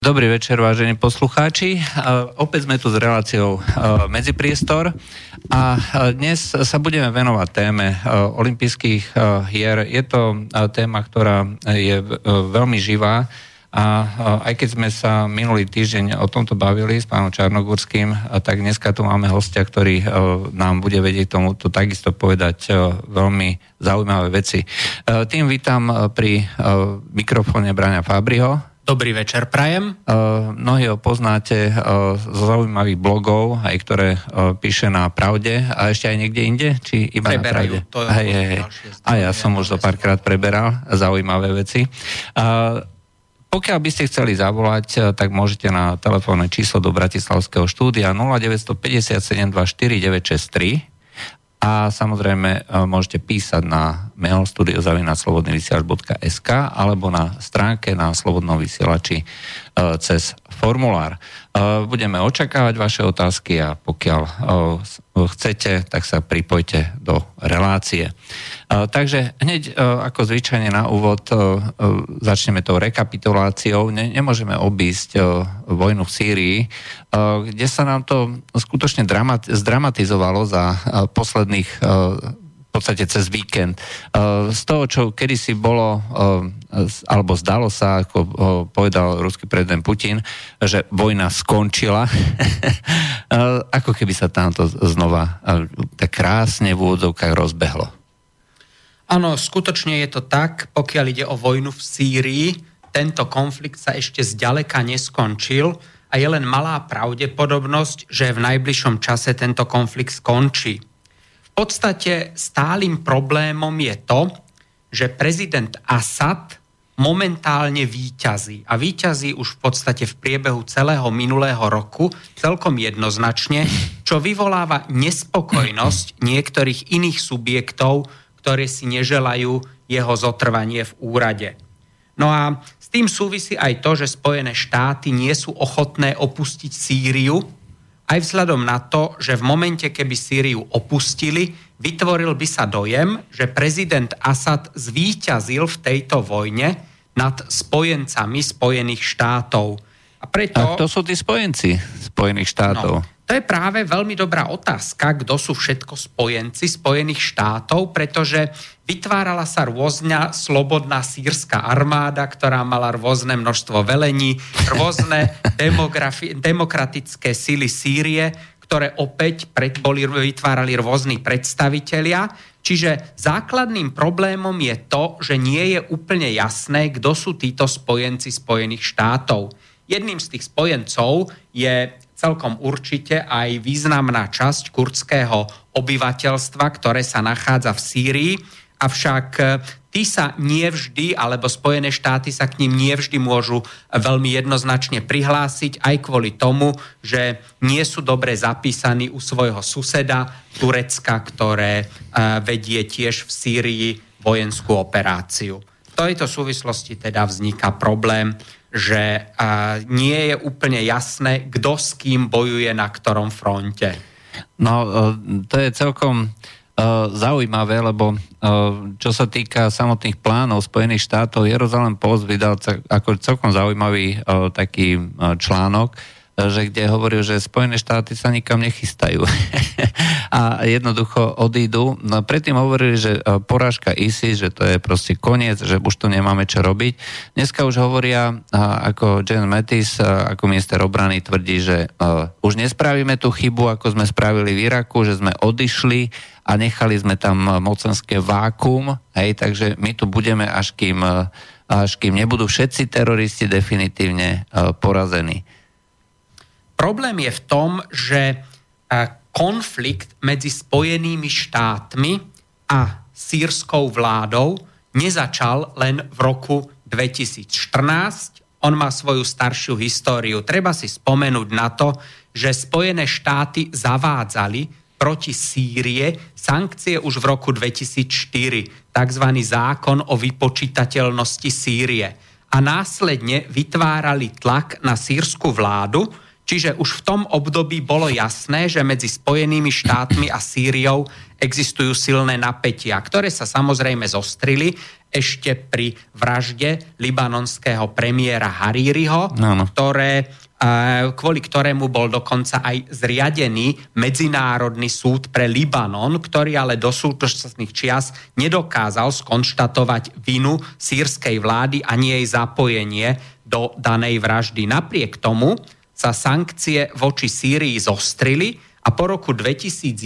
Dobrý večer, vážení poslucháči. Opäť sme tu s reláciou Medzipriestor a dnes sa budeme venovať téme olympijských hier. Je to téma, ktorá je veľmi živá a aj keď sme sa minulý týždeň o tomto bavili s pánom Čarnogórským, tak dneska tu máme hostia, ktorý nám bude vedieť tomuto takisto povedať veľmi zaujímavé veci. Tým vítam pri mikrofóne Braňa Fabriho. Dobrý večer, prajem. Mnohí ho poznáte z zaujímavých blogov, aj ktoré píše na Pravde a ešte aj niekde inde? Či iba Preberajú, na Pravde? A ja som už zo párkrát preberal zaujímavé veci. Pokiaľ by ste chceli zavolať, tak môžete na telefónne číslo do Bratislavského štúdia 0957 249 963 a samozrejme môžete písať na mail studio@slobodnyvysielac.sk alebo na stránke na Slobodnom vysielači cez formulár. Budeme očakávať vaše otázky a pokiaľ chcete, tak sa pripojte do relácie. Takže hneď ako zvyčajne na úvod začneme tou rekapituláciou. Nemôžeme obísť vojnu v Sýrii, kde sa nám to skutočne zdramatizovalo za posledných v podstate cez víkend. Z toho, čo kedysi bolo, alebo zdalo sa, ako povedal ruský prezident Putin, že vojna skončila, ako keby sa tamto znova tak krásne v úvodzovkách rozbehlo. Áno, skutočne je to tak, pokiaľ ide o vojnu v Sýrii, tento konflikt sa ešte zďaleka neskončil a je len malá pravdepodobnosť, že v najbližšom čase tento konflikt skončí. V podstate stálym problémom je to, že prezident Asad momentálne víťazí. A víťazí už v podstate v priebehu celého minulého roku celkom jednoznačne, čo vyvoláva nespokojnosť niektorých iných subjektov, ktoré si neželajú jeho zotrvanie v úrade. No a s tým súvisí aj to, že Spojené štáty nie sú ochotné opustiť Sýriu, aj vzhľadom na to, že v momente, keby Sýriu opustili, vytvoril by sa dojem, že prezident Asad zvíťazil v tejto vojne nad spojencami Spojených štátov. A kto sú tí spojenci Spojených štátov? No, to je práve veľmi dobrá otázka, kto sú všetko spojenci Spojených štátov, pretože vytvárala sa rôzna slobodná sýrska armáda, ktorá mala rôzne množstvo velení, rôzne demokratické sily Sýrie, ktoré opäť vytvárali rôzni predstavitelia. Čiže základným problémom je to, že nie je úplne jasné, kto sú títo spojenci Spojených štátov. Jedným z tých spojencov je celkom určite aj významná časť kurdského obyvateľstva, ktoré sa nachádza v Sýrii, avšak tí sa nevždy, alebo Spojené štáty sa k ním nevždy môžu veľmi jednoznačne prihlásiť, aj kvôli tomu, že nie sú dobre zapísaní u svojho suseda Turecka, ktoré vedie tiež v Sýrii vojenskú operáciu. V tejto súvislosti teda vzniká problém, že nie je úplne jasné, kto s kým bojuje na ktorom fronte. No, to je celkom zaujímavé, lebo čo sa týka samotných plánov Spojených štátov, Jeruzalem Post vydal ako celkom zaujímavý taký článok, že kde hovoril, že Spojené štáty sa nikam nechystajú a jednoducho odídu. No, predtým hovorili, že porážka ISIS, že to je proste koniec, že už tu nemáme čo robiť. Dneska už hovoria, ako James Mattis, ako minister obrany tvrdí, že už nespravíme tú chybu, ako sme spravili v Iraku, že sme odišli a nechali sme tam mocenské vákuum, hej, takže my tu budeme, až kým nebudú všetci teroristi definitívne porazení. Problém je v tom, že konflikt medzi Spojenými štátmi a sýrskou vládou nezačal len v roku 2014. On má svoju staršiu históriu. Treba si spomenúť na to, že Spojené štáty zavádzali proti Sýrie sankcie už v roku 2004, takzvaný zákon o vypočítateľnosti Sýrie. A následne vytvárali tlak na sýrsku vládu, Čiže už v tom období bolo jasné, že medzi Spojenými štátmi a Sýriou existujú silné napätia, ktoré sa samozrejme zostrili ešte pri vražde libanonského premiéra Haririho, kvôli ktorému bol dokonca aj zriadený Medzinárodný súd pre Libanon, ktorý ale do súčasných čias nedokázal skonštatovať vinu sýrskej vlády ani jej zapojenie do danej vraždy. Napriek tomu sa sankcie voči Sýrii zostrili a po roku 2011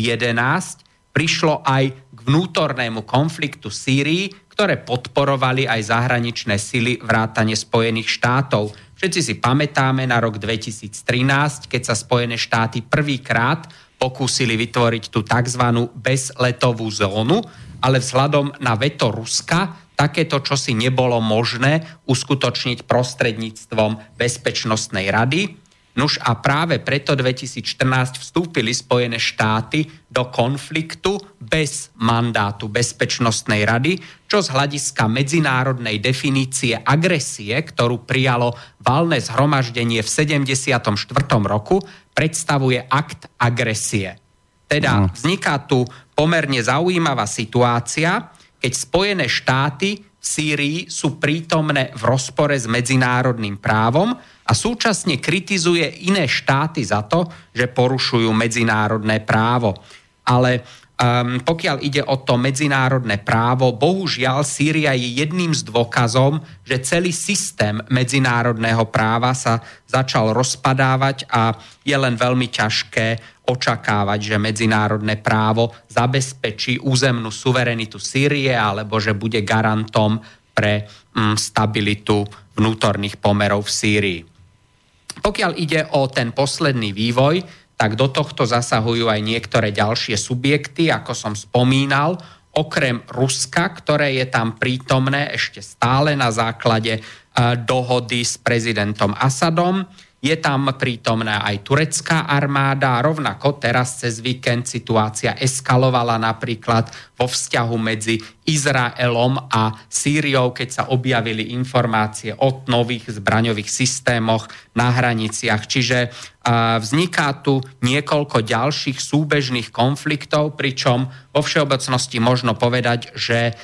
prišlo aj k vnútornému konfliktu Sýrii, ktoré podporovali aj zahraničné sily vrátane Spojených štátov. Všetci si pamätáme na rok 2013, keď sa Spojené štáty prvýkrát pokúsili vytvoriť tú tzv. Bezletovú zónu, ale vzhľadom na veto Ruska takéto čosi nebolo možné uskutočniť prostredníctvom Bezpečnostnej rady. Nuž a práve preto 2014 vstúpili Spojené štáty do konfliktu bez mandátu Bezpečnostnej rady, čo z hľadiska medzinárodnej definície agresie, ktorú prijalo valné zhromaždenie v 74. roku, predstavuje akt agresie. Teda vzniká tu pomerne zaujímavá situácia, keď Spojené štáty v Sýrii sú prítomné v rozpore s medzinárodným právom a súčasne kritizuje iné štáty za to, že porušujú medzinárodné právo. Ale pokiaľ ide o to medzinárodné právo, bohužiaľ Sýria je jedným z dôkazom, že celý systém medzinárodného práva sa začal rozpadávať a je len veľmi ťažké očakávať, že medzinárodné právo zabezpečí územnú suverenitu Sýrie alebo že bude garantom pre stabilitu vnútorných pomerov v Sýrii. Pokiaľ ide o ten posledný vývoj, tak do tohto zasahujú aj niektoré ďalšie subjekty, ako som spomínal, okrem Ruska, ktoré je tam prítomné ešte stále na základe dohody s prezidentom Asadom. Je tam prítomná aj turecká armáda, rovnako teraz cez víkend situácia eskalovala napríklad vo vzťahu medzi Izraelom a Sýriou, keď sa objavili informácie o nových zbraňových systémoch na hraniciach. Čiže vzniká tu niekoľko ďalších súbežných konfliktov, pričom vo všeobecnosti možno povedať, že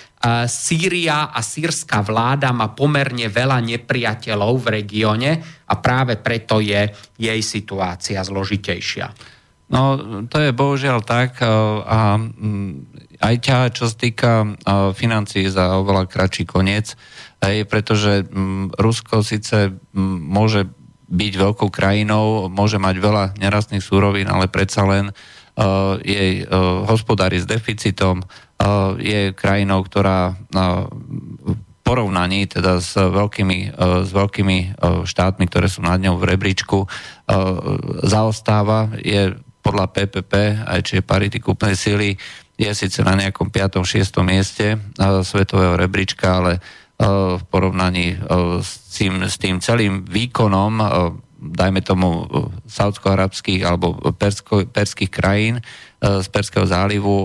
Sýria a sýrska vláda má pomerne veľa nepriateľov v regióne a práve preto je jej situácia zložitejšia. No, to je bohužiaľ tak a aj čo sa týka financií za oveľa kratší koniec, pretože Rusko síce môže byť veľkou krajinou, môže mať veľa nerastných súrovín, ale predsa len jej hospodári s deficitom, je krajinou, ktorá v porovnaní teda s veľkými štátmi, ktoré sú nad ňou v rebríčku, zaostáva, je podľa PPP, aj či je parity kúpnej sily, je síce na nejakom 5. 6. mieste svetového rebríčka, ale v porovnaní s tým celým výkonom, dajme tomu saúdsko-arabských alebo perských krajín z Perského zálivu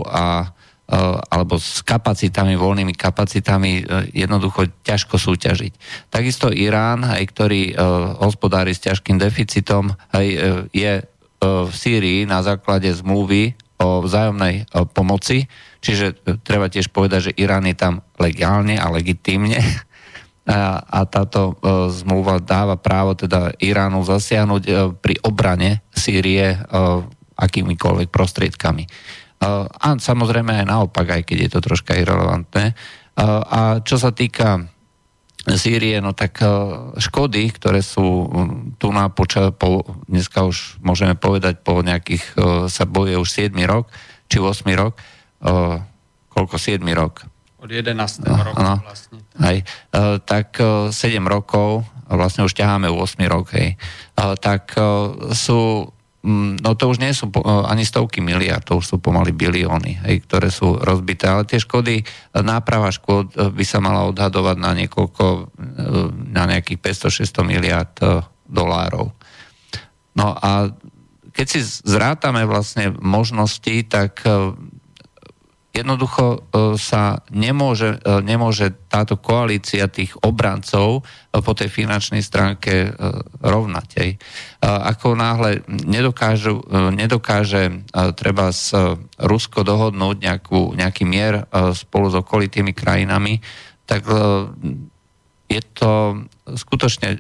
alebo s kapacitami, voľnými kapacitami jednoducho ťažko súťažiť. Takisto Irán, aj ktorý hospodári s ťažkým deficitom, aj je v Sýrii na základe zmluvy o vzájomnej pomoci, čiže treba tiež povedať, že Irán je tam legálne a legitímne a táto zmluva dáva právo teda Iránu zasiahnuť pri obrane Sýrie akýmikoľvek prostriedkami. A samozrejme aj naopak, aj keď je to troška irelevantné. A čo sa týka Sýrie, no tak škody, ktoré sú tu dneska už môžeme povedať po nejakých, sa bojuje už 7. rok, či 8. rok, koľko 7. rok? Od 11. roku vlastne. Hej, tak 7 rokov, vlastne už ťaháme 8. rok, hej, tak sú, no to už nie sú ani stovky miliárd, to už sú pomaly bilióny, hej, ktoré sú rozbité, ale tie škody, náprava škôd by sa mala odhadovať na nejakých 500-600 miliárd dolárov. No a keď si zrátame vlastne možnosti, tak jednoducho sa nemôže táto koalícia tých obrancov po tej finančnej stránke rovnať. Ako náhle nedokáže treba s Rusko dohodnúť nejaký mier spolu s okolitými krajinami, tak je to skutočne,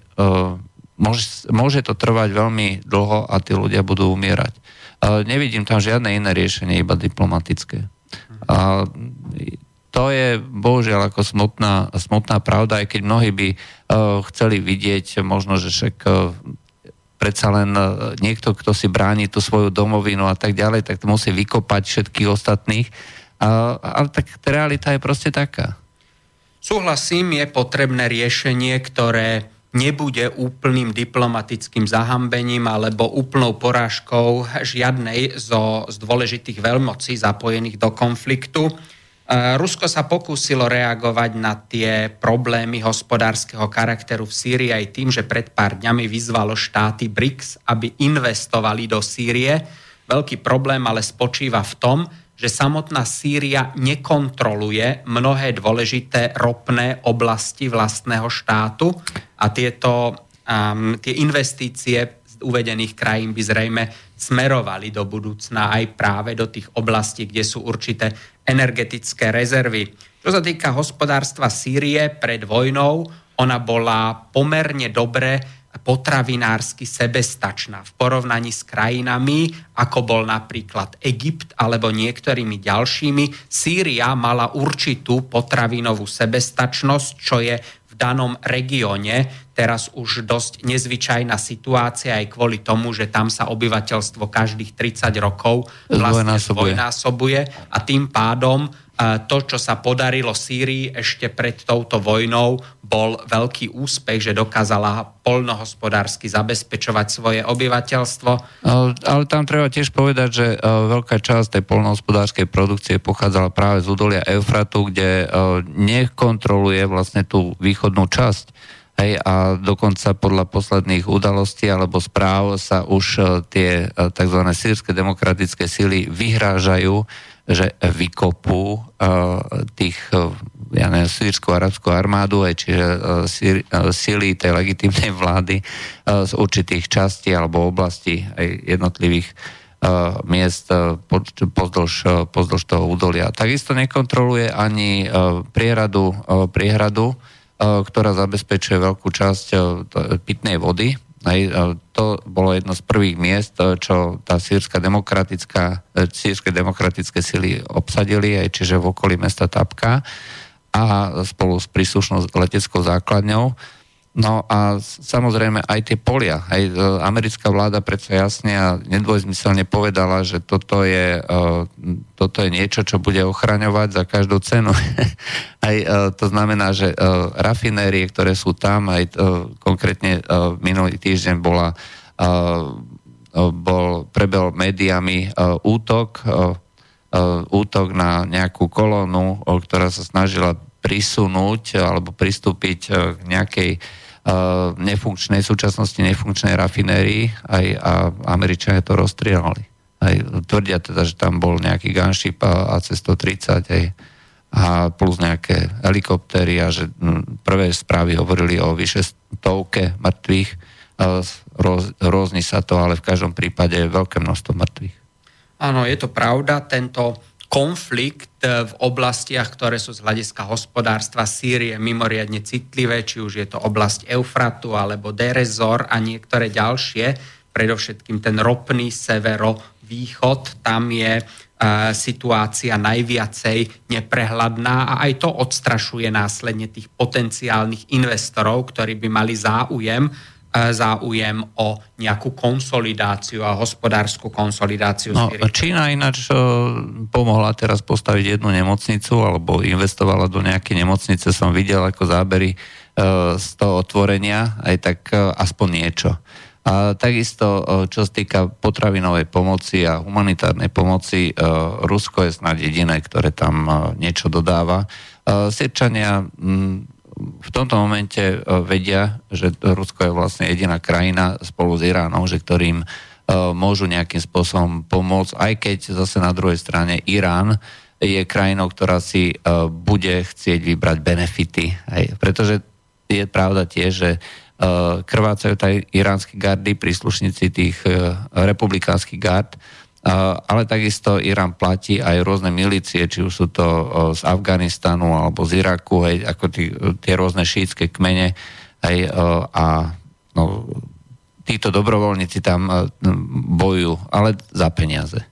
môže to trvať veľmi dlho a tí ľudia budú umierať. Nevidím tam žiadne iné riešenie, iba diplomatické. A to je bohužiaľ ako smutná pravda, aj keď mnohí by chceli vidieť možno, že však predsa len niekto, kto si bráni tú svoju domovinu a tak ďalej, tak to musí vykopať všetkých ostatných. Ale tak realita je proste taká. Súhlasím, je potrebné riešenie, ktoré nebude úplným diplomatickým zahambením alebo úplnou porážkou žiadnej z dôležitých veľmocí zapojených do konfliktu. Rusko sa pokúsilo reagovať na tie problémy hospodárskeho charakteru v Sýrii aj tým, že pred pár dňami vyzvalo štáty BRICS, aby investovali do Sýrie. Veľký problém ale spočíva v tom, že samotná Sýria nekontroluje mnohé dôležité ropné oblasti vlastného štátu a tie investície z uvedených krajín by zrejme smerovali do budúcna aj práve do tých oblastí, kde sú určité energetické rezervy. Čo sa týka hospodárstva Sýrie pred vojnou, ona bola pomerne dobre potravinársky sebestačná v porovnaní s krajinami, ako bol napríklad Egypt alebo niektorými ďalšími. Sýria mala určitú potravinovú sebestačnosť, čo je v danom regióne teraz už dosť nezvyčajná situácia aj kvôli tomu, že tam sa obyvateľstvo každých 30 rokov vlastne zdvojnásobuje a tým pádom to, čo sa podarilo Sýrii ešte pred touto vojnou, bol veľký úspech, že dokázala poľnohospodársky zabezpečovať svoje obyvateľstvo. Ale tam treba tiež povedať, že veľká časť tej poľnohospodárskej produkcie pochádzala práve z údolia Eufratu, kde nekontroluje vlastne tú východnú časť. Hej, a dokonca podľa posledných udalostí alebo správ sa už tie tzv. Sýrske demokratické sily vyhrážajú, že vykopú tých, sýrsku arabskú armádu, čiže síly tej legitímnej vlády z určitých častí alebo oblastí aj jednotlivých miest pozdĺž toho údolia. Takisto nekontroluje ani priehradu, ktorá zabezpečuje veľkú časť pitnej vody. To bolo jedno z prvých miest, čo tá sýrske demokratické sily obsadili, čiže v okolí mesta Tabka a spolu s príslušnou leteckou základňou. No a samozrejme aj tie polia. Americká vláda predsa jasne a nedvojzmyselne povedala, že toto je niečo, čo bude ochraňovať za každú cenu. To znamená, že rafinérie, ktoré sú tam, konkrétne minulý týždeň prebehol médiami útok na nejakú kolónu, ktorá sa snažila prisunúť alebo pristúpiť k nejakej v súčasnosti nefunkčnej rafinérii a Američania to rozstrieľali. Tvrdia teda, že tam bol nejaký gunship AC-130 a plus nejaké helikoptéry a že prvé správy hovorili o vyše 100 mŕtvych. Rôzni sa to, ale v každom prípade je veľké množstvo mŕtvych. Áno, je to pravda. Tento konflikt v oblastiach, ktoré sú z hľadiska hospodárstva Sýrie mimoriadne citlivé, či už je to oblasť Eufratu alebo Derezor a niektoré ďalšie, predovšetkým ten ropný severovýchod, tam je situácia najviacej neprehľadná a aj to odstrašuje následne tých potenciálnych investorov, ktorí by mali záujem o nejakú konsolidáciu a hospodárskú konsolidáciu. Čína ináč pomohla teraz postaviť jednu nemocnicu alebo investovala do nejakej nemocnice, som videl ako zábery z toho otvorenia, aj tak aspoň niečo. A takisto, čo sa týka potravinovej pomoci a humanitárnej pomoci, Rusko je snáď jediné, ktoré tam niečo dodáva. Sýrčania v tomto momente vedia, že Rusko je vlastne jediná krajina spolu s Iránom, že ktorým môžu nejakým spôsobom pomôcť, aj keď zase na druhej strane Irán je krajinou, ktorá si bude chcieť vybrať benefity. Hej. Pretože je pravda tiež, že krvácajú aj iránske gardy, príslušníci tých republikánskych gard, ale takisto Irán platí aj rôzne milície, či už sú to z Afganistanu alebo z Iraku, hej, ako tie rôzne šítske kmene, hej, a no, títo dobrovoľníci tam bojujú, ale za peniaze.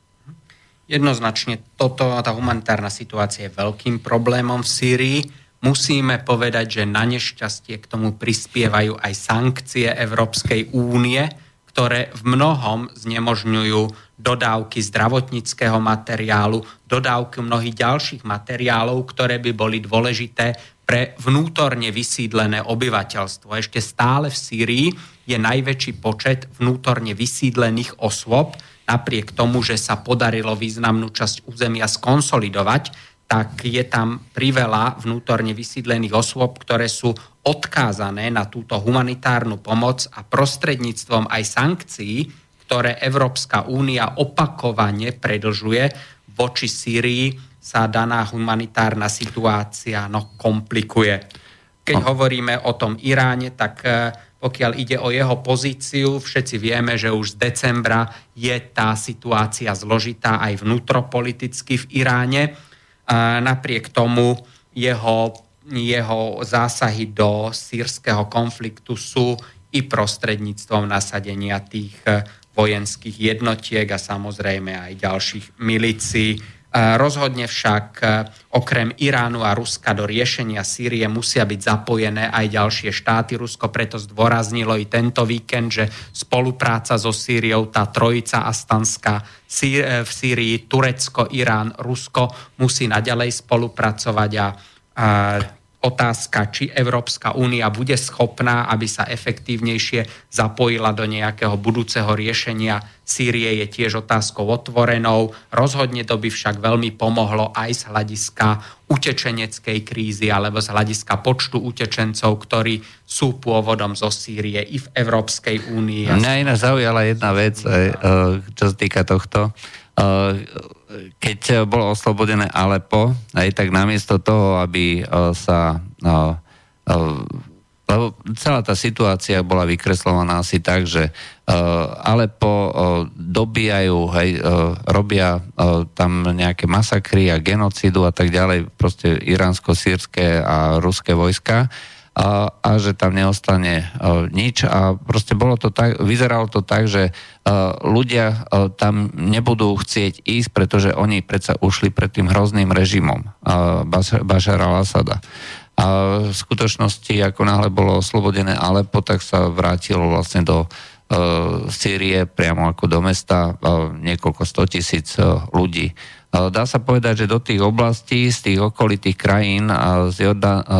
Jednoznačne tá humanitárna situácia je veľkým problémom v Sýrii. Musíme povedať, že na nešťastie k tomu prispievajú aj sankcie Európskej únie, ktoré v mnohom znemožňujú dodávky zdravotníckeho materiálu, dodávky mnohých ďalších materiálov, ktoré by boli dôležité pre vnútorne vysídlené obyvateľstvo. Ešte stále v Sýrii je najväčší počet vnútorne vysídlených osôb, napriek tomu, že sa podarilo významnú časť územia skonsolidovať, tak je tam priveľa vnútorne vysídlených osôb, ktoré sú odkázané na túto humanitárnu pomoc a prostredníctvom aj sankcií, ktoré Európska únia opakovane predlžuje voči Sýrii, sa daná humanitárna situácia komplikuje. Keď hovoríme o tom Iráne, tak pokiaľ ide o jeho pozíciu, všetci vieme, že už z decembra je tá situácia zložitá aj vnútropoliticky v Iráne. Napriek tomu jeho zásahy do sýrskeho konfliktu sú i prostredníctvom nasadenia tých vojenských jednotiek a samozrejme aj ďalších milícií. Rozhodne však okrem Iránu a Ruska do riešenia Sýrie musia byť zapojené aj ďalšie štáty. Rusko preto zdôraznilo i tento víkend, že spolupráca so Sýriou, tá trojica astanská v Sýrii, Turecko, Irán, Rusko musí naďalej spolupracovať a otázka, či Európska únia bude schopná, aby sa efektívnejšie zapojila do nejakého budúceho riešenia Sýrie, je tiež otázkou otvorenou. Rozhodne to by však veľmi pomohlo aj z hľadiska utečeneckej krízy alebo z hľadiska počtu utečencov, ktorí sú pôvodom zo Sýrie i v Európskej únii. Mňa iná zaujala jedna vec, čo sa týka tohto. Keď bolo oslobodené Alepo, tak namiesto toho, aby sa lebo celá tá situácia bola vykreslovaná asi tak, že Alepo dobíjajú, robia tam nejaké masakry a genocidu a tak ďalej, proste iránsko-sýrske a ruské vojska, a že tam neostane nič a proste vyzeralo to tak, že ľudia tam nebudú chcieť ísť, pretože oni predsa ušli pred tým hrozným režimom Bašara al-Asada. A v skutočnosti, ako náhle bolo oslobodené Alepo, tak sa vrátilo vlastne do Sýrie, priamo ako do mesta, niekoľko 100,000 ľudí. Dá sa povedať, že do tých oblastí, z tých okolitých krajín, z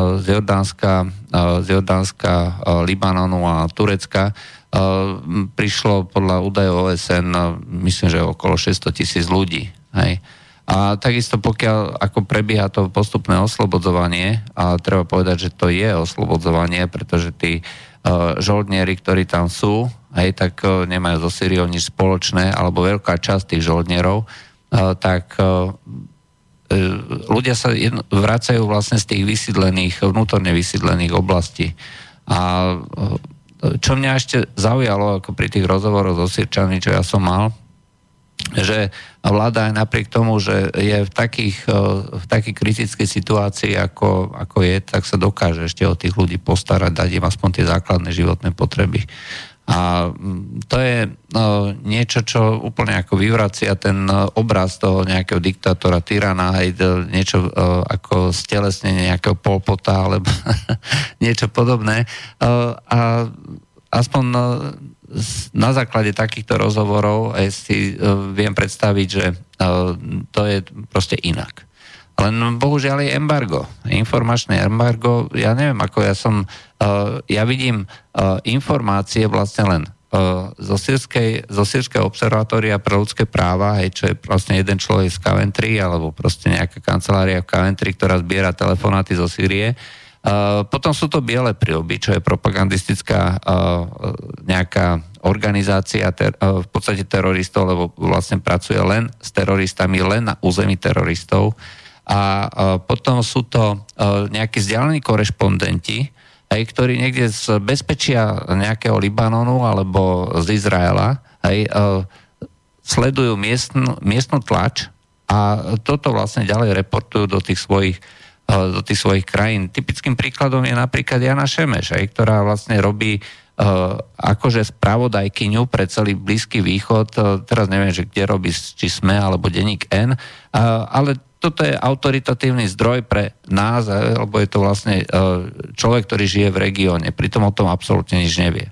Jordánska, Libanonu a Turecka prišlo podľa údajov OSN, myslím, že okolo 600,000 ľudí. Hej. A takisto pokiaľ ako prebieha to postupné oslobodzovanie, a treba povedať, že to je oslobodzovanie, pretože tí žoldnieri, ktorí tam sú, hej, tak nemajú so Sýriou nič spoločné, alebo veľká časť tých žoldnierov, tak ľudia sa vracajú vlastne z tých vnútorne vysídlených oblastí. A čo mňa ešte zaujalo ako pri tých rozhovoroch so Sýrčanmi, čo ja som mal, že vláda aj napriek tomu, že je v takej kritickej situácii, ako je, tak sa dokáže ešte o tých ľudí postarať, dať im aspoň tie základné životné potreby. A to je niečo, čo úplne ako vyvracia ten obraz toho nejakého diktátora, tyrana, niečo ako stelesnenie nejakého Pol Pota alebo niečo podobné. A aspoň na základe takýchto rozhovorov si viem predstaviť, že to je proste inak. Len bohužiaľ je embargo, informačné embargo. Ja neviem, ako ja vidím informácie vlastne len zo Sýrskeho observatória pre ľudské práva, čo je vlastne jeden človek z Coventry, alebo proste nejaká kancelária v Coventry, ktorá zbiera telefonáty zo Sýrie. Potom sú to biele príľby, čo je propagandistická nejaká organizácia v podstate teroristov, lebo vlastne pracuje len s teroristami, len na území teroristov. A potom sú to nejakí vzdialení korešpondenti, ktorí niekde z bezpečia nejakého Libanonu alebo z Izraela sledujú miestnu tlač a toto vlastne ďalej reportujú do tých svojich krajín. Typickým príkladom je napríklad Jana Šemeš, ktorá vlastne robí akože spravodajkyňu pre celý Blízky východ. Teraz neviem, že kde robí, či SME alebo denník N, ale toto je autoritatívny zdroj pre nás, lebo je to vlastne človek, ktorý žije v regióne. Pritom o tom absolútne nič nevie.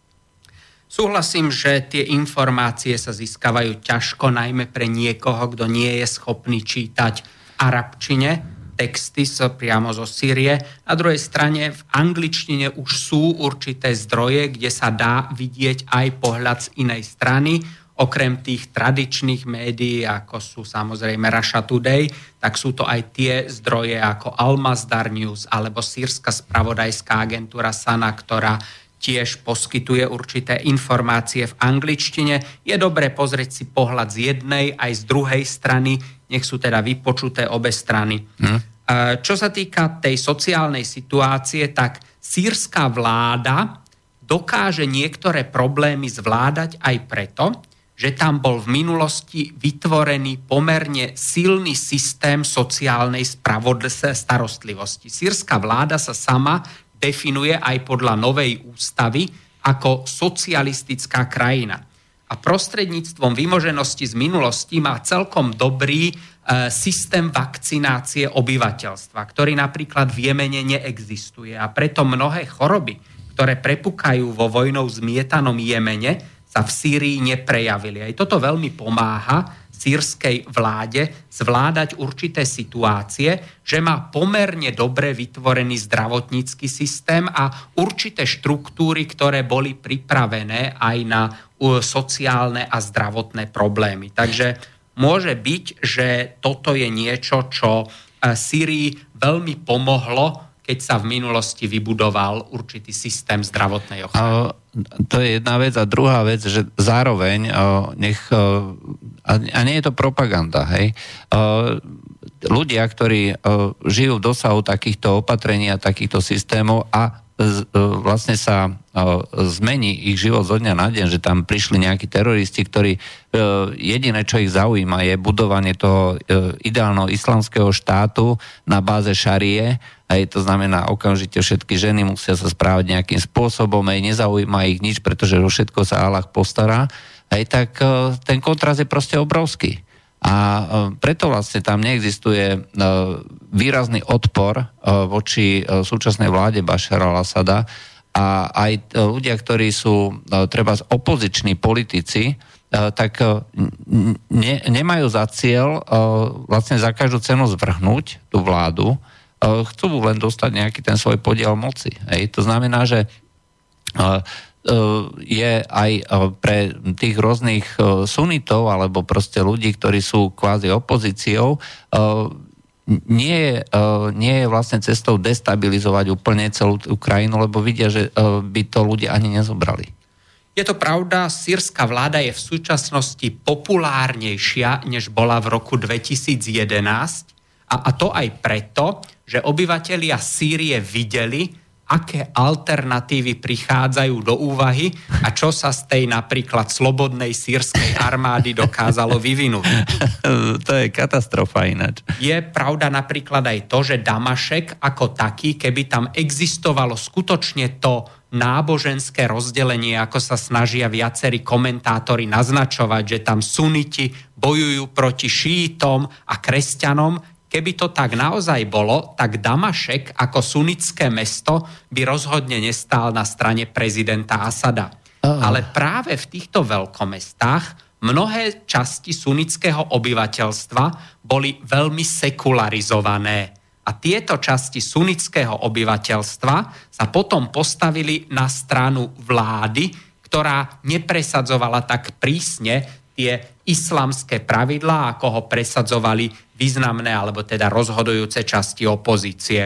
Súhlasím, že tie informácie sa získavajú ťažko, najmä pre niekoho, kto nie je schopný čítať v arabčine texty priamo zo Sýrie. Na druhej strane v angličtine už sú určité zdroje, kde sa dá vidieť aj pohľad z inej strany. Okrem tých tradičných médií, ako sú samozrejme Russia Today, tak sú to aj tie zdroje ako Al-Masdar News alebo sýrska spravodajská agentúra Sana, ktorá tiež poskytuje určité informácie v angličtine. Je dobré pozrieť si pohľad z jednej aj z druhej strany, nech sú teda vypočuté obe strany. Čo sa týka tej sociálnej situácie, tak sýrska vláda dokáže niektoré problémy zvládať aj preto, že tam bol v minulosti vytvorený pomerne silný systém sociálnej starostlivosti. Sýrska vláda sa sama definuje aj podľa novej ústavy ako socialistická krajina. A prostredníctvom vymoženosti z minulosti má celkom dobrý systém vakcinácie obyvateľstva, ktorý napríklad v Jemene neexistuje. A preto mnohé choroby, ktoré prepúkajú vo vojnou zmietanom Jemene, sa v Sýrii neprejavili. Aj toto veľmi pomáha sýrskej vláde zvládať určité situácie, že má pomerne dobre vytvorený zdravotnícky systém a určité štruktúry, ktoré boli pripravené aj na sociálne a zdravotné problémy. Takže môže byť, že toto je niečo, čo Sýrii veľmi pomohlo, keď sa v minulosti vybudoval určitý systém zdravotnej ochrany. To je jedna vec. A druhá vec, že zároveň a nie je to propaganda, hej. Ľudia, ktorí žijú v dosahu takýchto opatrení a takýchto systémov a vlastne sa zmení ich život zo dňa na deň, že tam prišli nejakí teroristi, ktorí jediné, čo ich zaujíma, je budovanie toho ideálneho islamského štátu na báze šarie. Aj to znamená, okamžite všetky ženy musia sa správať nejakým spôsobom, aj nezaujíma ich nič, pretože o všetko sa Allah postará. Aj tak ten kontrast je proste obrovský. A preto vlastne tam neexistuje výrazný odpor voči súčasnej vláde Bašara al-Asada a aj ľudia, ktorí sú treba opoziční politici, tak nemajú za cieľ vlastne za každú cenu zvrhnúť tú vládu, chcú len dostať nejaký ten svoj podiel moci. To znamená, že je aj pre tých rôznych sunitov alebo proste ľudí, ktorí sú kvázi opozíciou, nie je vlastne cestou destabilizovať úplne celú tú krajinu, lebo vidia, že by to ľudia ani nezobrali. Je to pravda, sýrska vláda je v súčasnosti populárnejšia, než bola v roku 2011 a to aj preto, že obyvatelia Sýrie videli, aké alternatívy prichádzajú do úvahy a čo sa z tej napríklad slobodnej sýrskej armády dokázalo vyvinúť. To je katastrofa ináč. Je pravda napríklad aj to, že Damašek ako taký, keby tam existovalo skutočne to náboženské rozdelenie, ako sa snažia viacerí komentátori naznačovať, že tam suniti bojujú proti šíitom a kresťanom. Keby to tak naozaj bolo, tak Damašek ako sunnické mesto by rozhodne nestál na strane prezidenta Asada. Ale práve v týchto veľkomestách mnohé časti sunnického obyvateľstva boli veľmi sekularizované. A tieto časti sunnického obyvateľstva sa potom postavili na stranu vlády, ktorá nepresadzovala tak prísne tie islamské pravidlá, ako ho presadzovali významné alebo teda rozhodujúce časti opozície.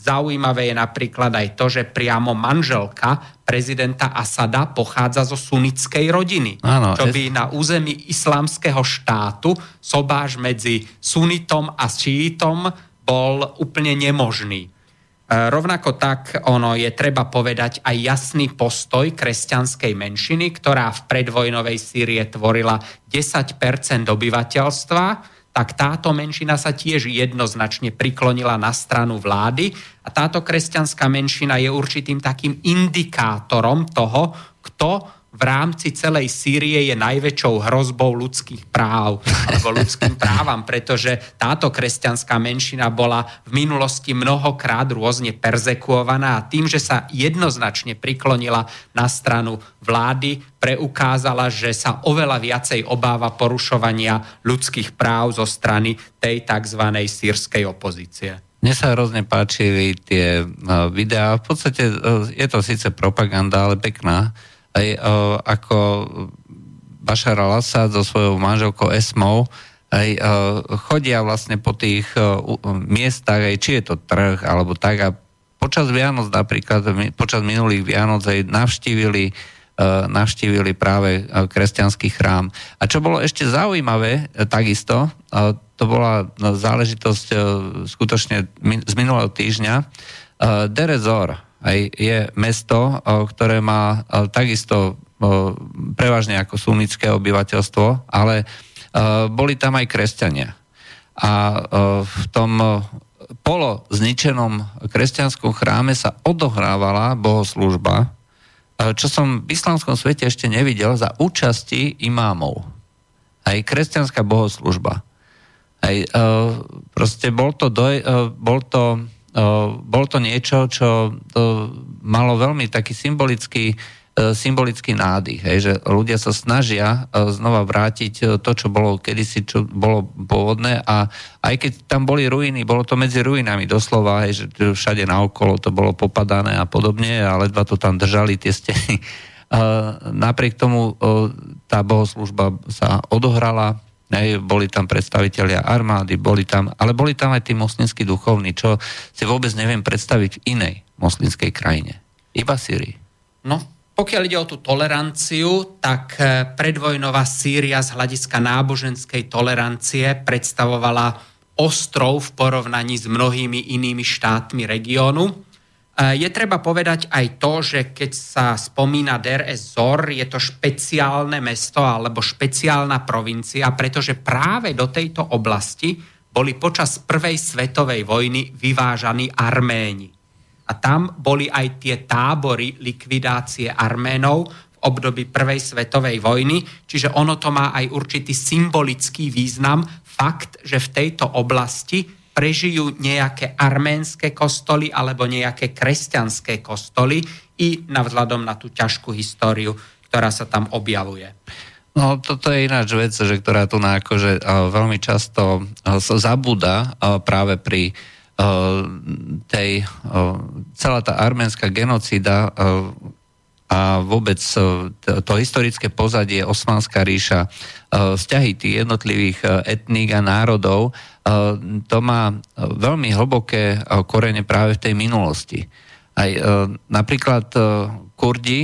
Zaujímavé je napríklad aj to, že priamo manželka prezidenta Asada pochádza zo sunnickej rodiny. Áno, čo by na území islamského štátu sobáš medzi sunitom a šíitom bol úplne nemožný. Rovnako tak je treba povedať aj jasný postoj kresťanskej menšiny, ktorá v predvojnovej Sýrie tvorila 10% obyvateľstva, tak táto menšina sa tiež jednoznačne priklonila na stranu vlády a táto kresťanská menšina je určitým takým indikátorom toho, kto v rámci celej Sýrie je najväčšou hrozbou ľudských práv alebo ľudským právam, pretože táto kresťanská menšina bola v minulosti mnohokrát rôzne perzekuovaná a tým, že sa jednoznačne priklonila na stranu vlády, preukázala, že sa oveľa viacej obáva porušovania ľudských práv zo strany tej tzv. Sýrskej opozície. Mne sa hrozne páčili tie videá. V podstate je to síce propaganda, ale pekná. Aj ako Bašar al-Assad so svojou manželkou Esmou aj chodia vlastne po tých miestach, aj či je to trh, alebo tak, a počas Vianoc napríklad, počas minulých Vianoc aj navštívili práve kresťanský chrám. A čo bolo ešte zaujímavé, takisto, to bola záležitosť skutočne z minulého týždňa, Deir ez-Zor je mesto, ktoré má takisto prevažne ako sunnické obyvateľstvo, ale boli tam aj kresťania. A v tom polozničenom kresťanskom chráme sa odohrávala bohoslúžba, čo som v islamskom svete ešte nevidel, za účasti imámov. Aj kresťanská bohoslúžba. Aj proste bol to niečo, čo malo veľmi taký symbolický nádych, že ľudia sa snažia znova vrátiť to, čo bolo kedysi, čo bolo pôvodné, a aj keď tam boli ruiny, bolo to medzi ruinami doslova, že všade naokolo to bolo popadané a podobne, a ledva to tam držali tie steny. Napriek tomu tá bohoslúžba sa odohrala. Boli tam predstavitelia armády, ale boli tam aj tí moslimskí duchovní, čo si vôbec neviem predstaviť v inej moslimskej krajine. Iba Sýrii. No, pokiaľ ide o tú toleranciu, tak predvojnová Sýria z hľadiska náboženskej tolerancie predstavovala ostrov v porovnaní s mnohými inými štátmi regiónu. Je treba povedať aj to, že keď sa spomína Deir ez-Zor, je to špeciálne mesto alebo špeciálna provincia, pretože práve do tejto oblasti boli počas prvej svetovej vojny vyvážaní Arméni. A tam boli aj tie tábory likvidácie Arménov v období prvej svetovej vojny, čiže ono to má aj určitý symbolický význam, fakt, že v tejto oblasti prežijú nejaké arménske kostoly alebo nejaké kresťanské kostoly i vzhľadom na tú ťažkú históriu, ktorá sa tam objavuje. No, toto je ináč vec, že ktorá tu akože veľmi často sa zabúda práve pri tej celá tá arménska genocída a vôbec to historické pozadie, Osmanská ríša, vzťahy tých jednotlivých etník a národov, to má veľmi hlboké korene práve v tej minulosti. Aj napríklad Kurdi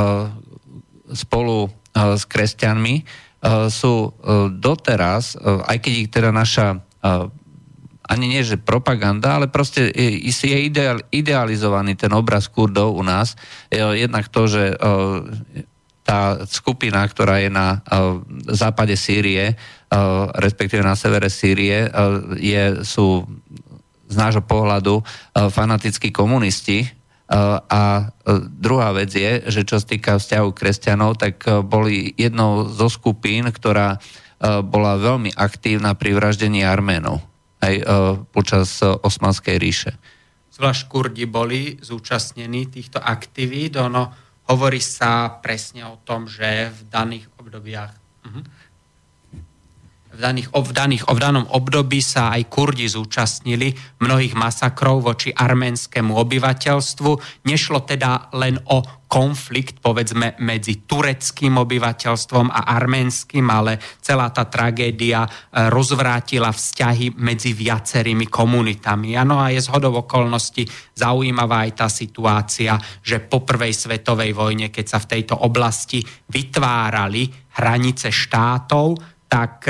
spolu s kresťanmi sú doteraz, aj keď ich teda naša ani nie, že propaganda, ale proste je idealizovaný ten obraz Kurdov u nás. Jednak to, že tá skupina, ktorá je na západe Sýrie, respektíve na severe Sýrie, sú z nášho pohľadu fanatickí komunisti. A druhá vec je, že čo sa týka vzťahu kresťanov, tak boli jednou zo skupín, ktorá bola veľmi aktívna pri vraždení Arménov aj počas Osmanskej ríše. Zvlášť Kurdi boli zúčastnení týchto aktivít. Hovorí sa presne o tom, že v daných obdobiach v danom období sa aj Kurdi zúčastnili mnohých masakrov voči arménskému obyvateľstvu. Nešlo teda len o konflikt, povedzme, medzi tureckým obyvateľstvom a arménskym, ale celá tá tragédia rozvrátila vzťahy medzi viacerými komunitami. Áno, a je zhodou okolností zaujímavá aj tá situácia, že po prvej svetovej vojne, keď sa v tejto oblasti vytvárali hranice štátov, tak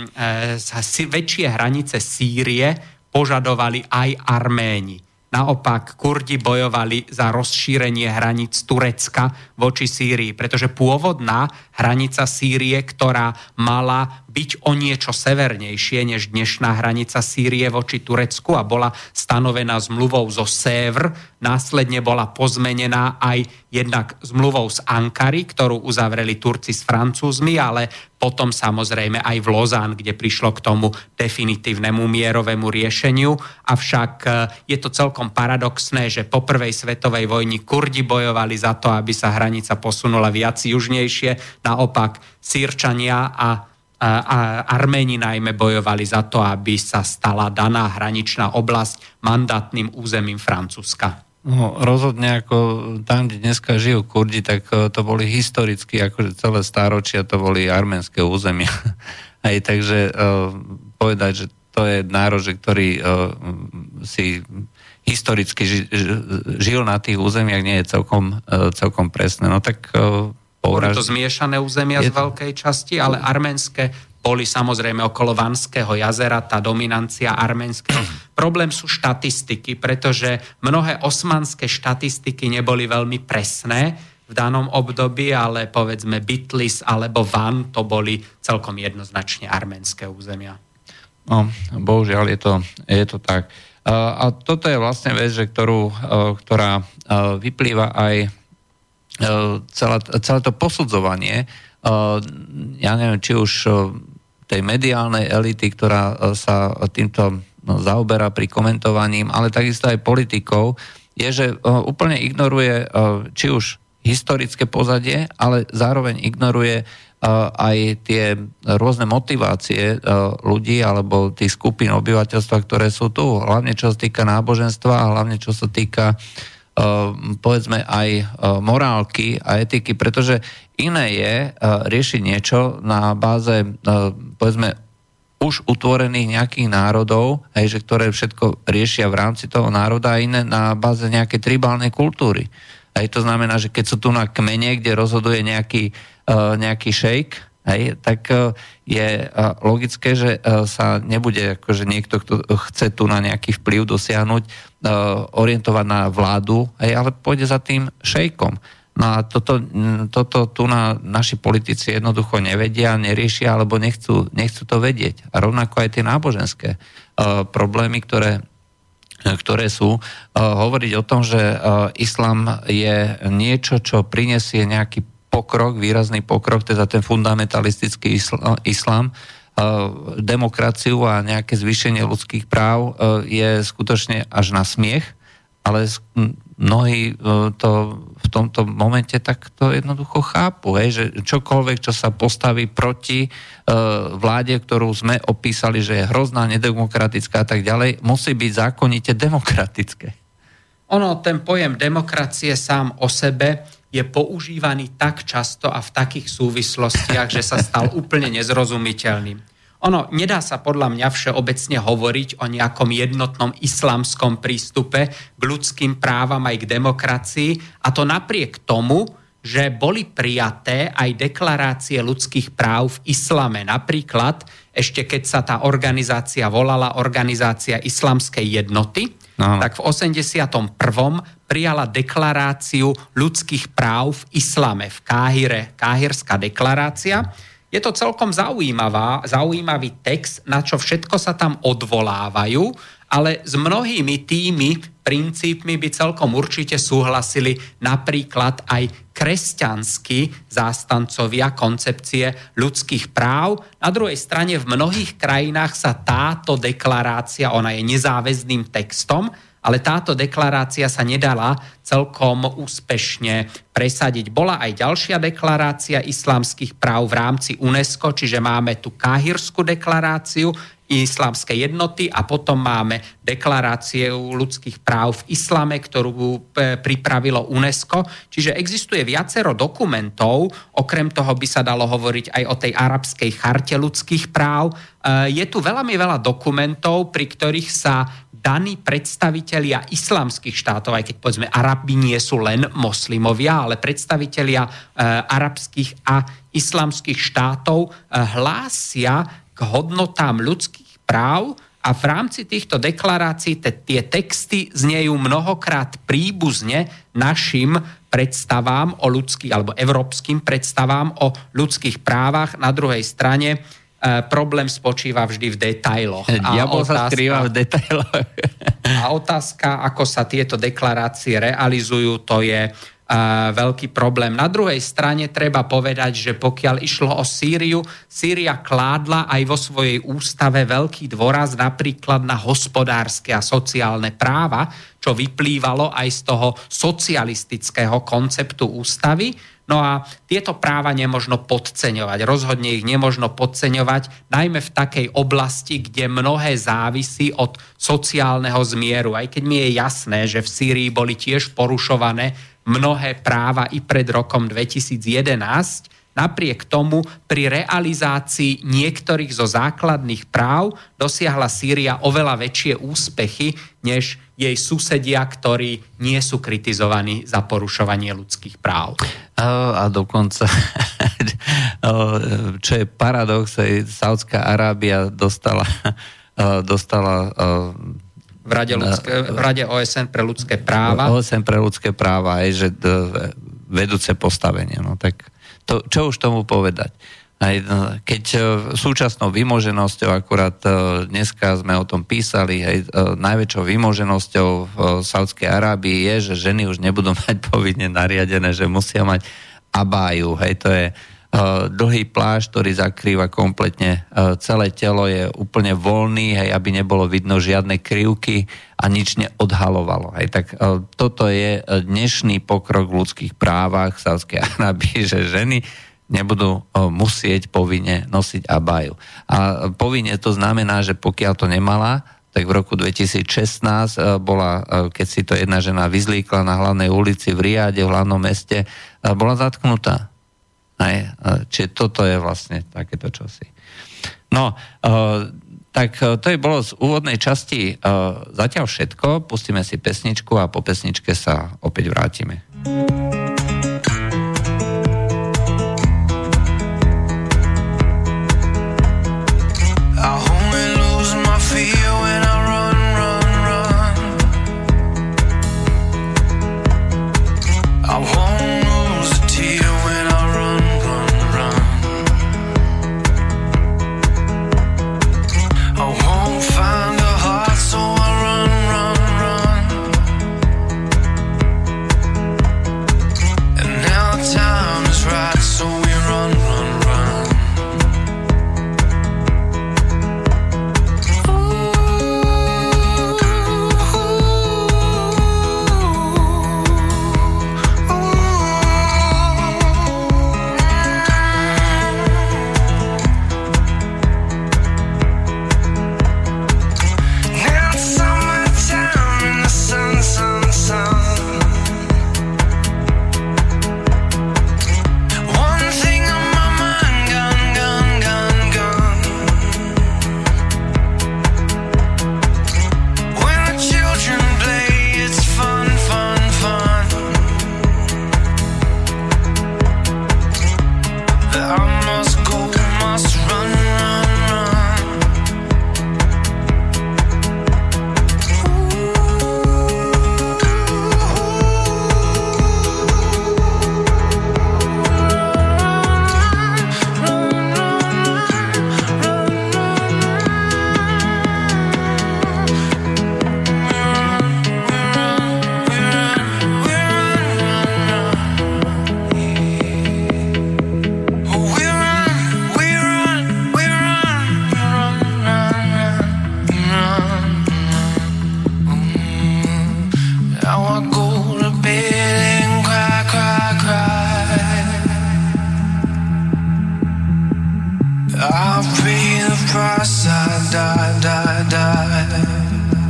väčšie hranice Sýrie požadovali aj Arméni. Naopak, Kurdi bojovali za rozšírenie hraníc Turecka voči Sýrii, pretože pôvodná hranica Sýrie, ktorá mala byť o niečo severnejšie než dnešná hranica Sýrie voči Turecku a bola stanovená zmluvou zo Sévr, následne bola pozmenená aj jednak zmluvou z Ankary, ktorú uzavreli Turci s Francúzmi, ale potom samozrejme aj v Lausanne, kde prišlo k tomu definitívnemu mierovému riešeniu. Avšak je to celkom paradoxné, že po prvej svetovej vojni Kurdi bojovali za to, aby sa hranica posunula viac južnejšie. Naopak Sýrčania a Arméni najmä bojovali za to, aby sa stala daná hraničná oblasť mandátnym územím Francúzska. No, rozhodne ako tam, kde dneska žijú Kurdi, tak to boli historicky, akože celé stáročia to boli arménske územia. Aj takže povedať, že to je národ, ktorý si historicky žil na tých územiach, nie je celkom presné. No tak boli to zmiešané územia z veľkej časti, ale arménske boli samozrejme okolo Vanského jazera, tá dominancia arménska. Problém sú štatistiky, pretože mnohé osmanské štatistiky neboli veľmi presné v danom období, ale povedzme Bitlis alebo Van, to boli celkom jednoznačne arménske územia. No, bohužiaľ je to tak. A toto je vlastne vec, ktorá vyplýva aj celé to posudzovanie, ja neviem, či už tej mediálnej elity, ktorá sa týmto zaoberá pri komentovaním, ale takisto aj politikov, je, že úplne ignoruje či už historické pozadie, ale zároveň ignoruje aj tie rôzne motivácie ľudí alebo tých skupín obyvateľstva, ktoré sú tu, hlavne čo sa týka náboženstva a hlavne čo sa týka povedzme aj morálky a etiky, pretože iné je riešiť niečo na báze povedzme už utvorených nejakých národov, že ktoré všetko riešia v rámci toho národa, a iné na báze nejakej tribálnej kultúry. To znamená, že keď sú tu na kmene, kde rozhoduje nejaký šejk, tak je logické, že sa nebude akože niekto, kto chce tu na nejaký vplyv dosiahnuť, orientovať na vládu, ale pôjde za tým šejkom. No a toto tu naši politici jednoducho nevedia, neriešia, alebo nechcú to vedieť. A rovnako aj tie náboženské problémy, ktoré sú, hovoriť o tom, že islám je niečo, čo prinesie nejaký pokrok, výrazný pokrok, teda ten fundamentalistický islám, demokraciu a nejaké zvýšenie ľudských práv je skutočne až na smiech, ale mnohí to v tomto momente takto jednoducho chápu, že čokoľvek, čo sa postaví proti vláde, ktorú sme opísali, že je hrozná, nedemokratická a tak ďalej, musí byť zákonite demokratické. Ten pojem demokracie sám o sebe je používaný tak často a v takých súvislostiach, že sa stal úplne nezrozumiteľným. Nedá sa podľa mňa všeobecne hovoriť o nejakom jednotnom islamskom prístupe k ľudským právam aj k demokracii, a to napriek tomu, že boli prijaté aj deklarácie ľudských práv v islame. Napríklad, ešte keď sa tá organizácia volala Organizácia islamskej jednoty, tak v 81. prijala deklaráciu ľudských práv v islame v Káhire, Káhirská deklarácia. Je to celkom zaujímavý text, na čo všetko sa tam odvolávajú, ale s mnohými tými princípmi by celkom určite súhlasili napríklad aj kresťanskí zástancovia koncepcie ľudských práv. Na druhej strane v mnohých krajinách sa táto deklarácia, ona je nezáväzným textom, ale táto deklarácia sa nedala celkom úspešne presadiť. Bola aj ďalšia deklarácia islamských práv v rámci UNESCO, čiže máme tu Káhirskú deklaráciu islamskej jednoty a potom máme deklaráciu ľudských práv v islame, ktorú pripravilo UNESCO. Čiže existuje viacero dokumentov, okrem toho by sa dalo hovoriť aj o tej arabskej charte ľudských práv. Je tu veľmi veľa dokumentov, pri ktorých sa daní predstavitelia islamských štátov, aj keď povedzme Arabi nie sú len moslimovia, ale predstavitelia arabských a islamských štátov hlásia k hodnotám ľudských práv a v rámci týchto deklarácií tie texty znejú mnohokrát príbuzne našim predstavám o ľudských alebo európskym predstavám o ľudských právach. Na druhej strane problém spočíva vždy v detailoch. Diabol sa skrýva v detailoch. A otázka, ako sa tieto deklarácie realizujú, to je veľký problém. Na druhej strane treba povedať, že pokiaľ išlo o Sýriu, Sýria kládla aj vo svojej ústave veľký dôraz napríklad na hospodárske a sociálne práva, čo vyplývalo aj z toho socialistického konceptu ústavy. No a tieto práva nemožno podceňovať. Rozhodne ich nemožno podceňovať, najmä v takej oblasti, kde mnohé závisí od sociálneho zmieru. Aj keď mi je jasné, že v Sýrii boli tiež porušované mnohé práva i pred rokom 2011, napriek tomu pri realizácii niektorých zo základných práv dosiahla Sýria oveľa väčšie úspechy, než jej susedia, ktorí nie sú kritizovaní za porušovanie ľudských práv. A dokonca, čo je paradox, Saudská Arábia dostala v Rade OSN pre ľudské práva. OSN pre ľudské práva, aj že vedúce postavenie. No tak to, čo už tomu povedať? Aj, keď súčasnou vymoženosťou, akurát dneska sme o tom písali, hej, najväčšou vymoženosťou v Saudskej Arábii je, že ženy už nebudú mať povinne nariadené, že musia mať abáju. Hej, to je dlhý plášť, ktorý zakrýva kompletne celé telo, je úplne voľný, hej, aby nebolo vidno žiadne krivky a nič neodhalovalo. Hej. Tak toto je dnešný pokrok v ľudských právach v Saudskej Arábii, že ženy nebudú musieť povinne nosiť abáju. A povinne to znamená, že pokiaľ to nemala, tak v roku 2016 bola, keď si to jedna žena vyzlíkla na hlavnej ulici v Riade, v hlavnom meste, bola zatknutá. Čiže toto je vlastne takéto čosi. No, tak to je bolo z úvodnej časti zatiaľ všetko. Pustíme si pesničku a po pesničke sa opäť vrátime. I'll pay the price, I die.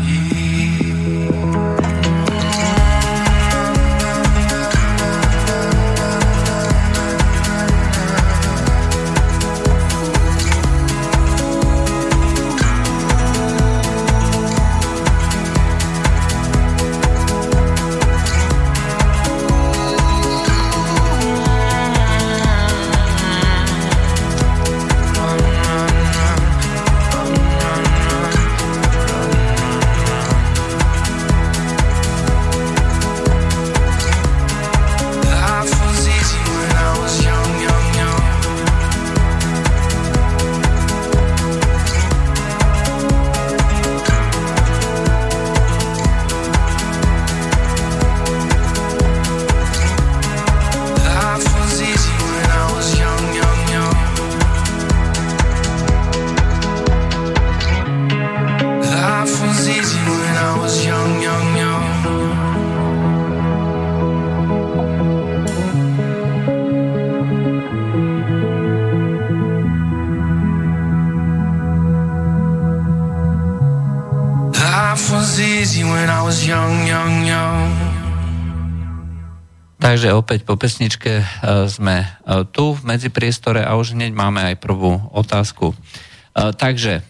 Takže opäť po pesničke sme tu v medzipriestore a už hneď máme aj prvú otázku. Takže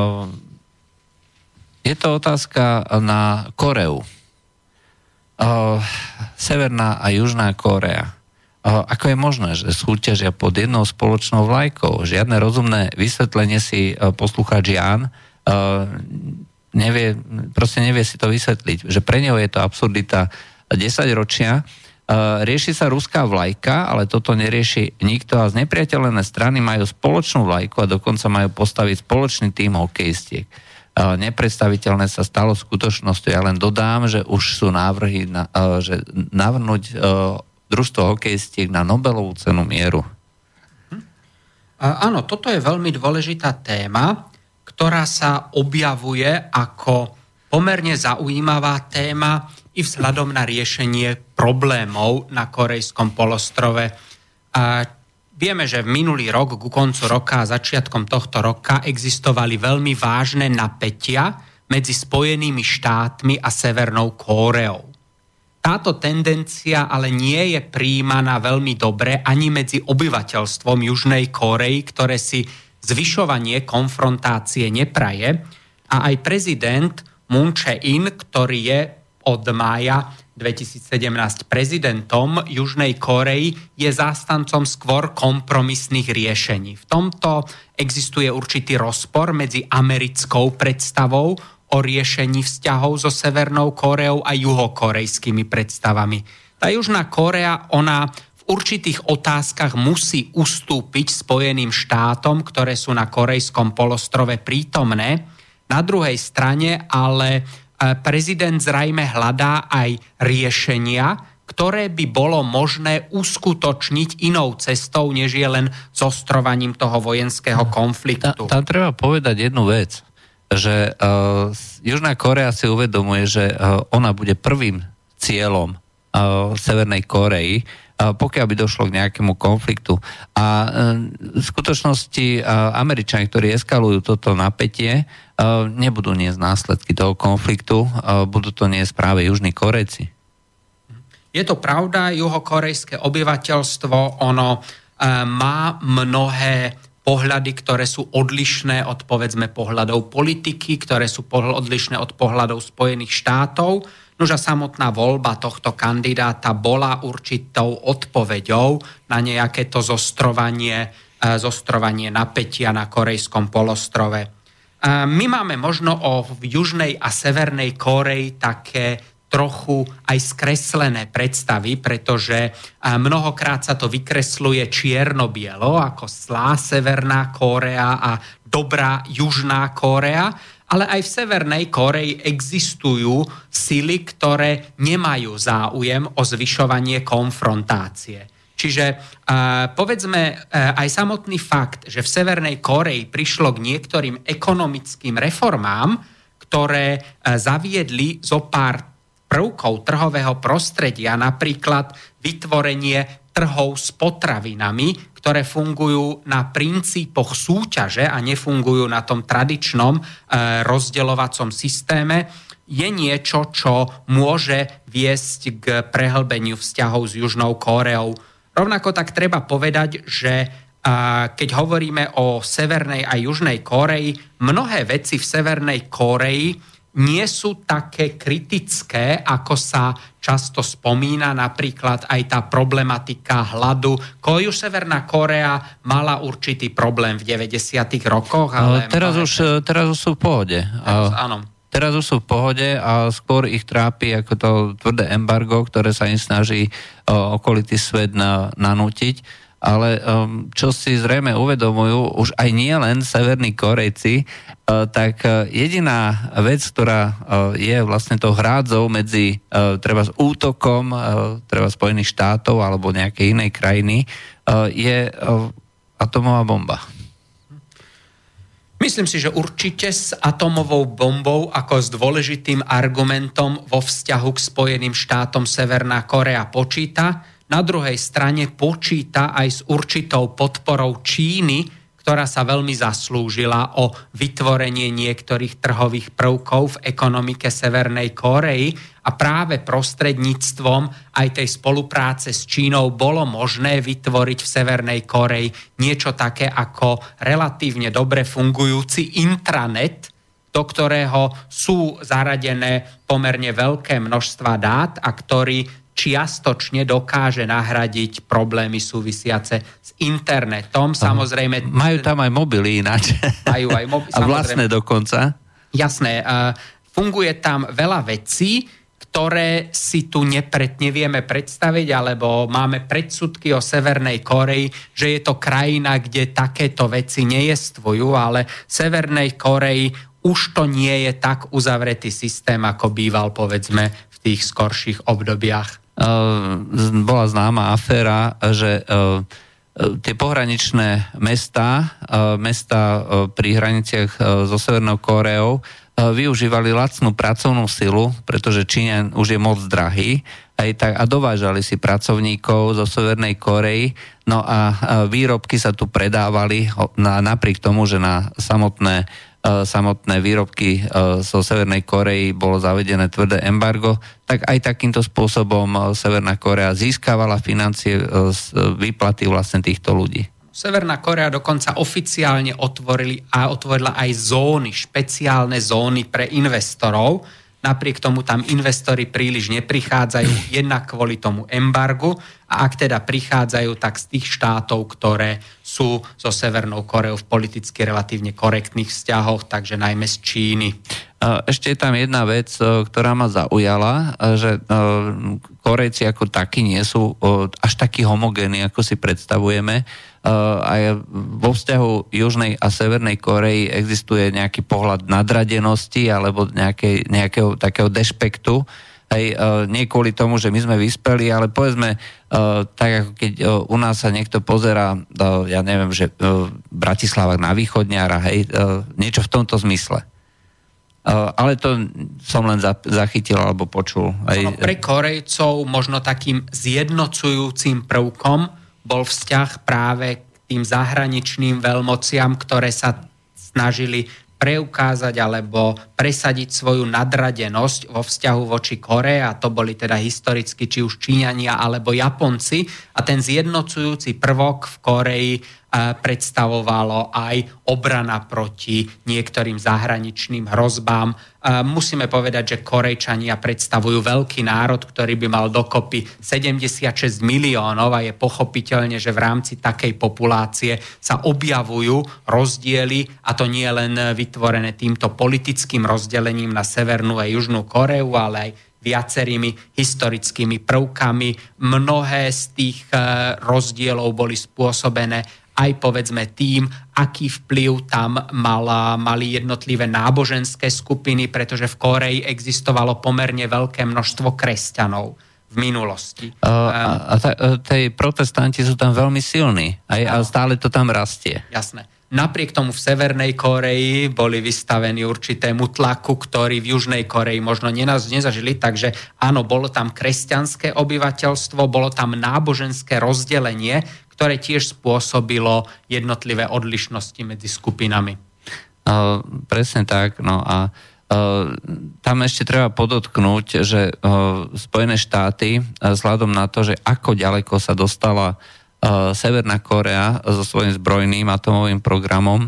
je to otázka na Koreu. Severná a Južná Kórea. Ako je možné, že súťažia pod jednou spoločnou vlajkou? Žiadne rozumné vysvetlenie si poslucháč Ján nevie si to vysvetliť. Že pre neho je to absurdita 10 ročia. Rieši sa ruská vlajka, ale toto nerieši nikto a znepriateľené strany majú spoločnú vlajku a dokonca majú postaviť spoločný tím hokejistiek. Nepredstaviteľné sa stalo skutočnosťou. Ja len dodám, že už sú návrhy navrhnúť družstvo hokejistiek na Nobelovú cenu mieru. Áno, toto je veľmi dôležitá téma, ktorá sa objavuje ako pomerne zaujímavá téma i vzhľadom na riešenie problémov na Korejskom polostrove. Vieme, že v minulý rok, ku koncu roka a začiatkom tohto roka existovali veľmi vážne napätia medzi Spojenými štátmi a Severnou Kóreou. Táto tendencia ale nie je prijímaná veľmi dobre ani medzi obyvateľstvom Južnej Kórey, ktoré si zvyšovanie konfrontácie nepraje, a aj prezident Moon Jae-in, ktorý je od mája 2017 prezidentom Južnej Kórey, je zástancom skôr kompromisných riešení. V tomto existuje určitý rozpor medzi americkou predstavou o riešení vzťahov so Severnou Kóreou a juhokorejskými predstavami. Tá Južná Kórea, ona v určitých otázkach musí ustúpiť Spojeným štátom, ktoré sú na Korejskom polostrove prítomné. Na druhej strane ale prezident zrejme hľadá aj riešenia, ktoré by bolo možné uskutočniť inou cestou, než je len zostrovaním toho vojenského konfliktu. Tam treba povedať jednu vec, že Južná Kórea si uvedomuje, že ona bude prvým cieľom Severnej Kórey, pokiaľ by došlo k nejakému konfliktu. A v skutočnosti Američania, ktorí eskalujú toto napätie, nebudú niesť následky toho konfliktu, budú to niesť práve Južní Korejci. Je to pravda, juhokorejské obyvateľstvo, ono má mnohé pohľady, ktoré sú odlišné od, povedzme, pohľadov politiky, ktoré sú odlišné od pohľadov Spojených štátov. Nož a samotná voľba tohto kandidáta bola určitou odpoveďou na nejaké to zostrovanie napätia na Korejskom polostrove. My máme možno o Južnej a Severnej Kórei také trochu aj skreslené predstavy, pretože mnohokrát sa to vykresluje čierno-bielo, ako zlá Severná Kórea a dobrá Južná Kórea, ale aj v Severnej Kórei existujú sily, ktoré nemajú záujem o zvyšovanie konfrontácie. Čiže povedzme aj samotný fakt, že v Severnej Kórei prišlo k niektorým ekonomickým reformám, ktoré zaviedli zo pár prvkov trhového prostredia, napríklad vytvorenie trhov s potravinami, ktoré fungujú na princípoch súťaže a nefungujú na tom tradičnom rozdeľovacom systéme, je niečo, čo môže viesť k prehlbeniu vzťahov s Južnou Kóreou. Rovnako tak treba povedať, že keď hovoríme o Severnej a Južnej Kórei, mnohé veci v Severnej Kórei nie sú také kritické, ako sa často spomína, napríklad aj tá problematika hladu. Už Severná Kórea mala určitý problém v 90. rokoch, ale... Teraz už sú v pohode. Áno. Teraz už sú v pohode a skôr ich trápi ako to tvrdé embargo, ktoré sa im snaží okolitý svet nanútiť. Ale čo si zrejme uvedomujú už aj nie len severní Korejci, tak jediná vec, ktorá je vlastne tou hrádzou medzi treba s útokom treba Spojených štátov alebo nejakej inej krajiny, je atomová bomba. Myslím si, že určite s atomovou bombou ako s dôležitým argumentom vo vzťahu k Spojeným štátom Severná Kórea počíta. Na druhej strane počíta aj s určitou podporou Číny, ktorá sa veľmi zaslúžila o vytvorenie niektorých trhových prvkov v ekonomike Severnej Kórei a práve prostredníctvom aj tej spolupráce s Čínou bolo možné vytvoriť v Severnej Kórei niečo také ako relatívne dobre fungujúci intranet, do ktorého sú zaradené pomerne veľké množstva dát a ktorý čiastočne dokáže nahradiť problémy súvisiace s internetom. Samozrejme... Majú tam aj mobily ináč. Majú aj a vlastné dokonca. Jasné. Funguje tam veľa vecí, ktoré si tu nevieme predstaviť, alebo máme predsudky o Severnej Kórei, že je to krajina, kde takéto veci nejestvujú, ale v Severnej Kórei už to nie je tak uzavretý systém, ako býval, povedzme, v tých skorších obdobiach. Bola známa aféra, že tie pohraničné mestá pri hraniciach so Severnou Kóreou využívali lacnú pracovnú silu, pretože Číňan už je moc drahý, a dovážali si pracovníkov zo Severnej Kórei, no a výrobky sa tu predávali napriek tomu, že na samotné výrobky zo Severnej Kórei bolo zavedené tvrdé embargo, tak aj takýmto spôsobom Severná Kórea získavala financie z výplaty vlastne týchto ľudí. Severná Kórea dokonca oficiálne otvorila aj zóny, špeciálne zóny pre investorov. Napriek tomu tam investori príliš neprichádzajú, jednak kvôli tomu embargu, a ak teda prichádzajú, tak z tých štátov, ktoré sú so Severnou Kóreou v politicky relatívne korektných vzťahoch, takže najmä z Číny. Ešte je tam jedna vec, ktorá ma zaujala, že Kórejci ako takí nie sú až takí homogénni, ako si predstavujeme. Aj vo vzťahu Južnej a Severnej Kórei existuje nejaký pohľad nadradenosti alebo nejakého takého dešpektu. Nie kvôli tomu, že my sme vyspeli, ale povedzme, tak ako keď u nás sa niekto pozerá, ja neviem, že Bratislava na východňára, niečo v tomto zmysle. Ale to som len zachytil alebo počul. Pre Kórejcov možno takým zjednocujúcim prvkom bol vzťah práve k tým zahraničným veľmociam, ktoré sa snažili preukázať alebo presadiť svoju nadradenosť vo vzťahu voči Kórei, a to boli teda historicky či už Číňania alebo Japonci, a ten zjednocujúci prvok v Kórei predstavovalo aj obrana proti niektorým zahraničným hrozbám. Musíme povedať, že Kórejčania predstavujú veľký národ, ktorý by mal dokopy 76 miliónov, a je pochopiteľne, že v rámci takej populácie sa objavujú rozdiely, a to nie len vytvorené týmto politickým rozdelením na Severnú a Južnú Kóreu, ale aj viacerými historickými prvkami. Mnohé z tých rozdielov boli spôsobené aj povedzme tým, aký vplyv tam mali jednotlivé náboženské skupiny, pretože v Kórei existovalo pomerne veľké množstvo kresťanov v minulosti. Tej protestanti sú tam veľmi silní a stále to tam rastie. Jasné. napriek tomu v Severnej Kórei boli vystavení určitému tlaku, ktorý v Južnej Kórei možno nezažili, takže áno, bolo tam kresťanské obyvateľstvo, bolo tam náboženské rozdelenie, ktoré tiež spôsobilo jednotlivé odlišnosti medzi skupinami. Presne tak, no a tam ešte treba podotknúť, že Spojené štáty vzhľadom na to, že ako ďaleko sa dostala Severná Kórea so svojím zbrojným atomovým programom,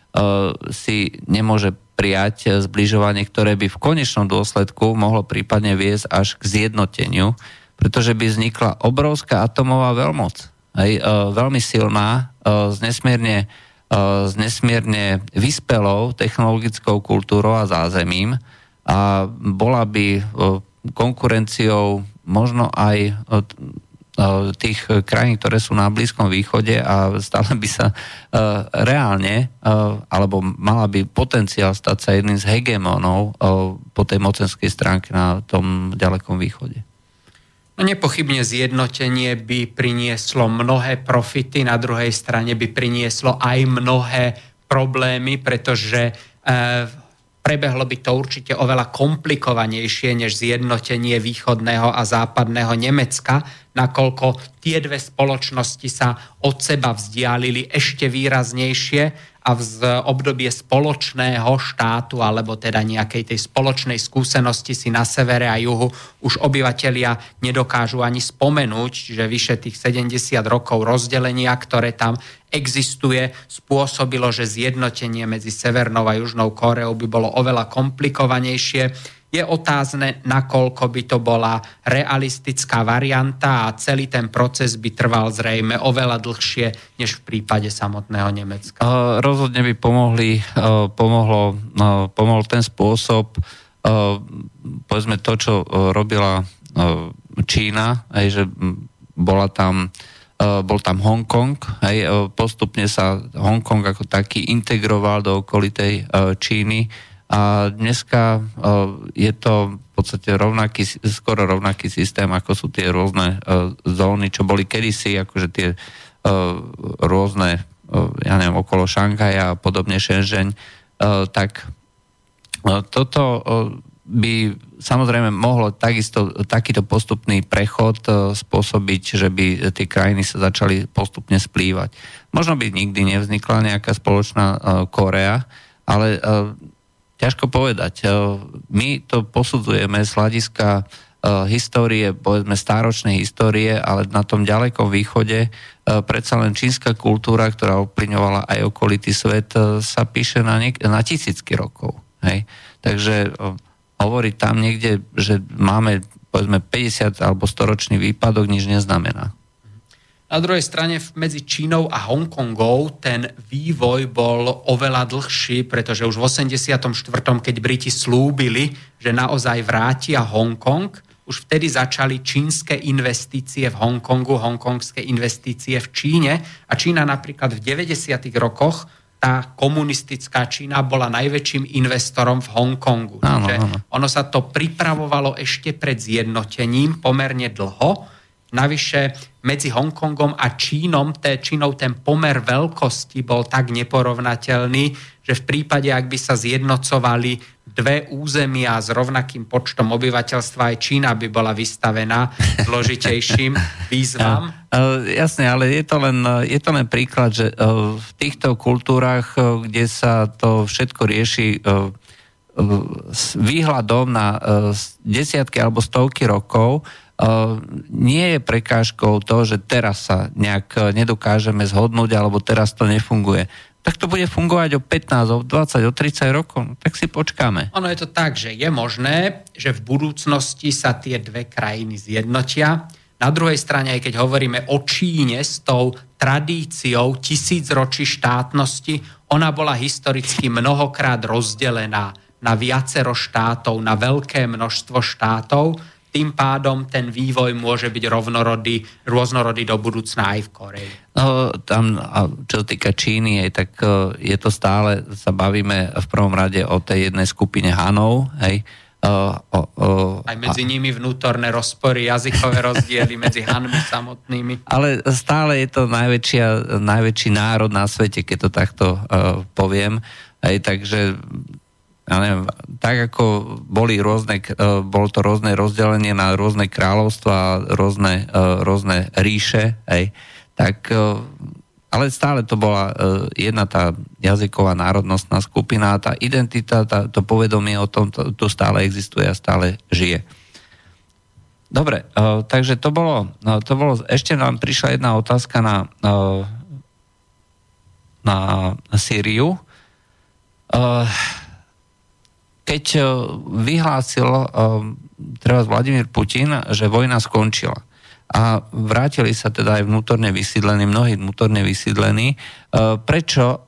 si nemôže prijať zbližovanie, ktoré by v konečnom dôsledku mohlo prípadne viesť až k zjednoteniu, pretože by vznikla obrovská atomová veľmoc. Veľmi silná, s nesmierne vyspelou technologickou kultúrou a zázemím a bola by konkurenciou možno aj tých krajín, ktoré sú na Blízkom východe a stále by sa reálne, alebo mala by potenciál stať sa jedným z hegemónov po tej mocenskej stránke na tom ďalekom východe. No nepochybne zjednotenie by prinieslo mnohé profity, na druhej strane by prinieslo aj mnohé problémy, pretože prebehlo by to určite oveľa komplikovanejšie než zjednotenie východného a západného Nemecka, nakoľko tie dve spoločnosti sa od seba vzdialili ešte výraznejšie a v obdobie spoločného štátu alebo teda nejakej tej spoločnej skúsenosti si na severe a juhu už obyvatelia nedokážu ani spomenúť, čiže vyše tých 70 rokov rozdelenia, ktoré tam existuje, spôsobilo, že zjednotenie medzi Severnou a Južnou Kóreou by bolo oveľa komplikovanejšie. Je otázne, nakoľko by to bola realistická varianta a celý ten proces by trval zrejme oveľa dlhšie, než v prípade samotného Nemecka. Rozhodne by pomohol ten spôsob, povedzme to, čo robila Čína, že bol tam Hongkong, postupne sa Hongkong ako taký integroval do okolitej Číny. A dneska je to v podstate skoro rovnaký systém, ako sú tie rôzne zóny, čo boli kedysi, akože tie rôzne, ja neviem, okolo Šanghaja a podobne Shenzhen, tak toto by samozrejme mohlo takisto takýto postupný prechod spôsobiť, že by tie krajiny sa začali postupne splývať. Možno by nikdy nevznikla nejaká spoločná Kórea, ale ťažko povedať. My to posudzujeme z hľadiska histórie, povedzme stáročnej histórie, ale na tom ďalekom východe predsa len čínska kultúra, ktorá ovplyvňovala aj okolitý svet, sa píše na tisícky rokov. Hej? Takže hovoriť tam niekde, že máme povedzme 50 alebo 100-ročný výpadok, nič neznamená. Na druhej strane medzi Čínou a Hongkongou ten vývoj bol oveľa dlhší, pretože už v 84., keď Briti slúbili, že naozaj vrátia Hongkong, už vtedy začali čínske investície v Hongkongu, hongkongské investície v Číne a Čína napríklad v 90. rokoch, tá komunistická Čína bola najväčším investorom v Hongkongu. Takže ono sa to pripravovalo ešte pred zjednotením pomerne dlho. Navyše medzi Hongkongom a Čínou ten pomer veľkosti bol tak neporovnateľný, že v prípade, ak by sa zjednocovali dve územia s rovnakým počtom obyvateľstva, aj Čína by bola vystavená zložitejším výzvam. Jasne, ale je to len príklad, že v týchto kultúrach, kde sa to všetko rieši s výhľadom na desiatky alebo stovky rokov, nie je prekážkou to, že teraz sa nejak nedokážeme zhodnúť alebo teraz to nefunguje. Tak to bude fungovať o 15, o 20, o 30 rokov. Tak si počkáme. Ono je to tak, že je možné, že v budúcnosti sa tie dve krajiny zjednotia. Na druhej strane, aj keď hovoríme o Číne s tou tradíciou tisícročí štátnosti, ona bola historicky mnohokrát rozdelená na viacero štátov, na veľké množstvo štátov. Tým pádom ten vývoj môže byť rôznorodý do budúcna aj v Kórei. Tam, čo sa týka Číny, tak je to stále, sa bavíme v prvom rade o tej jednej skupine Hanov, hej, Aj medzi nimi vnútorné rozpory, jazykové rozdiely medzi Hanmi samotnými. Ale stále je to najväčší národ na svete, keď to takto poviem. Takže ja neviem, tak ako bolo to rôzne rozdelenie na rôzne kráľovstvá, rôzne ríše, tak ale stále to bola jedna tá jazyková národnostná skupina a tá identita, to povedomie o tom tu stále existuje a stále žije. Dobre, takže to bolo, ešte nám prišla jedna otázka na Sýriu. Keď vyhlásil treba Vladimír Putin, že vojna skončila, a vrátili sa teda aj mnohí vnútorne vysídlení. Prečo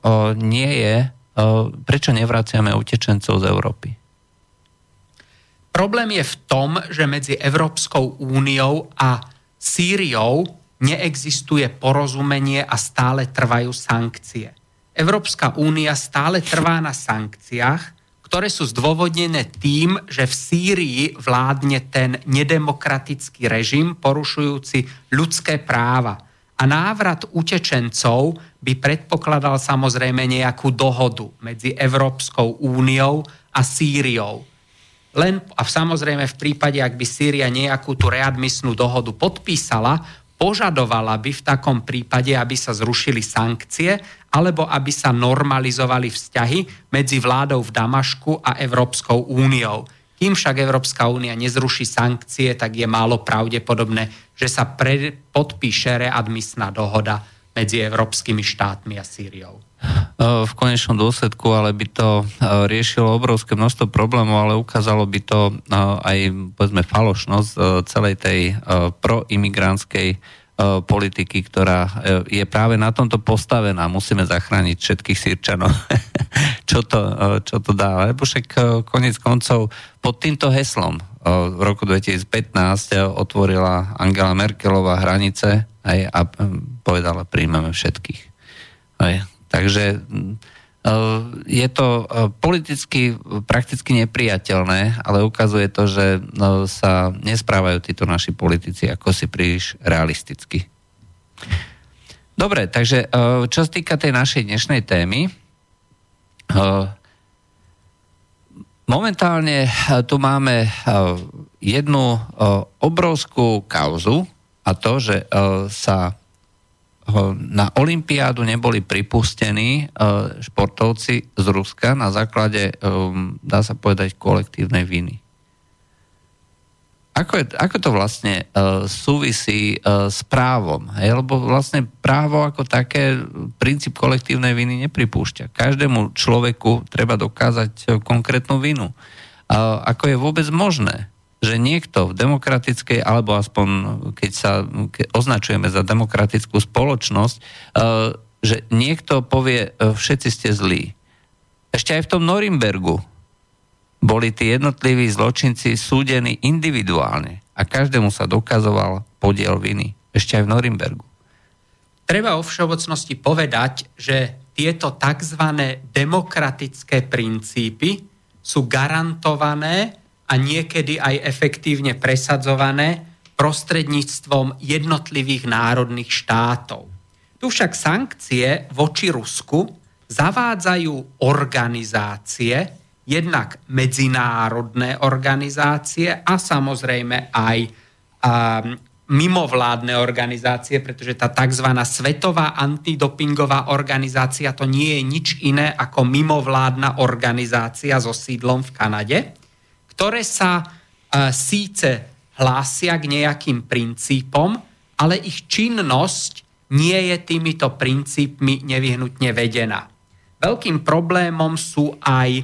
nevraciame utečencov z Európy? Problém je v tom, že medzi Európskou úniou a Sýriou neexistuje porozumenie a stále trvajú sankcie. Európska únia stále trvá na sankciách, ktoré sú zdôvodnené tým, že v Sýrii vládne ten nedemokratický režim porušujúci ľudské práva. A návrat utečencov by predpokladal samozrejme nejakú dohodu medzi Európskou úniou a Sýriou. A samozrejme v prípade, ak by Sýria nejakú tú readmisnú dohodu podpísala, požadovala by v takom prípade, aby sa zrušili sankcie alebo aby sa normalizovali vzťahy medzi vládou v Damašku a Európskou úniou. Kým však Európska únia nezruší sankcie, tak je málo pravdepodobné, že sa podpíše readmisná dohoda medzi európskymi štátmi a Sýriou. V konečnom dôsledku ale by to riešilo obrovské množstvo problémov, ale ukázalo by to aj, povedzme, falošnosť celej tej proimigrantskej politiky, ktorá je práve na tomto postavená. Musíme zachrániť všetkých Sýrčanov. Čo to dá? Lebo však koniec koncov pod týmto heslom v roku 2015 otvorila Angela Merkelová hranice a povedala, príjmeme všetkých. Takže je to politicky prakticky nepriateľné, ale ukazuje to, že sa nesprávajú títo naši politici ako si príliš realisticky. Dobre, takže čo sa týka tej našej dnešnej témy, momentálne tu máme jednu obrovskú kauzu a to, že sa na olympiádu neboli pripustení športovci z Ruska na základe, dá sa povedať, kolektívnej viny. Ako to vlastne súvisí s právom? Lebo vlastne právo ako také princíp kolektívnej viny nepripúšťa. Každému človeku treba dokázať konkrétnu vinu. Ako je vôbec možné, že niekto v demokratickej, alebo aspoň keď označujeme za demokratickú spoločnosť, že niekto povie, všetci ste zlí. Ešte aj v tom Norimbergu boli tí jednotliví zločinci súdení individuálne a každému sa dokazoval podiel viny. Ešte aj v Norimbergu. Treba o všeobecnosti povedať, že tieto tzv. Demokratické princípy sú garantované a niekedy aj efektívne presadzované prostredníctvom jednotlivých národných štátov. Tu však sankcie voči Rusku zavádzajú organizácie, jednak medzinárodné organizácie a samozrejme aj mimovládne organizácie, pretože tá tzv. Svetová antidopingová organizácia to nie je nič iné ako mimovládna organizácia so sídlom v Kanade, ktoré sa síce hlásia k nejakým princípom, ale ich činnosť nie je týmito princípmi nevyhnutne vedená. Veľkým problémom sú aj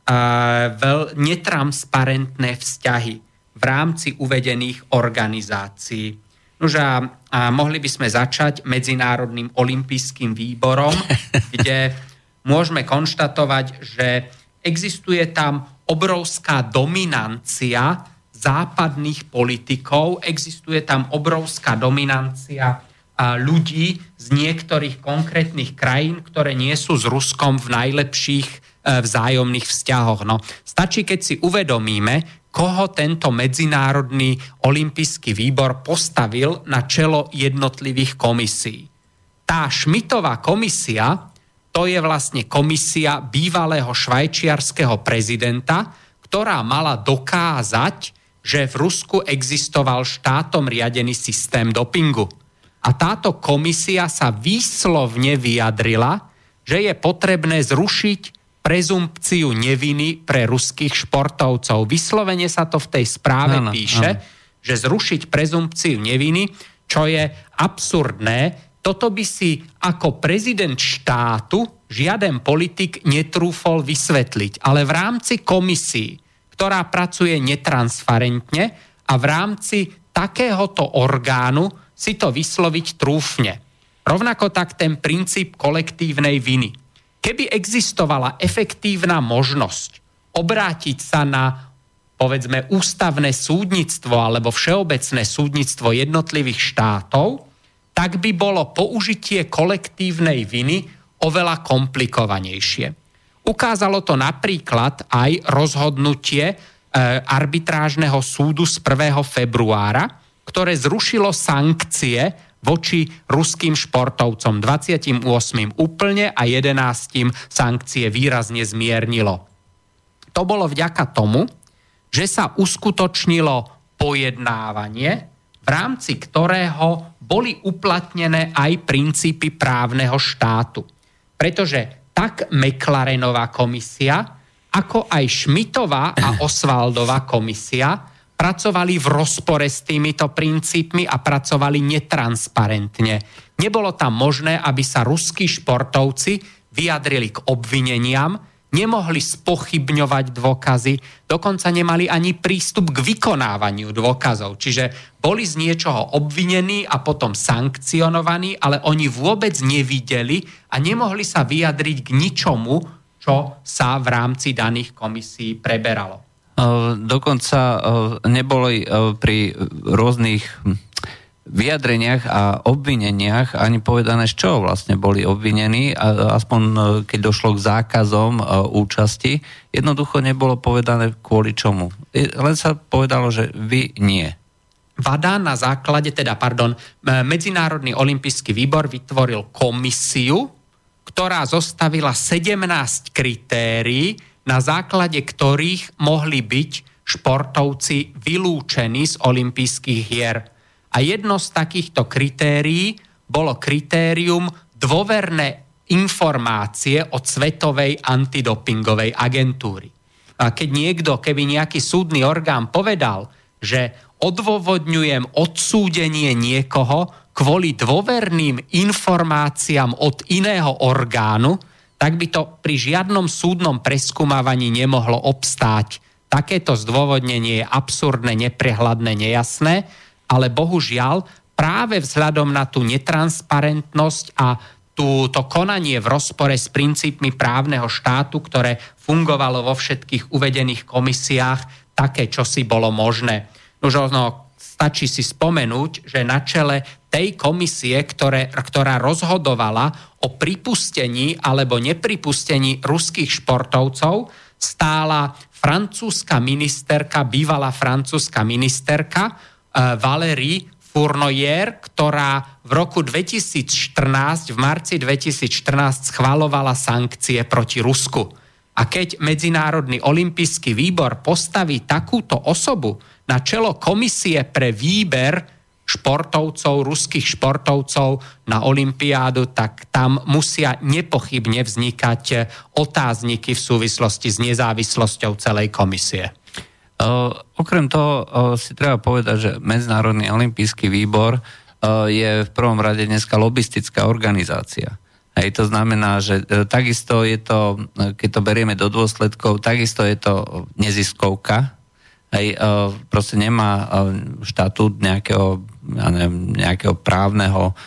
netransparentné vzťahy v rámci uvedených organizácií. Nože mohli by sme začať Medzinárodným olympijským výborom, kde môžeme konštatovať, že existuje tam obrovská dominancia západných politikov, existuje tam obrovská dominancia ľudí z niektorých konkrétnych krajín, ktoré nie sú s Ruskom v najlepších vzájomných vzťahoch. No, stačí, keď si uvedomíme, koho tento Medzinárodný olympijský výbor postavil na čelo jednotlivých komisí. Tá Schmidtová komisia, to je vlastne komisia bývalého švajčiarskeho prezidenta, ktorá mala dokázať, že v Rusku existoval štátom riadený systém dopingu. A táto komisia sa výslovne vyjadrila, že je potrebné zrušiť prezumpciu neviny pre ruských športovcov. Vyslovene sa to v tej správe píše, že zrušiť prezumpciu neviny, čo je absurdné. Toto by si ako prezident štátu žiaden politik netrúfol vysvetliť. Ale v rámci komisii, ktorá pracuje netransparentne a v rámci takéhoto orgánu si to vysloviť trúfne. Rovnako tak ten princíp kolektívnej viny. Keby existovala efektívna možnosť obrátiť sa na, povedzme, ústavné súdnictvo alebo všeobecné súdnictvo jednotlivých štátov, tak by bolo použitie kolektívnej viny oveľa komplikovanejšie. Ukázalo to napríklad aj rozhodnutie arbitrážneho súdu z 1. februára, ktoré zrušilo sankcie voči ruským športovcom. 28. úplne a 11. sankcie výrazne zmiernilo. To bolo vďaka tomu, že sa uskutočnilo pojednávanie, v rámci ktorého boli uplatnené aj princípy právneho štátu. Pretože tak McLarenová komisia, ako aj Schmidtová a Oswaldová komisia pracovali v rozpore s týmito princípmi a pracovali netransparentne. Nebolo tam možné, aby sa ruskí športovci vyjadrili k obvineniam, nemohli spochybňovať dôkazy, dokonca nemali ani prístup k vykonávaniu dôkazov. Čiže boli z niečoho obvinení a potom sankcionovaní, ale oni vôbec nevideli a nemohli sa vyjadriť k ničomu, čo sa v rámci daných komisí preberalo. Dokonca neboli pri rôznych vyjadreniach a obvineniach ani povedané, z čoho vlastne boli obvinení, aspoň keď došlo k zákazom účasti, jednoducho nebolo povedané kvôli čomu. Len sa povedalo, že vy nie. WADA na základe, Medzinárodný olympijský výbor vytvoril komisiu, ktorá zostavila 17 kritérií, na základe ktorých mohli byť športovci vylúčení z olympijských hier. A jedno z takýchto kritérií bolo kritérium dôverné informácie od Svetovej antidopingovej agentúry. A keby nejaký súdny orgán povedal, že odôvodňujem odsúdenie niekoho kvôli dôverným informáciám od iného orgánu, tak by to pri žiadnom súdnom preskúmavaní nemohlo obstáť. Takéto zdôvodnenie je absurdné, neprehľadné, nejasné, ale bohužiaľ práve vzhľadom na tú netransparentnosť a to konanie v rozpore s princípmi právneho štátu, ktoré fungovalo vo všetkých uvedených komisiách, také čosi bolo možné. Stačí si spomenúť, že na čele tej komisie, ktorá rozhodovala o pripustení alebo nepripustení ruských športovcov, stála francúzska ministerka, bývalá francúzska ministerka Valérie Fournoyer, ktorá v roku 2014, v marci 2014 schvaľovala sankcie proti Rusku. A keď Medzinárodný olympijský výbor postaví takúto osobu na čelo komisie pre výber športovcov, ruských športovcov na olympiádu, tak tam musia nepochybne vznikať otázniky v súvislosti s nezávislosťou celej komisie. Okrem toho si treba povedať, že Medzinárodný olympijský výbor je v prvom rade dneska lobistická organizácia. Hej, to znamená, že takisto je to, keď to berieme do dôsledkov, takisto je to neziskovka. Hej, proste nemá štatút nejakého právneho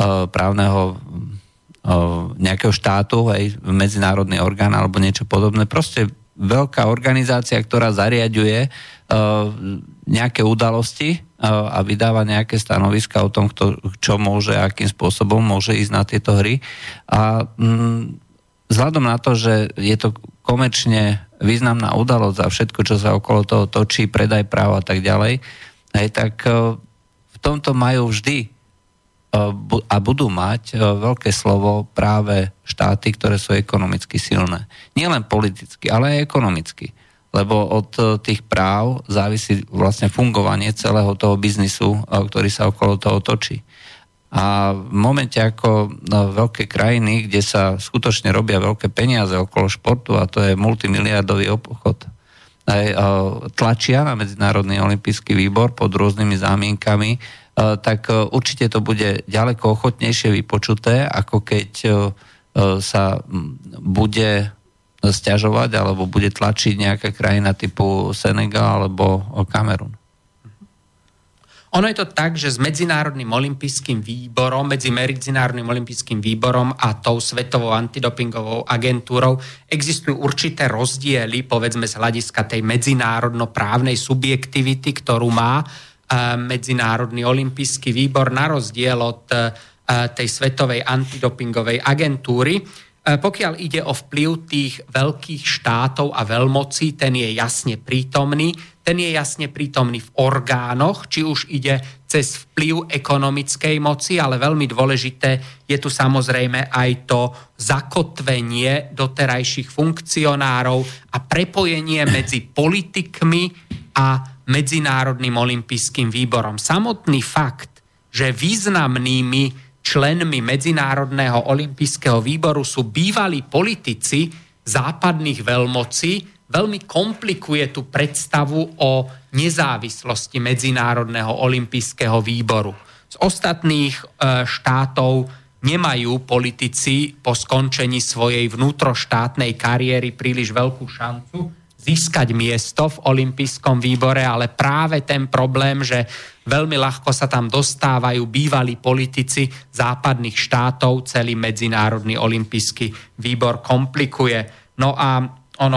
nejakého štátu, hej, medzinárodný orgán alebo niečo podobné. Proste veľká organizácia, ktorá zariaďuje nejaké udalosti a vydáva nejaké stanoviska o tom, čo môže, akým spôsobom môže ísť na tieto hry. A vzhľadom na to, že je to komerčne významná udalosť a všetko, čo sa okolo toho točí, predaj práv a tak ďalej, tak v tomto majú vždy a budú mať veľké slovo práve štáty, ktoré sú ekonomicky silné. Nie len politicky, ale aj ekonomicky. Lebo od tých práv závisí vlastne fungovanie celého toho biznisu, ktorý sa okolo toho točí. A v momente ako veľké krajiny, kde sa skutočne robia veľké peniaze okolo športu, a to je multimiliardový obchod, tlačia na Medzinárodný olympijský výbor pod rôznymi zámienkami, tak určite to bude ďaleko ochotnejšie vypočuté, ako keď sa bude sťažovať alebo bude tlačiť nejaká krajina typu Senegal alebo Kamerun. Ono je to tak, že s Medzinárodným olympijským výborom, medzi Medzinárodným olympijským výborom a tou Svetovou antidopingovou agentúrou existujú určité rozdiely, povedzme z hľadiska tej medzinárodno-právnej subjektivity, ktorú má Medzinárodný olympijský výbor na rozdiel od tej Svetovej antidopingovej agentúry. Pokiaľ ide o vplyv tých veľkých štátov a veľmocí, ten je jasne prítomný. Ten je jasne prítomný v orgánoch, či už ide cez vplyv ekonomickej moci, ale veľmi dôležité je tu samozrejme aj to zakotvenie doterajších funkcionárov a prepojenie medzi politikmi a Medzinárodným olympijským výborom. Samotný fakt, že významnými členmi Medzinárodného olympijského výboru sú bývalí politici západných veľmocí, veľmi komplikuje tú predstavu o nezávislosti Medzinárodného olympijského výboru. Z ostatných štátov nemajú politici po skončení svojej vnútroštátnej kariéry príliš veľkú šancu získať miesto v olympijskom výbore, ale práve ten problém, že veľmi ľahko sa tam dostávajú bývalí politici západných štátov, celý Medzinárodný olympijský výbor komplikuje. No a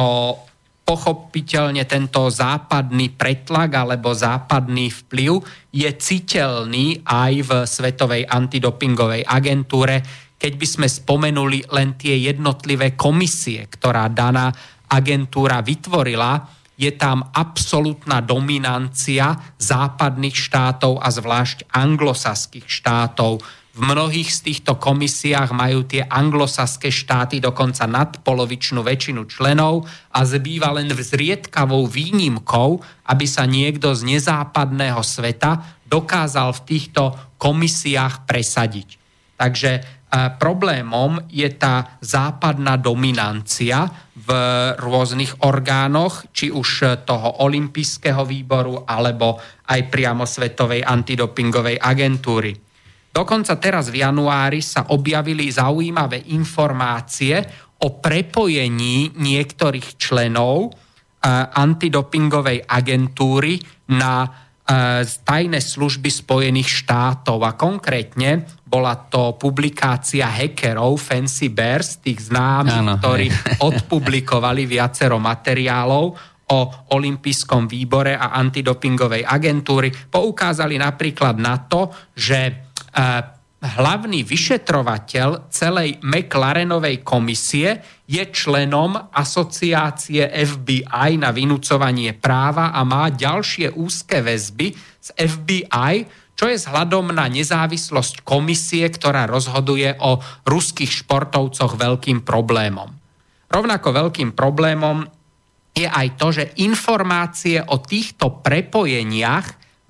pochopiteľne tento západný pretlak alebo západný vplyv je citeľný aj v Svetovej antidopingovej agentúre, keď by sme spomenuli len tie jednotlivé komisie, ktorá daná agentúra vytvorila, je tam absolútna dominancia západných štátov a zvlášť anglosaských štátov. V mnohých z týchto komisiách majú tie anglosaské štáty dokonca nadpolovičnú väčšinu členov a zbýva len zriedkavou výnimkou, aby sa niekto z nezápadného sveta dokázal v týchto komisiách presadiť. Takže problémom je tá západná dominancia v rôznych orgánoch, či už toho olympijského výboru, alebo aj priamo Svetovej antidopingovej agentúry. Dokonca teraz v januári sa objavili zaujímavé informácie o prepojení niektorých členov antidopingovej agentúry na tajné služby Spojených štátov a konkrétne bola to publikácia hackerov Fancy Bears, tých známych, ktorí odpublikovali viacero materiálov o olympijskom výbore a antidopingovej agentúry. Poukázali napríklad na to, že hlavný vyšetrovateľ celej McLarenovej komisie je členom asociácie FBI na vynúcovanie práva a má ďalšie úzke väzby z FBI, čo je vzhľadom na nezávislosť komisie, ktorá rozhoduje o ruských športovcoch veľkým problémom. Rovnako veľkým problémom je aj to, že informácie o týchto prepojeniach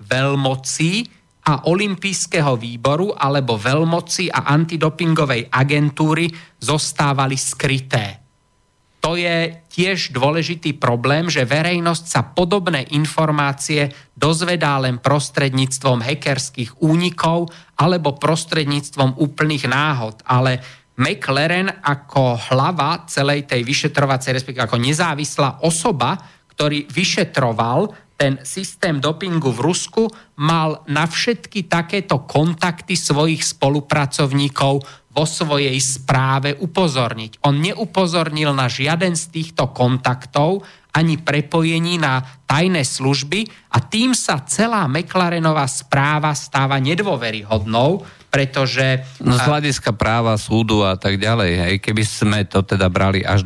veľmocí a olympijského výboru alebo veľmoci a antidopingovej agentúry zostávali skryté. To je tiež dôležitý problém, že verejnosť sa podobné informácie dozvedá len prostredníctvom hackerských únikov alebo prostredníctvom úplných náhod. Ale McLaren ako hlava celej tej vyšetrovacej, respektíve ako nezávislá osoba, ktorý vyšetroval ten systém dopingu v Rusku, mal na všetky takéto kontakty svojich spolupracovníkov vo svojej správe upozorniť. On neupozornil na žiaden z týchto kontaktov ani prepojení na tajné služby a tým sa celá McLarenová správa stáva nedôveryhodnou. pretože... No z hľadiska práva, súdu a tak ďalej, hej, keby sme to teda brali až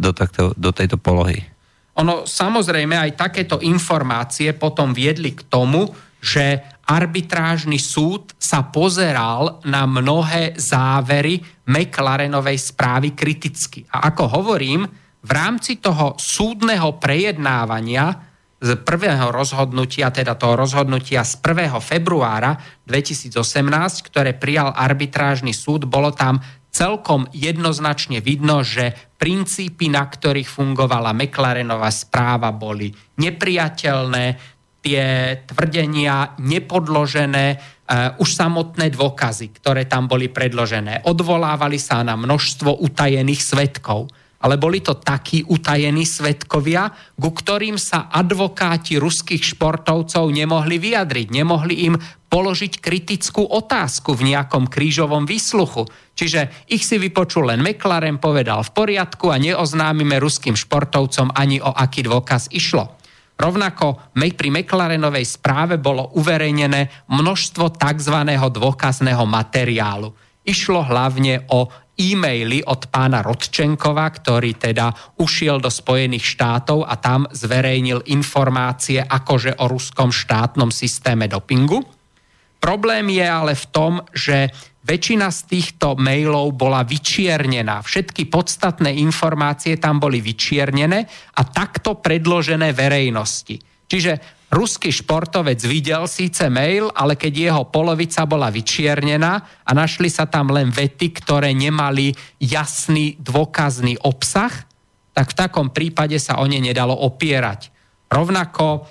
do tejto polohy. Ono, samozrejme, aj takéto informácie potom viedli k tomu, že arbitrážny súd sa pozeral na mnohé závery McLarenovej správy kriticky. A ako hovorím, v rámci toho súdneho prejednávania z prvého rozhodnutia, teda toho rozhodnutia z 1. februára 2018, ktoré prijal arbitrážny súd, bolo tam celkom jednoznačne vidno, že princípy, na ktorých fungovala McLarenová správa, boli nepriateľné, tie tvrdenia nepodložené, už samotné dôkazy, ktoré tam boli predložené. Odvolávali sa na množstvo utajených svedkov. Ale boli to takí utajení svedkovia, ku ktorým sa advokáti ruských športovcov nemohli vyjadriť, nemohli im položiť kritickú otázku v nejakom krížovom výsluchu. Čiže ich si vypočul len McLaren, povedal v poriadku a neoznámime ruským športovcom ani o aký dôkaz išlo. Rovnako pri McLarenovej správe bolo uverejnené množstvo tzv. Dôkazného materiálu. Išlo hlavne o e-maily od pána Rodčenkova, ktorý teda ušiel do Spojených štátov a tam zverejnil informácie akože o ruskom štátnom systéme dopingu. Problém je ale v tom, že väčšina z týchto mailov bola vyčiernená. Všetky podstatné informácie tam boli vyčiernené a takto predložené verejnosti. Čiže ruský športovec videl síce mail, ale keď jeho polovica bola vyčiernená a našli sa tam len vety, ktoré nemali jasný dôkazný obsah, tak v takom prípade sa o ne nedalo opierať. Rovnako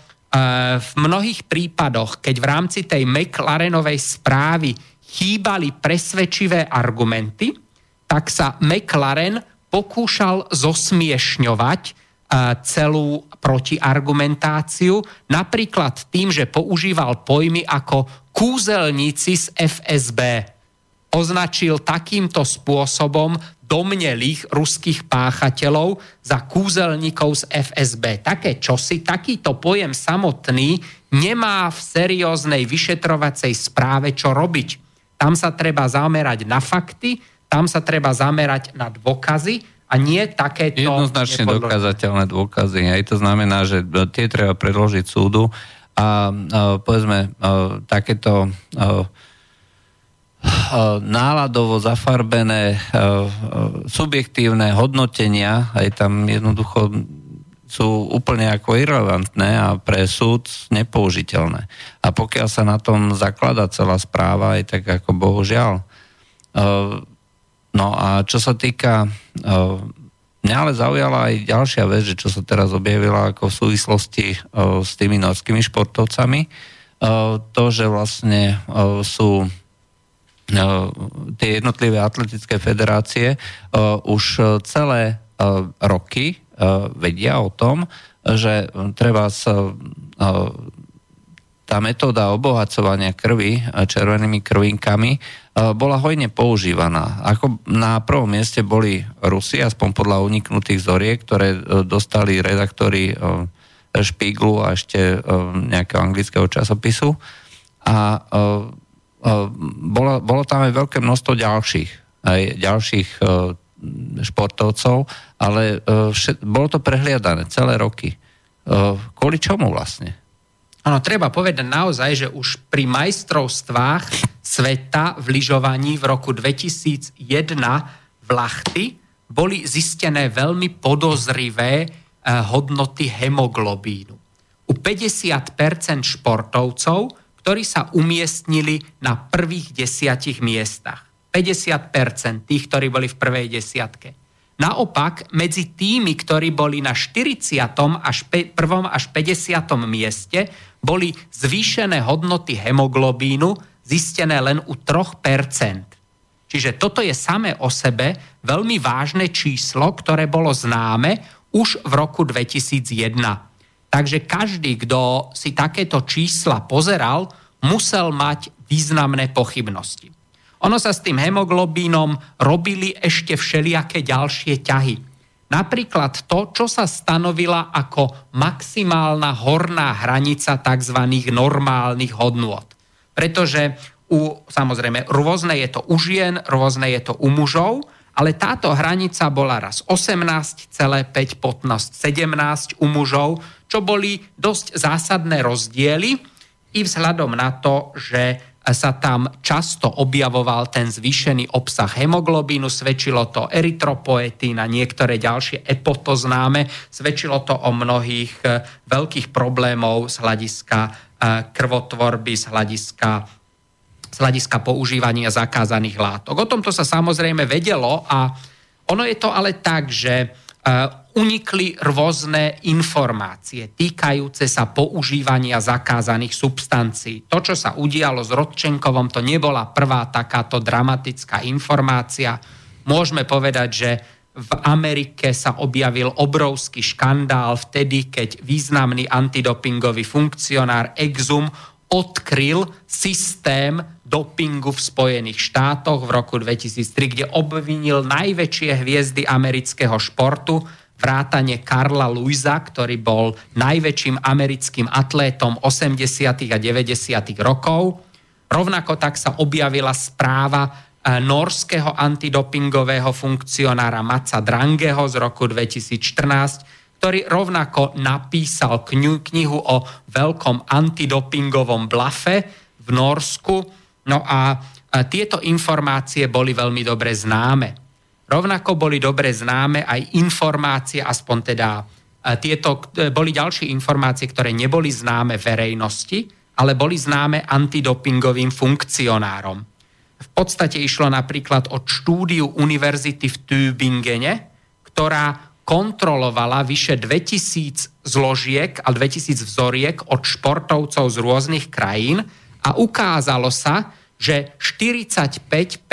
v mnohých prípadoch, keď v rámci tej McLarenovej správy chýbali presvedčivé argumenty, tak sa McLaren pokúšal zosmiešňovať celú protiargumentáciu, napríklad tým, že používal pojmy ako kúzelníci z FSB. Označil takýmto spôsobom domnelých ruských páchateľov za kúzelníkov z FSB. Takýto pojem samotný nemá v serióznej vyšetrovacej správe čo robiť. Tam sa treba zamerať na fakty, tam sa treba zamerať na dôkazy, a nie takéto... Jednoznačne dokázateľné dôkazy. Hej. To znamená, že tie treba predložiť súdu a povedzme takéto náladovo zafarbené subjektívne hodnotenia, aj tam jednoducho sú úplne ako irelevantné a pre súd nepoužiteľné. A pokiaľ sa na tom zaklada celá správa, aj tak ako bohužiaľ. No a čo sa týka, mňa ale zaujala aj ďalšia vec, že čo sa teraz objavila ako v súvislosti s tými norskými športovcami, to, že vlastne sú tie jednotlivé atletické federácie už celé roky vedia o tom, že treba tá metóda obohacovania krvi červenými krvinkami bola hojne používaná. Ako na prvom mieste boli Rusi, aspoň podľa uniknutých vzoriek, ktoré dostali redaktori Špíglu a ešte nejakého anglického časopisu. A bolo tam aj veľké množstvo ďalších športovcov, ale bolo to prehliadané celé roky. Kvôli čomu vlastne? Áno, treba povedať naozaj, že už pri majstrovstvách sveta v lyžovaní v roku 2001 v Lahti boli zistené veľmi podozrivé hodnoty hemoglobínu. U 50% športovcov, ktorí sa umiestnili na prvých 10 miestach. 50% tých, ktorí boli v prvej desiatke. Naopak, medzi tými, ktorí boli na 40. až 1. až 50. mieste, boli zvýšené hodnoty hemoglobínu zistené len u 3%. Čiže toto je samé o sebe veľmi vážne číslo, ktoré bolo známe už v roku 2001. Takže každý, kto si takéto čísla pozeral, musel mať významné pochybnosti. Ono sa s tým hemoglobínom robili ešte všelijaké ďalšie ťahy. Napríklad to, čo sa stanovila ako maximálna horná hranica tzv. Normálnych hodnôt. Pretože samozrejme, rôzne je to u žien, rôzne je to u mužov, ale táto hranica bola raz 18,5, potom 17 u mužov, čo boli dosť zásadné rozdiely i vzhľadom na to, že sa tam často objavoval ten zvýšený obsah hemoglobínu, svedčilo to erytropoetín a niektoré ďalšie epotoznáme, svedčilo to o mnohých veľkých problémov z hľadiska krvotvorby, z hľadiska používania zakázaných látok. O tomto sa samozrejme vedelo a ono je to ale tak, že unikli rôzne informácie týkajúce sa používania zakázaných substancií. To, čo sa udialo s Rodčenkovom, to nebola prvá takáto dramatická informácia. Môžeme povedať, že v Amerike sa objavil obrovský škandál vtedy, keď významný antidopingový funkcionár Exum odkryl systém dopingu v Spojených štátoch v roku 2003, kde obvinil najväčšie hviezdy amerického športu, vrátane Karla Lewisa, ktorý bol najväčším americkým atlétom 80. a 90. rokov. Rovnako tak sa objavila správa norského antidopingového funkcionára Matsa Drangeho z roku 2014, ktorý rovnako napísal knihu o veľkom antidopingovom blafe v Norsku. No a tieto informácie boli veľmi dobre známe. Rovnako boli dobre známe aj informácie, aspoň teda boli ďalšie informácie, ktoré neboli známe verejnosti, ale boli známe antidopingovým funkcionárom. V podstate išlo napríklad o štúdiu univerzity v Tübingene, ktorá kontrolovala vyše 2000 zložiek a 2000 vzoriek od športovcov z rôznych krajín a ukázalo sa, že 45%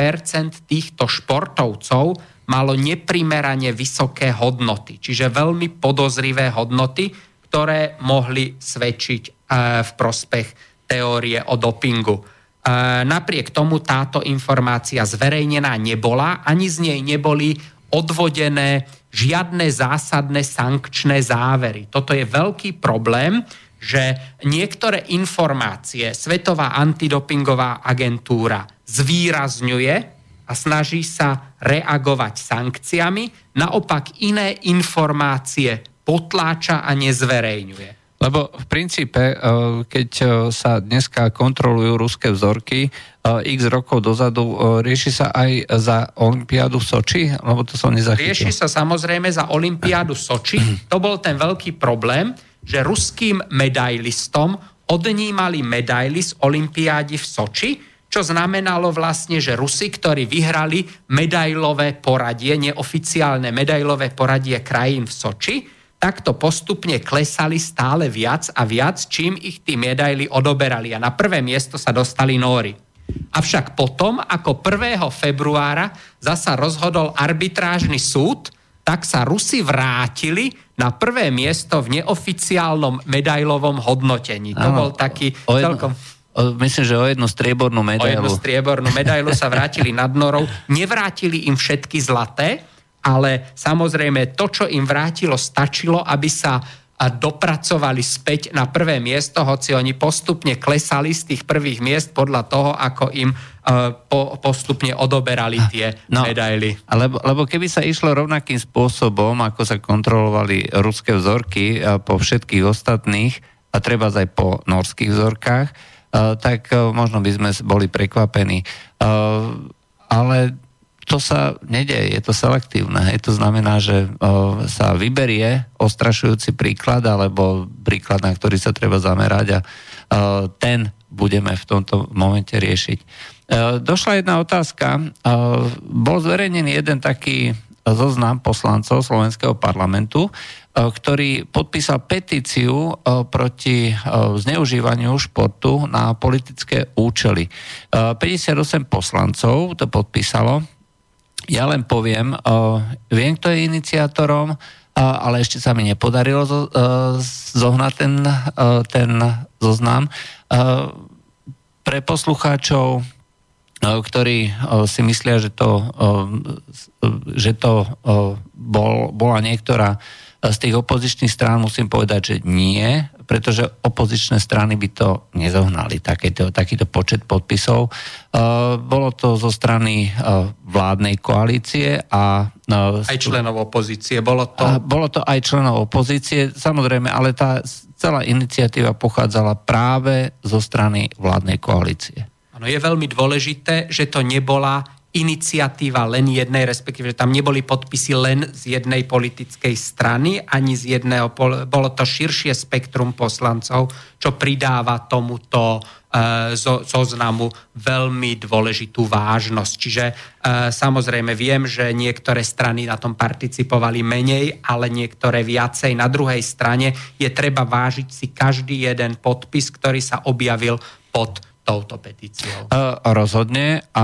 týchto športovcov malo neprimerane vysoké hodnoty, čiže veľmi podozrivé hodnoty, ktoré mohli svedčiť v prospech teórie o dopingu. Napriek tomu táto informácia zverejnená nebola, ani z nej neboli odvodené žiadne zásadné sankčné závery. Toto je veľký problém, že niektoré informácie Svetová antidopingová agentúra zvýrazňuje a snaží sa reagovať sankciami, naopak iné informácie potláča a nezverejňuje. Lebo v princípe, keď sa dneska kontrolujú ruské vzorky, x rokov dozadu, rieši sa aj za olympiádu v Soči? Lebo to som nezachytil. Rieši sa samozrejme za olympiádu v Soči. To bol ten veľký problém, že ruským medailistom odnímali medaily z olympiády v Soči, čo znamenalo vlastne, že Rusi, ktorí vyhrali medailové poradie, neoficiálne medailové poradie krajín v Soči, takto postupne klesali stále viac a viac, čím ich tí medaily odoberali. A na prvé miesto sa dostali Nóri. Avšak potom, ako 1. februára zasa rozhodol arbitrážny súd, tak sa Rusi vrátili na prvé miesto v neoficiálnom medailovom hodnotení. To bol taký celkom... Myslím, že o jednu striebornú medailu. O jednu striebornú medailu sa vrátili nad Norou. Nevrátili im všetky zlaté, ale samozrejme to, čo im vrátilo, stačilo, aby sa dopracovali späť na prvé miesto, hoci oni postupne klesali z tých prvých miest podľa toho, ako im postupne odoberali tie medaily. Lebo keby sa išlo rovnakým spôsobom, ako sa kontrolovali ruské vzorky po všetkých ostatných, a treba aj po norských vzorkách, tak možno by sme boli prekvapení. Ale to sa nedeje, je to selektívne. To znamená, že sa vyberie ostrašujúci príklad alebo príklad, na ktorý sa treba zamerať a ten budeme v tomto momente riešiť. Došla jedna otázka. Bol zverejnený jeden taký zoznam poslancov Slovenského parlamentu, ktorý podpísal petíciu proti zneužívaniu športu na politické účely. 58 poslancov to podpísalo. Ja len poviem, viem, kto je iniciátorom, ale ešte sa mi nepodarilo zohnať ten zoznam. Pre poslucháčov, ktorí si myslia, že to bola niektorá z tých opozičných strán, musím povedať, že nie, pretože opozičné strany by to nezohnali, takýto počet podpisov. Bolo to zo strany vládnej koalície a... Aj členov opozície, bolo to? Bolo to aj členov opozície, samozrejme, ale tá celá iniciatíva pochádzala práve zo strany vládnej koalície. Áno, je veľmi dôležité, že to nebola iniciatíva len jednej, respektíve, že tam neboli podpisy len z jednej politickej strany, ani z jedného, bolo to širšie spektrum poslancov, čo pridáva tomuto zoznamu veľmi dôležitú vážnosť. Čiže samozrejme viem, že niektoré strany na tom participovali menej, ale niektoré viacej. Na druhej strane je treba vážiť si každý jeden podpis, ktorý sa objavil pod touto petíciou. Rozhodne a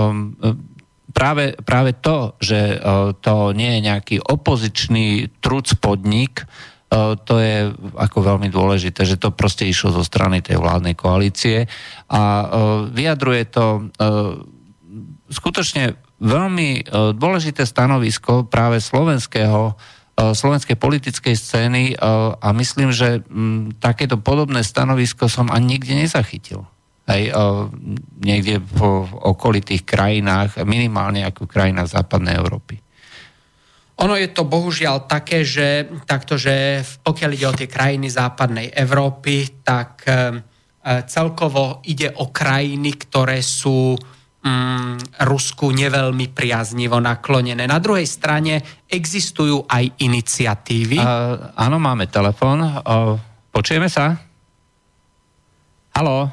práve to, že to nie je nejaký opozičný truc podnik, to je ako veľmi dôležité, že to proste išlo zo strany tej vládnej koalície a vyjadruje to skutočne veľmi dôležité stanovisko práve slovenskej politickej scény a myslím, že takéto podobné stanovisko som ani nikde nezachytil. Aj niekde v okolitých krajinách, minimálne ako v krajinách západnej Európy. Ono je to bohužiaľ také, že pokiaľ ide o tie krajiny západnej Európy, tak celkovo ide o krajiny, ktoré sú Rusku neveľmi priaznivo naklonené. Na druhej strane existujú aj iniciatívy. Áno, máme telefon. Počujeme sa? Haló?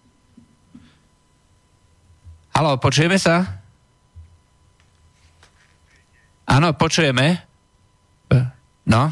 Haló, počujeme sa? Áno, počujeme. No?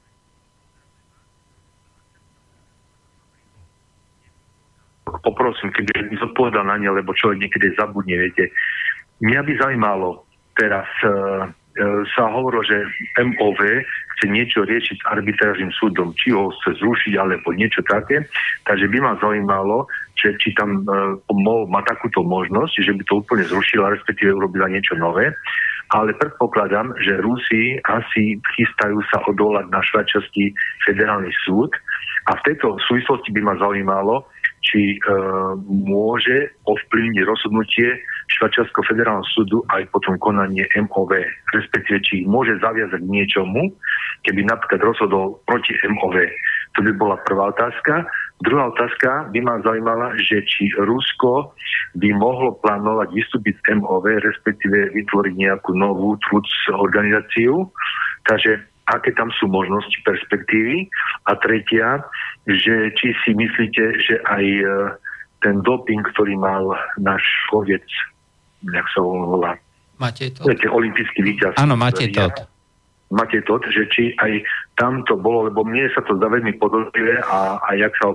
Poprosím, keby mi zodpovedal na ne, lebo človek niekedy zabudne, viete. Mňa by zaujímalo, teraz sa hovorilo, že MOV chce niečo riešiť s arbitrážnym súdom, či ho chce zrušiť, alebo niečo také. Takže by ma zaujímalo, že či tam má takúto možnosť, že by to úplne zrušila, respektíve urobila niečo nové. Ale predpokladám, že Rusi asi chystajú sa odvolať na švajčiarsky federálny súd a v tejto súvislosti by ma zaujímalo, či môže ovplyvniť rozhodnutie švajčiarskeho federálneho súdu aj potom konanie MOV, respektíve či ich môže zaviazať k niečomu, keby napríklad rozhodol proti MOV. To by bola prvá otázka. Druhá otázka by ma zaujímala, že či Rusko by mohlo plánovať vystúpiť z MOV, respektíve vytvoriť nejakú novú truc organizáciu. Takže aké tam sú možnosti, perspektívy. A tretia, že či si myslíte, že aj ten doping, ktorý mal náš chodec, jak sa volá? Matej Todt. Olimpijský víťaz. Áno, Matej Todt. Matej Todt, že či aj tam to bolo, lebo mne sa to zdá veľmi podozrivé a jak sa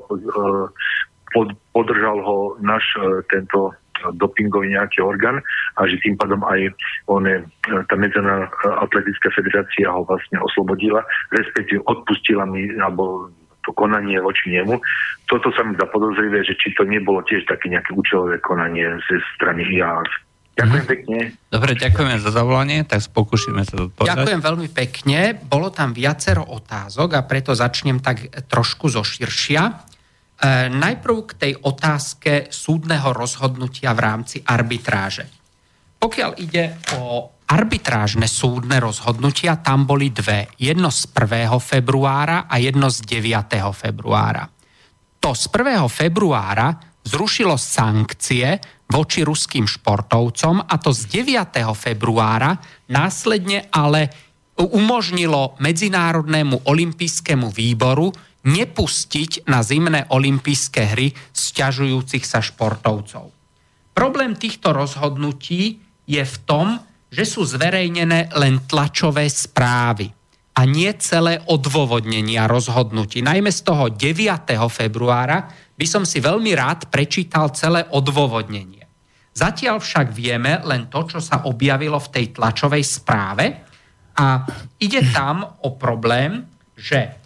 podržal ho náš tento dopingový nejaký orgán a že tým pádom aj tá Medzinárodná atletická federácia ho vlastne oslobodila, respektíve odpustila mi, alebo to konanie voči nemu. Toto sa mi zdá podozrivé, že či to nebolo tiež také nejaké účelové konanie ze strany IAAF. Ďakujem pekne. Dobre, ďakujeme za zavolanie, tak pokúšime sa odpovedať. Ďakujem veľmi pekne. Bolo tam viacero otázok a preto začnem tak trošku zoširšia. Najprv k tej otázke súdneho rozhodnutia v rámci arbitráže. Pokiaľ ide o arbitrážne súdne rozhodnutia, tam boli dve. Jedno z 1. februára a jedno z 9. februára. To z 1. februára zrušilo sankcie voči ruským športovcom a to z 9. februára následne ale umožnilo Medzinárodnému olympijskému výboru nepustiť na zimné olympijské hry sťažujúcich sa športovcov. Problém týchto rozhodnutí je v tom, že sú zverejnené len tlačové správy a nie celé odôvodnenia rozhodnutí. Najmä z toho 9. februára by som si veľmi rád prečítal celé odôvodnenie. Zatiaľ však vieme len to, čo sa objavilo v tej tlačovej správe a ide tam o problém, že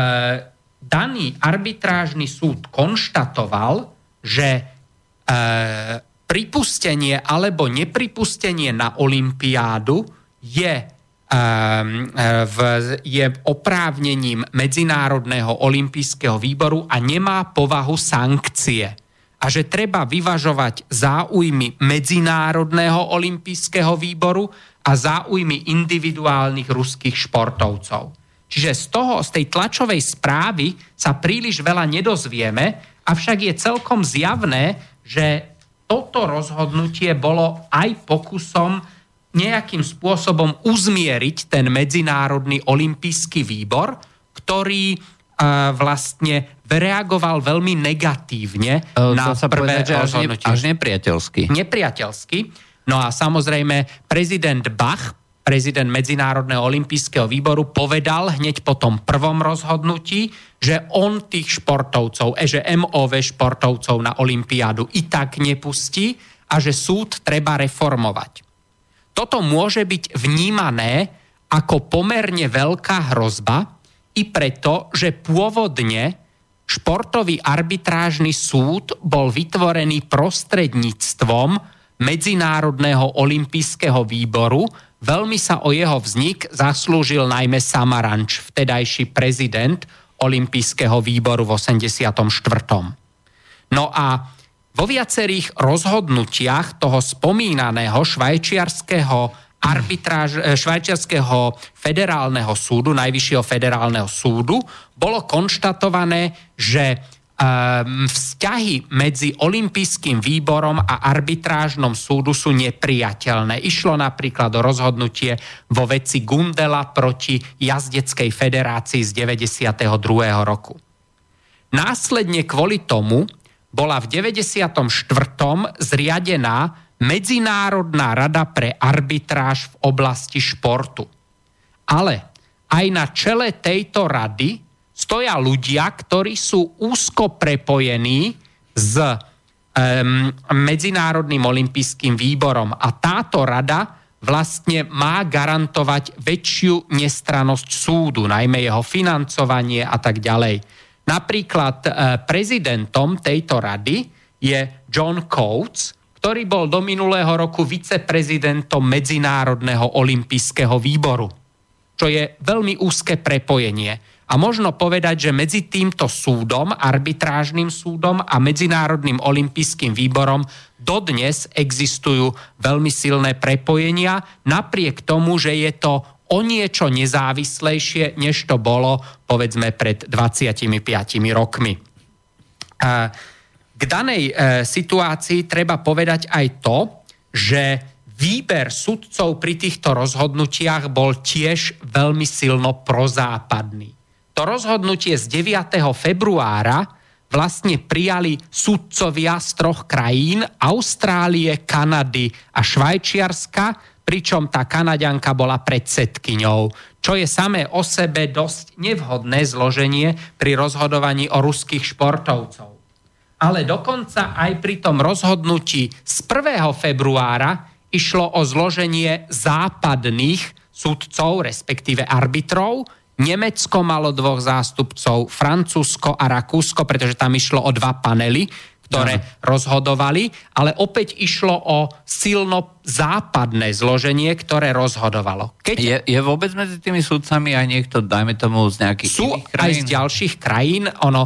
daný arbitrážny súd konštatoval, že pripustenie alebo nepripustenie na olympiádu je je oprávnením Medzinárodného olympijského výboru a nemá povahu sankcie. A že treba vyvažovať záujmy Medzinárodného olympijského výboru a záujmy individuálnych ruských športovcov. Čiže z tej tlačovej správy sa príliš veľa nedozvieme, avšak je celkom zjavné, že toto rozhodnutie bolo aj pokusom nejakým spôsobom uzmieriť ten Medzinárodný olympijský výbor, ktorý vlastne reagoval veľmi negatívne na prvé rozhodnutie. Až nepriateľsky. Nepriateľsky. No a samozrejme prezident Bach, prezident Medzinárodného olympijského výboru, povedal hneď po tom prvom rozhodnutí, že on tých športovcov, že MOV športovcov na olympiádu i tak nepustí a že súd treba reformovať. Toto môže byť vnímané ako pomerne veľká hrozba, i preto, že pôvodne športový arbitrážny súd bol vytvorený prostredníctvom Medzinárodného olympijského výboru. Veľmi sa o jeho vznik zaslúžil najmä Samaranč, vtedajší prezident olympijského výboru v 84. No a vo viacerých rozhodnutiach toho spomínaného švajčiarskeho federálneho súdu, Najvyššieho federálneho súdu, bolo konštatované, že vzťahy medzi olympijským výborom a arbitrážnom súdu sú nepriateľné. Išlo napríklad o rozhodnutie vo veci Gundela proti jazdeckej federácii z 92. roku. Následne kvôli tomu bola v 94. zriadená Medzinárodná rada pre arbitráž v oblasti športu. Ale aj na čele tejto rady stoja ľudia, ktorí sú úzko prepojení s Medzinárodným olympijským výborom. A táto rada vlastne má garantovať väčšiu nestrannosť súdu, najmä jeho financovanie a tak ďalej. Napríklad prezidentom tejto rady je John Coates, ktorý bol do minulého roku viceprezidentom Medzinárodného olympijského výboru, čo je veľmi úzke prepojenie. A možno povedať, že medzi týmto súdom, arbitrážnym súdom a Medzinárodným olympijským výborom dodnes existujú veľmi silné prepojenia, napriek tomu, že je to o niečo nezávislejšie, než to bolo, povedzme, pred 25 rokmi. K danej situácii treba povedať aj to, že výber sudcov pri týchto rozhodnutiach bol tiež veľmi silno prozápadný. To rozhodnutie z 9. februára vlastne prijali sudcovia z 3 krajín, Austrálie, Kanady a Švajčiarska, pričom tá Kanaďanka bola predsedkyňou, čo je samé o sebe dosť nevhodné zloženie pri rozhodovaní o ruských športovcov. Ale dokonca aj pri tom rozhodnutí z 1. februára išlo o zloženie západných sudcov, respektíve arbitrov. Nemecko malo 2 zástupcov, Francúzsko a Rakúsko, pretože tam išlo o 2 panely, ktoré rozhodovali, ale opäť išlo o silno západné zloženie, ktoré rozhodovalo. Je vôbec medzi tými sudcami aj niekto, dajme tomu, z nejakých iných krajín? Sú aj z ďalších krajín.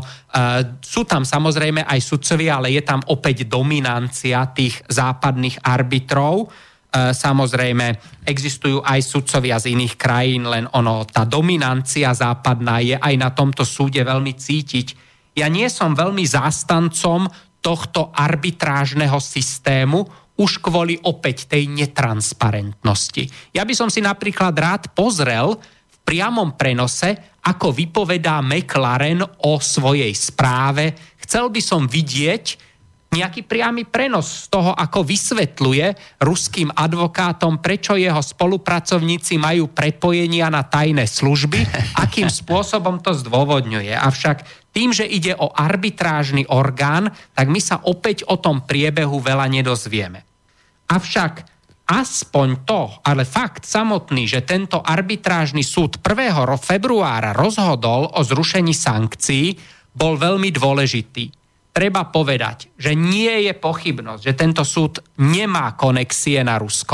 Sú tam samozrejme aj sudcovia, ale je tam opäť dominancia tých západných arbitrov. Samozrejme, existujú aj sudcovia z iných krajín, len tá dominancia západná je aj na tomto súde veľmi cítiť. Ja nie som veľmi zástancom tohto arbitrážneho systému, už kvôli opäť tej netransparentnosti. Ja by som si napríklad rád pozrel v priamom prenose, ako vypovedá McLaren o svojej správe. Chcel by som vidieť nejaký priamy prenos z toho, ako vysvetľuje ruským advokátom, prečo jeho spolupracovníci majú prepojenia na tajné služby, akým spôsobom to zdôvodňuje. Avšak tým, že ide o arbitrážny orgán, tak my sa opäť o tom priebehu veľa nedozvieme. Avšak aspoň to, ale fakt samotný, že tento arbitrážny súd 1. februára rozhodol o zrušení sankcií, bol veľmi dôležitý. Treba povedať, že nie je pochybnosť, že tento súd nemá konexie na Rusko.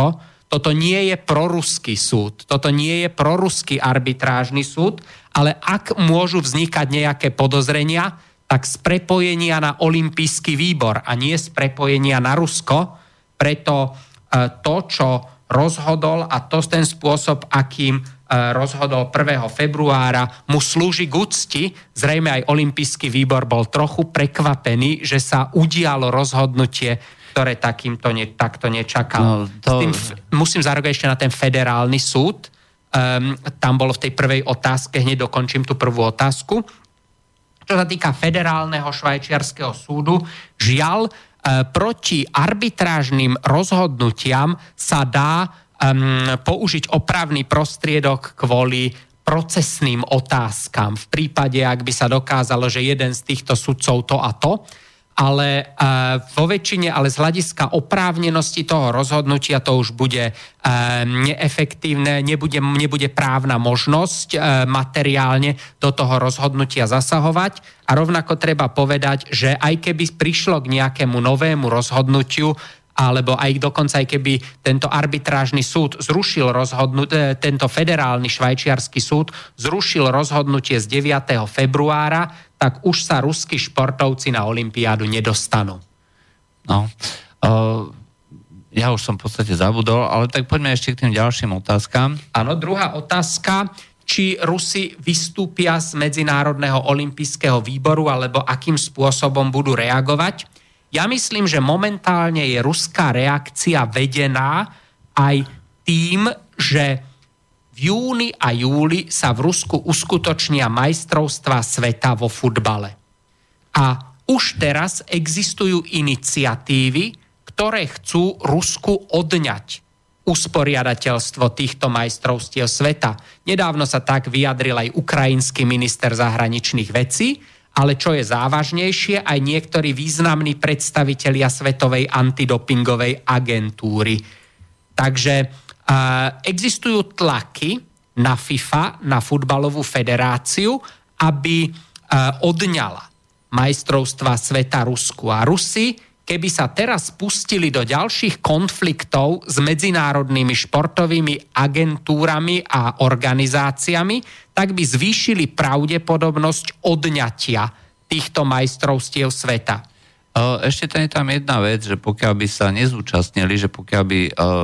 toto nie je proruský súd, toto nie je proruský arbitrážny súd, ale ak môžu vznikať nejaké podozrenia, tak z prepojenia na olympijský výbor a nie z prepojenia na Rusko. Preto to, čo rozhodol a to ten spôsob, akým rozhodol 1. februára, mu slúži k úcti. Zrejme aj olympijský výbor bol trochu prekvapený, že sa udialo rozhodnutie, ktoré takto nečakal. Musím zareagovať ešte na ten federálny súd. Tam bolo v tej prvej otázke, hneď dokončím tú prvú otázku. Čo sa týka federálneho švajčiarskeho súdu, žiaľ, proti arbitrážnym rozhodnutiam sa dá použiť opravný prostriedok kvôli procesným otázkam. V prípade, ak by sa dokázalo, že jeden z týchto sudcov to a to, ale vo väčšine, ale z hľadiska oprávnenosti toho rozhodnutia to už bude neefektívne, nebude právna možnosť materiálne do toho rozhodnutia zasahovať. A rovnako treba povedať, že aj keby prišlo k nejakému novému rozhodnutiu, alebo aj dokonca aj keby tento arbitrážny súd zrušil tento federálny švajčiarsky súd zrušil rozhodnutie z 9. februára, tak už sa ruskí športovci na olympiádu nedostanú. No, ja už som v podstate zabudol, ale tak poďme ešte k tým ďalším otázkam. Áno, druhá otázka, či Rusi vystúpia z Medzinárodného olympijského výboru, alebo akým spôsobom budú reagovať. Ja myslím, že momentálne je ruská reakcia vedená aj tým, že v júni a júli sa v Rusku uskutočnia majstrovstvá sveta vo futbale. A už teraz existujú iniciatívy, ktoré chcú Rusku odňať usporiadateľstvo týchto majstrovstiev sveta. Nedávno sa tak vyjadril aj ukrajinský minister zahraničných vecí, ale čo je závažnejšie, aj niektorí významní predstavitelia Svetovej antidopingovej agentúry. Takže existujú tlaky na FIFA, na futbalovú federáciu, aby odňala majstrovstvá sveta Rusku. A Rusi, keby sa teraz pustili do ďalších konfliktov s medzinárodnými športovými agentúrami a organizáciami, tak by zvýšili pravdepodobnosť odňatia týchto majstrovstiev sveta. Ešte tam jedna vec, že pokiaľ by sa nezúčastnili, že pokiaľ by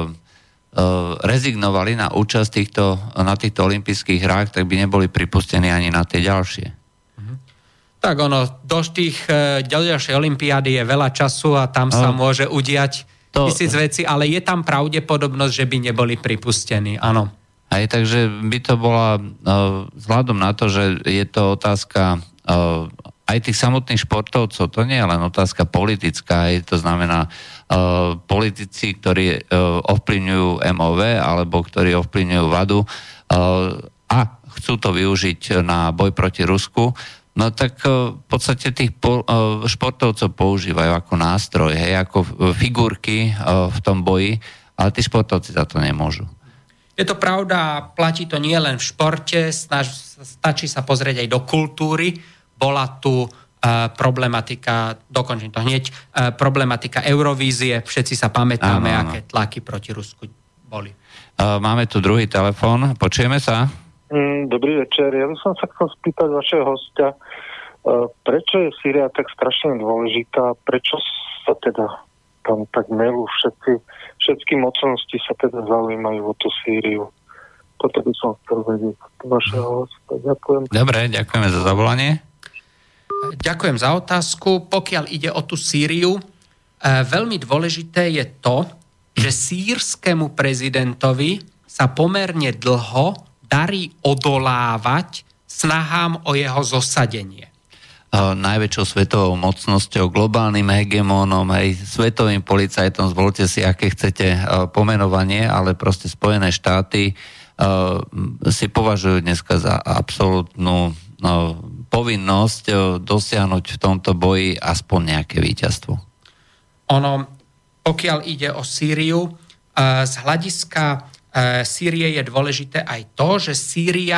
rezignovali na účasť na týchto olympijských hrách, tak by neboli pripustení ani na tie ďalšie. Tak do tých ďalšej olympiády je veľa času a tam sa môže udiať tisíc vecí, ale je tam pravdepodobnosť, že by neboli pripustení, áno. Aj takže by to bola vzhľadom na to, že je to otázka aj tých samotných športovcov, to nie je len otázka politická, to znamená politici, ktorí ovplyvňujú MOV alebo ktorí ovplyvňujú vládu a chcú to využiť na boj proti Rusku, no tak v podstate tých športovcov používajú ako nástroj, ako figurky v tom boji, ale tí športovci za to nemôžu. Je to pravda, platí to nie len v športe, stačí sa pozrieť aj do kultúry. Bola tu problematika, dokončím to hneď, problematika Eurovízie, všetci sa pamätáme, aké tlaky proti Rusku boli. Máme tu druhý telefón, počujeme sa? Dobrý večer, ja by som sa chcel spýtať vašeho hostia, prečo je Sýria tak strašne dôležitá, prečo sa teda tam tak melú všetky mocnosti sa teda zaujímajú o tú Sýriu. Toto by som chcel vedieť vašeho hostia. Ďakujem. Dobre, ďakujeme za zavolanie. Ďakujem za otázku. Pokiaľ ide o tú Sýriu, veľmi dôležité je to, že sýrskému prezidentovi sa pomerne dlho darí odolávať snahám o jeho zosadenie. Najväčšou svetovou mocnosťou, globálnym hegemónom, aj svetovým policajtom, zvolte si, aké chcete pomenovanie, ale proste Spojené štáty si považujú dneska za absolútnu povinnosť dosiahnuť v tomto boji aspoň nejaké víťazstvo. Pokiaľ ide o Sýriu, z hľadiska Sýrie je dôležité aj to, že Sýria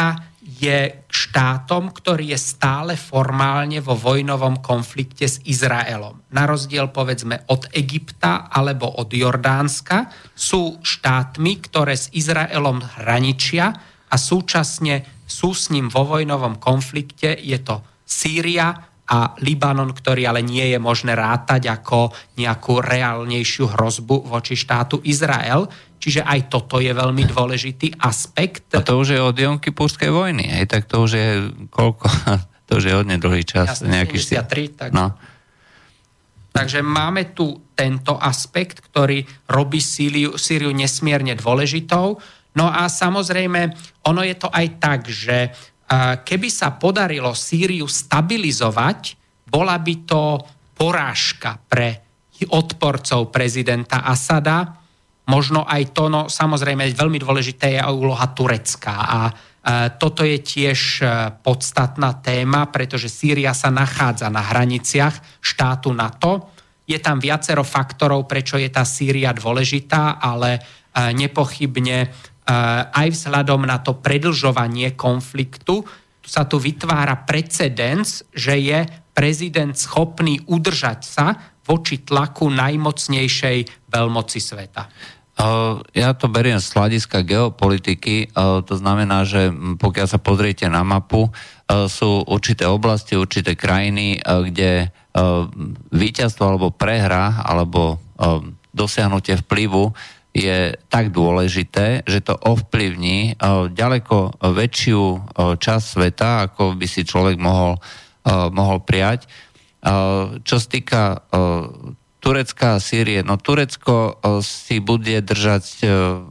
je štátom, ktorý je stále formálne vo vojnovom konflikte s Izraelom. Na rozdiel povedzme od Egypta alebo od Jordánska sú štátmi, ktoré s Izraelom hraničia a súčasne sú s ním vo vojnovom konflikte. Je to Sýria a Libanon, ktorý ale nie je možné rátať ako nejakú reálnejšiu hrozbu voči štátu Izrael. Čiže aj toto je veľmi dôležitý aspekt. A to už je od Jomkipurskej vojny, tak to už je koľko? To už je hodne dlhý čas. Jasne, 73, tak. No. Takže máme tu tento aspekt, ktorý robí Sýriu nesmierne dôležitou. No a samozrejme, ono je to aj tak, že keby sa podarilo Sýriu stabilizovať, bola by to porážka pre odporcov prezidenta Asada. Možno aj to, no samozrejme veľmi dôležité je úloha Turecka a toto je tiež podstatná téma, pretože Sýria sa nachádza na hraniciach štátu NATO. Je tam viacero faktorov, prečo je tá Sýria dôležitá, ale nepochybne aj vzhľadom na to predlžovanie konfliktu sa tu vytvára precedens, že je prezident schopný udržať sa voči tlaku najmocnejšej veľmoci sveta. Ja to beriem z hľadiska geopolitiky, to znamená, že pokiaľ sa pozriete na mapu, sú určité oblasti, určité krajiny, kde víťazstvo alebo prehra alebo dosiahnutie vplyvu je tak dôležité, že to ovplyvní ďaleko väčšiu časť sveta, ako by si človek mohol prijať. Čo sa týka Turecka a Sýrie, no Turecko si bude držať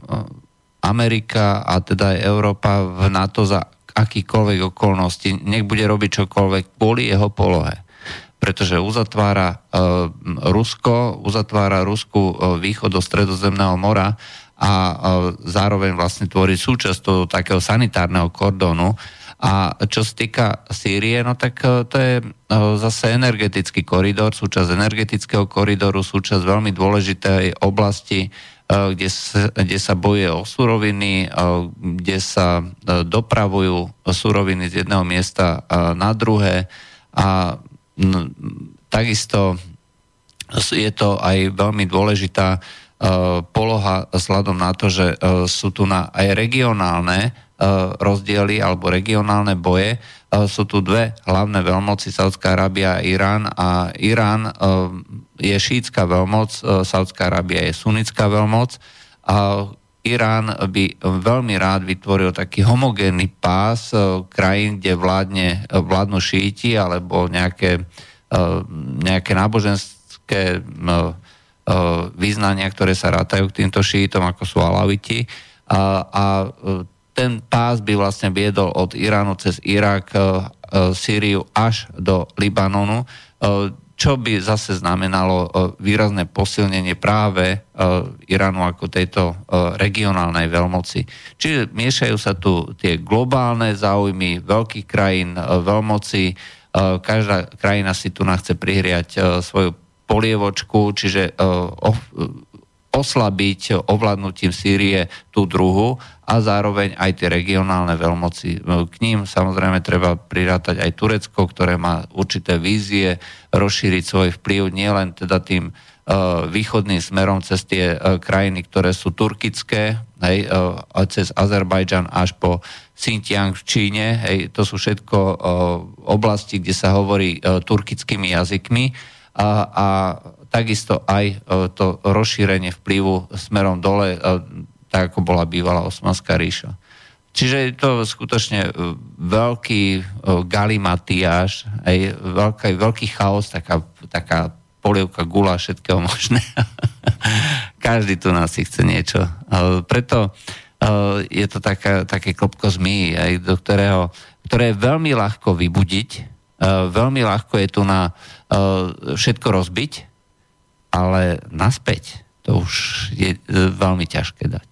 Amerika a teda aj Európa v NATO za akýkoľvek okolnosti. Nech bude robiť čokoľvek kvôli jeho polohe. Pretože uzatvára Rusku východ do Stredozemného mora a zároveň vlastne tvorí súčasť toho takého sanitárneho kordónu. A čo sa týka Sýrie, no tak to je zase energetický koridor, súčasť energetického koridoru, súčasť veľmi dôležitej oblasti, kde sa bojuje o suroviny, kde sa dopravujú suroviny z jedného miesta na druhé a takisto je to aj veľmi dôležitá poloha vzhľadom na to, že sú tu aj regionálne rozdiely alebo regionálne boje. Sú tu dve hlavné veľmoci, Saudská Arábia a Irán. A Irán je šítska veľmoc, Saudská Arábia je sunnická veľmoc. A Irán by veľmi rád vytvoril taký homogénny pás krajín, kde vládnu šíti alebo nejaké náboženské význania, ktoré sa rátajú k týmto šítom, ako sú alaviti. A ten pás by vlastne viedol od Iránu cez Irak, Sýriu až do Libanonu, čo by zase znamenalo výrazné posilnenie práve Iránu ako tejto regionálnej veľmoci. Čiže miešajú sa tu tie globálne záujmy veľkých krajín, veľmoci. Každá krajina si tu chce prihriať svoju polievočku, čiže oslabiť ovládnutím Sýrie tú druhu a zároveň aj tie regionálne veľmoci. K ním samozrejme treba prirátať aj Turecko, ktoré má určité vízie rozšíriť svoj vplyv nielen teda tým východným smerom cez tie krajiny, ktoré sú turkické, cez Azerbajdžan až po Xinjiang v Číne. To sú všetko oblasti, kde sa hovorí turkickými jazykmi a takisto aj to rozšírenie vplyvu smerom dole, tak ako bola bývalá Osmanská ríša. Čiže je to skutočne veľký galimatiáš, veľký chaos, taká polievka gula všetkého možné. Každý tu nás si chce niečo. Preto je to také klopko zmyjí, ktoré je veľmi ľahko vybudiť, veľmi ľahko je tu na všetko rozbiť, ale naspäť to už je veľmi ťažké dať.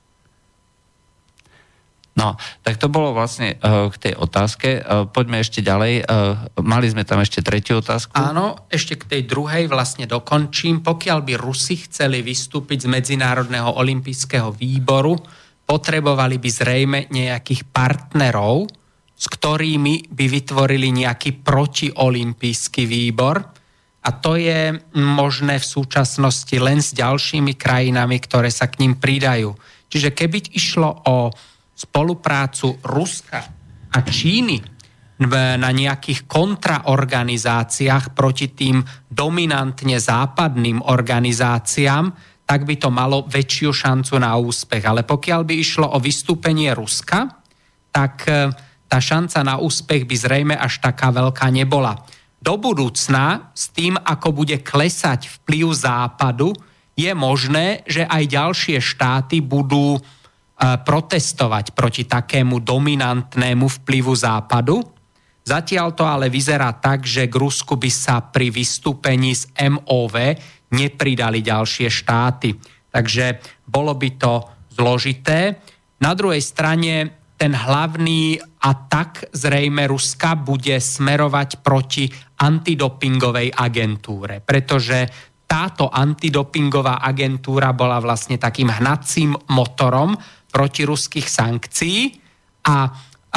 No, tak to bolo vlastne k tej otázke. Poďme ešte ďalej. Mali sme tam ešte tretiu otázku. Áno, ešte k tej druhej vlastne dokončím. Pokiaľ by Rusi chceli vystúpiť z Medzinárodného olympijského výboru, potrebovali by zrejme nejakých partnerov s ktorými by vytvorili nejaký protiolympijský výbor. A to je možné v súčasnosti len s ďalšími krajinami, ktoré sa k ním pridajú. Čiže keby išlo o spoluprácu Ruska a Číny na nejakých kontraorganizáciách proti tým dominantne západným organizáciám, tak by to malo väčšiu šancu na úspech. Ale pokiaľ by išlo o vystúpenie Ruska, tak tá šanca na úspech by zrejme až taká veľká nebola. Do budúcna, s tým, ako bude klesať vplyv Západu, je možné, že aj ďalšie štáty budú protestovať proti takému dominantnému vplyvu Západu. Zatiaľ to ale vyzerá tak, že k Rusku by sa pri vystúpení z MOV nepridali ďalšie štáty. Takže bolo by to zložité. Na druhej strane ten hlavný atak zrejme Ruska bude smerovať proti antidopingovej agentúre, pretože táto antidopingová agentúra bola vlastne takým hnacím motorom proti ruských sankcií a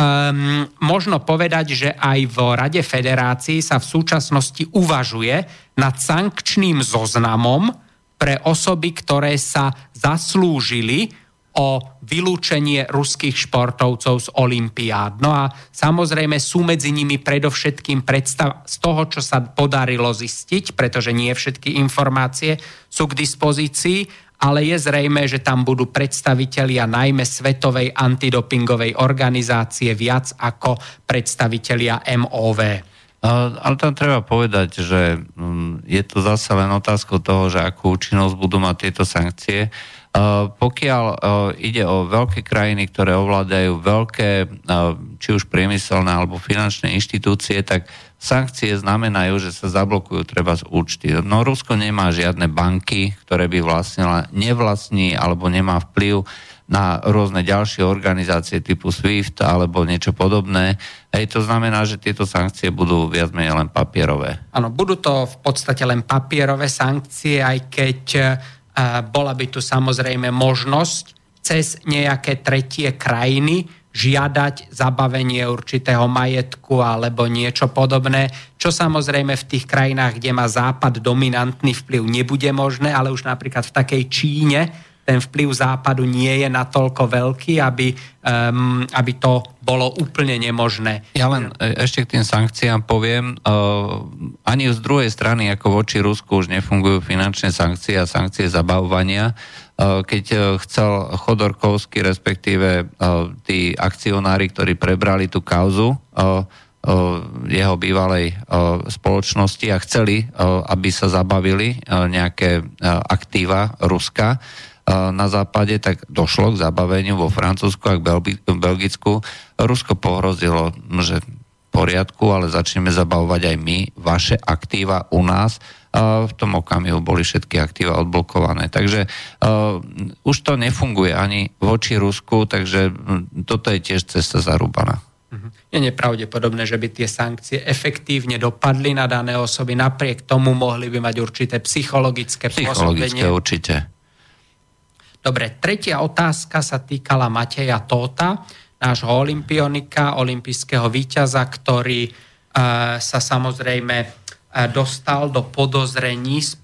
možno povedať, že aj v Rade federácií sa v súčasnosti uvažuje nad sankčným zoznamom pre osoby, ktoré sa zaslúžili o vylúčenie ruských športovcov z olympiád. No a samozrejme sú medzi nimi predovšetkým predstav z toho, čo sa podarilo zistiť, pretože nie všetky informácie sú k dispozícii, ale je zrejmé, že tam budú predstavitelia najmä Svetovej antidopingovej organizácie viac ako predstavitelia MOV. Ale tam treba povedať, že je to zase len otázkou toho, že akú účinnosť budú mať tieto sankcie. Pokiaľ ide o veľké krajiny, ktoré ovládajú veľké, či už priemyselné alebo finančné inštitúcie, tak sankcie znamenajú, že sa zablokujú treba z účty. No Rusko nemá žiadne banky, ktoré by vlastnila, nevlastní alebo nemá vplyv na rôzne ďalšie organizácie typu SWIFT alebo niečo podobné. To znamená, že tieto sankcie budú viac menej len papierové. Áno, budú to v podstate len papierové sankcie, aj keď bola by tu samozrejme možnosť cez nejaké tretie krajiny žiadať zabavenie určitého majetku alebo niečo podobné, čo samozrejme v tých krajinách, kde má Západ dominantný vplyv, nebude možné, ale už napríklad v takej Číne ten vplyv Západu nie je natoľko veľký, aby to bolo úplne nemožné. Ja len ešte k tým sankciám poviem, ani z druhej strany, ako voči Rusku už nefungujú finančné sankcie a sankcie zabavovania. Keď chcel Chodorkovský, respektíve tí akcionári, ktorí prebrali tú kauzu jeho bývalej spoločnosti a chceli, aby sa zabavili nejaké aktíva Ruska na západe, tak došlo k zabaveniu vo Francúzsku a v Belgicku. Rusko pohrozilo, že v poriadku, ale začneme zabavovať aj my vaše aktíva u nás. V tom okamihu boli všetky aktíva odblokované. Takže už to nefunguje ani voči Rusku, takže toto je tiež cesta zarúbaná. Je nepravdepodobné, že by tie sankcie efektívne dopadli na dané osoby. Napriek tomu mohli by mať určité psychologické pôsobenie. Určite. Dobre, tretia otázka sa týkala Mateja Tóta, nášho olympionika, olympijského víťaza, ktorý sa samozrejme dostal do podozrení z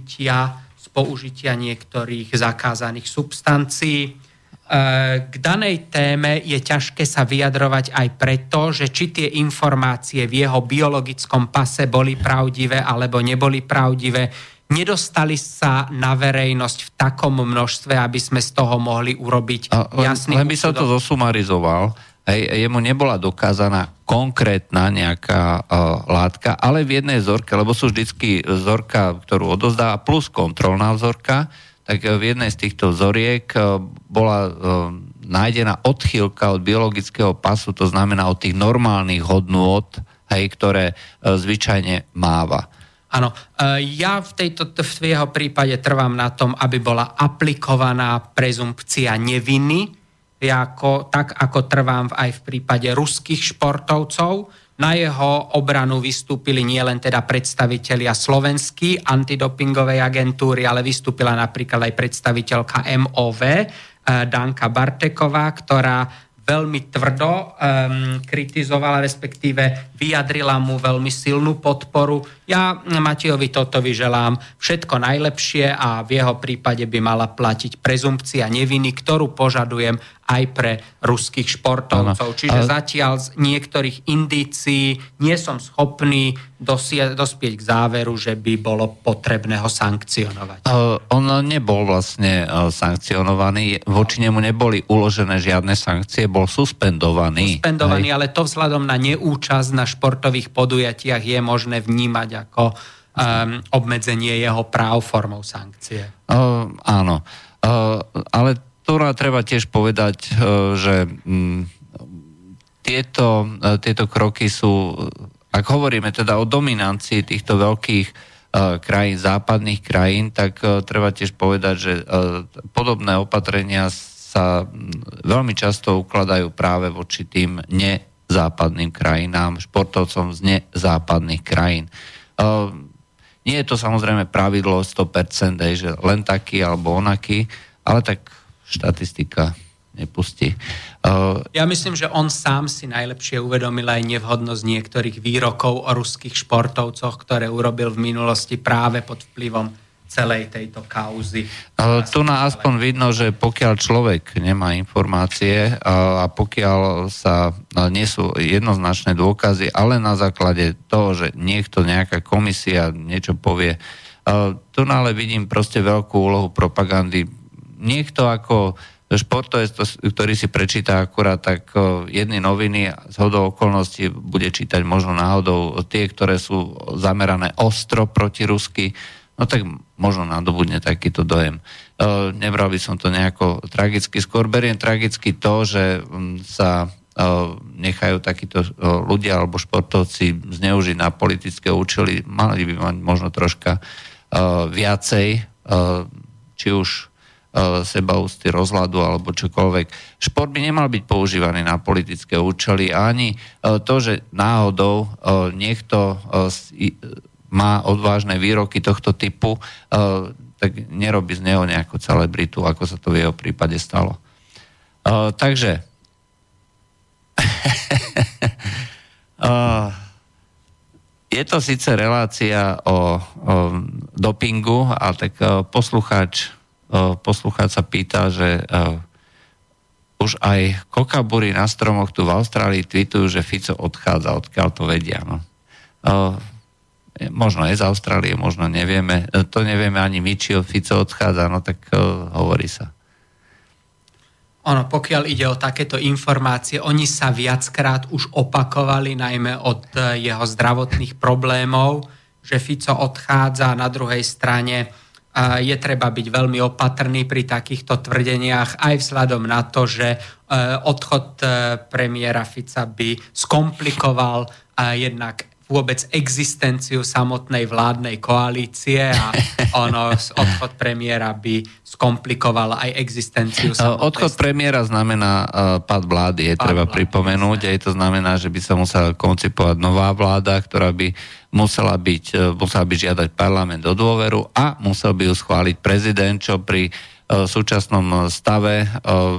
použitia niektorých zakázaných substancií. K danej téme je ťažké sa vyjadrovať aj preto, že či tie informácie v jeho biologickom pase boli pravdivé alebo neboli pravdivé, nedostali sa na verejnosť v takom množstve, aby sme z toho mohli urobiť jasný úsudok. Len by som to zosumarizoval. Jemu nebola dokázaná konkrétna nejaká látka, ale v jednej vzorke, lebo sú vždycky vzorka, ktorú odozdá, plus kontrolná vzorka, tak v jednej z týchto vzoriek bola nájdená odchýlka od biologického pasu, to znamená od tých normálnych hodnôt, ktoré zvyčajne máva. Áno, ja v jeho prípade trvám na tom, aby bola aplikovaná prezumpcia neviny, tak ako trvám aj v prípade ruských športovcov. Na jeho obranu vystúpili nielen teda predstavitelia slovenskej antidopingovej agentúry, ale vystúpila napríklad aj predstaviteľka MOV, Danka Barteková, ktorá veľmi tvrdo kritizovala, respektíve vyjadrila mu veľmi silnú podporu. Ja Matejovi Totovi želám všetko najlepšie a v jeho prípade by mala platiť prezumpcia neviny, ktorú požadujem aj pre ruských športovcov. Čiže zatiaľ z niektorých indícií nie som schopný dospieť k záveru, že by bolo potrebné ho sankcionovať. On nebol vlastne sankcionovaný, voči nemu neboli uložené žiadne sankcie, bol suspendovaný. Ale to vzhľadom na neúčasť na športových podujatiach je možné vnímať ako obmedzenie jeho práv formou sankcie. Áno, ale tu treba tiež povedať, že tieto kroky sú, ak hovoríme teda o dominancii týchto veľkých krajín, západných krajín, tak treba tiež povedať, že podobné opatrenia sa veľmi často ukladajú práve voči tým nezápadným krajinám, športovcom z nezápadných krajín. Nie je to samozrejme pravidlo 100%, že len taký alebo onaký, ale tak štatistika nepustí. Ja myslím, že on sám si najlepšie uvedomil aj nevhodnosť niektorých výrokov o ruských športovcoch, ktoré urobil v minulosti práve pod vplyvom celej tejto kauzy. Tu na aspoň vidno, že pokiaľ človek nemá informácie a pokiaľ sa nie sú jednoznačné dôkazy, ale na základe toho, že niekto, nejaká komisia niečo povie, tu ale vidím proste veľkú úlohu propagandy. Niekto ako športovec, ktorý si prečíta akurát tak jedny noviny, zhodou okolností bude čítať možno náhodou tie, ktoré sú zamerané ostro proti rusky, no tak možno nadobudne takýto dojem. Nebral by som to nejako tragicky. Skôr beriem tragicky to, že sa nechajú takíto ľudia alebo športovci zneužiť na politické účely. Mali by mať možno troška viacej, či už sebaúcty, rozhľadu alebo čokoľvek. Šport by nemal byť používaný na politické účely a ani to, že náhodou niekto má odvážne výroky tohto typu, tak nerobí z neho nejakú celebritu, ako sa to v jeho prípade stalo. Takže je to síce relácia o dopingu, ale tak poslucháč sa pýta, že už aj kokabúry na stromoch tu v Austrálii tweetujú, že Fico odchádza, odkiaľ to vedia. No. Možno je z Austrálie, možno nevieme. To nevieme ani my, či Fico odchádza, no tak hovorí sa. Pokiaľ ide o takéto informácie, oni sa viackrát už opakovali, najmä od jeho zdravotných problémov, že Fico odchádza. Na druhej strane je treba byť veľmi opatrný pri takýchto tvrdeniach, aj vzhľadom na to, že odchod premiéra Fica by skomplikoval jednak vôbec existenciu samotnej vládnej koalície a odchod premiéra by skomplikoval aj existenciu samotnej. Odchod premiéra znamená pád vlády, treba pripomenúť, aj to znamená, že by sa musela koncipovať nová vláda, ktorá by musela by žiadať parlament o dôveru a musel by ju schváliť prezident, čo pri súčasnom stave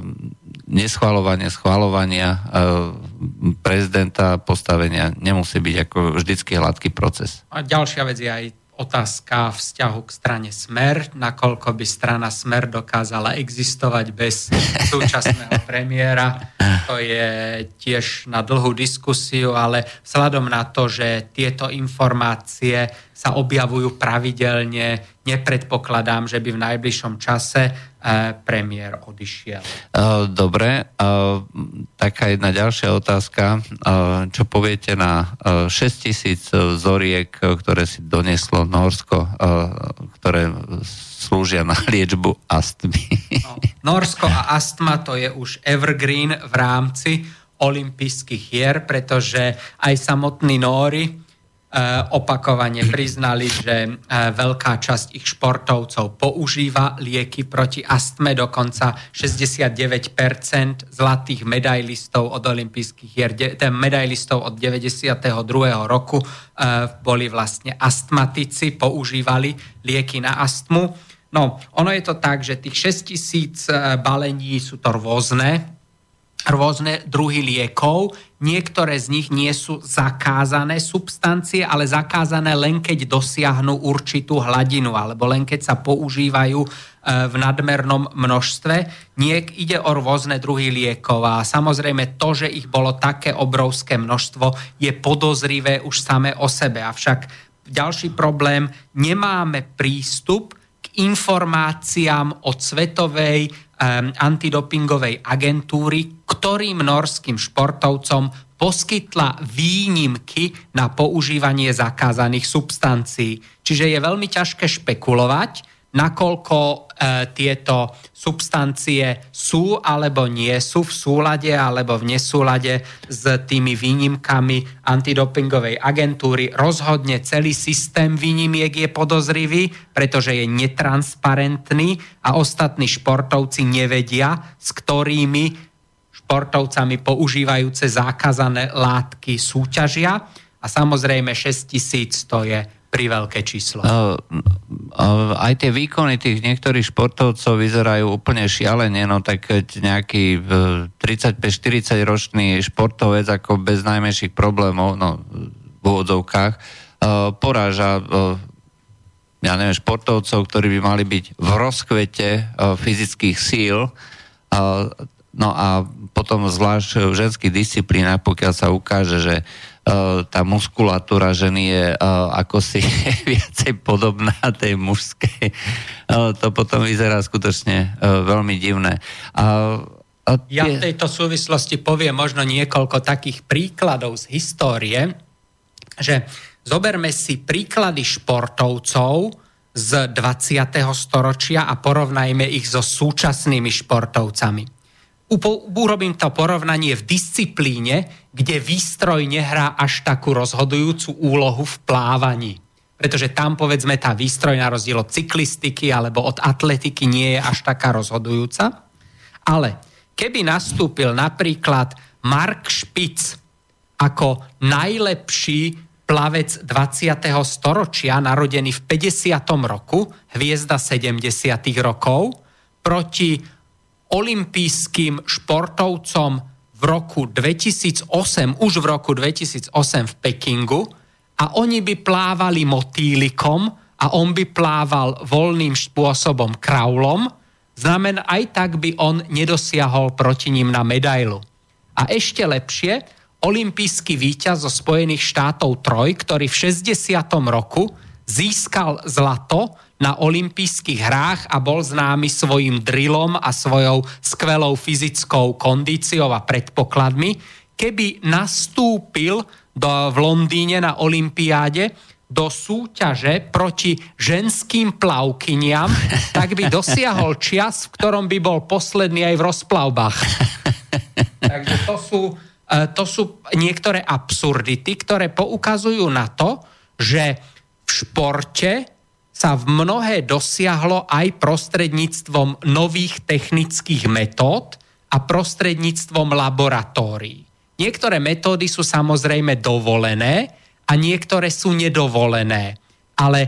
schvaľovania prezidenta postavenia nemusí byť ako vždycky hladký proces. A ďalšia vec je aj otázka vzťahu k strane Smer, nakoľko by strana Smer dokázala existovať bez súčasného premiéra. To je tiež na dlhú diskusiu, ale vzhľadom na to, že tieto informácie sa objavujú pravidelne, nepredpokladám, že by v najbližšom čase premiér odišiel. Dobre, taká jedna ďalšia otázka. Čo poviete na 6,000 vzoriek, ktoré si donieslo Nórsko, ktoré slúžia na liečbu astmy? Nórsko a astma to je už evergreen v rámci olympijských hier, pretože aj samotní Nóri opakovane priznali, že veľká časť ich športovcov používa lieky proti astme, dokonca 69% zlatých medailistov od olympijských hier, medailistov od 92. roku boli vlastne astmatici, používali lieky na astmu. No, ono je to tak, že tých 6,000 balení sú to rôzne rôzne druhy liekov. Niektoré z nich nie sú zakázané substancie, ale zakázané len keď dosiahnu určitú hladinu, alebo len keď sa používajú v nadmernom množstve. Ide o rôzne druhy liekov a samozrejme to, že ich bolo také obrovské množstvo, je podozrivé už samé o sebe. Avšak ďalší problém, nemáme prístup k informáciám od Svetovej antidopingovej agentúry, ktorým norským športovcom poskytla výnimky na používanie zakázaných substancií. Čiže je veľmi ťažké špekulovať, nakoľko tieto substancie sú alebo nie sú v súlade alebo v nesúlade s tými výnimkami antidopingovej agentúry. Rozhodne celý systém výnimiek je podozrivý, pretože je netransparentný a ostatní športovci nevedia, s ktorými športovcami používajúce zakázané látky súťažia. A samozrejme 6 000 to je priveľké číslo. Aj tie výkony tých niektorých športovcov vyzerajú úplne šialene, no tak keď nejaký 35-40 ročný športovec ako bez najmenších problémov, no v úvodzovkách, poráža športovcov, ktorí by mali byť v rozkvete fyzických síl, no a potom zvlášť v ženských disciplínach, pokiaľ sa ukáže, že tá muskulatúra ženy je ako si viacej podobná tej mužskej. To potom vyzerá skutočne veľmi divné. Ja v tejto súvislosti poviem možno niekoľko takých príkladov z histórie, že zoberme si príklady športovcov z 20. storočia a porovnajme ich so súčasnými športovcami. Urobím to porovnanie v disciplíne, kde výstroj nehrá až takú rozhodujúcu úlohu v plávaní. Pretože tam, povedzme, tá výstroj na rozdiel od cyklistiky alebo od atletiky nie je až taká rozhodujúca. Ale keby nastúpil napríklad Mark Spitz ako najlepší plavec 20. storočia, narodený v 50. roku, hviezda 70. rokov, proti olympijským športovcom v roku 2008, už v roku 2008 v Pekingu, a oni by plávali motýlikom a on by plával voľným spôsobom kraulom, znamená aj tak by on nedosiahol proti ním na medailu. A ešte lepšie, olympijský víťaz zo Spojených štátov Troj, ktorý v 60. roku získal zlato na olympijských hrách a bol známy svojim drillom a svojou skvelou fyzickou kondíciou a predpokladmi, keby nastúpil v Londýne na olympiáde do súťaže proti ženským plavkyniam, tak by dosiahol čas, v ktorom by bol posledný aj v rozplavbách. Takže to sú niektoré absurdity, ktoré poukazujú na to, že v športe sa v mnohé dosiahlo aj prostredníctvom nových technických metód a prostredníctvom laboratórií. Niektoré metódy sú samozrejme dovolené a niektoré sú nedovolené, ale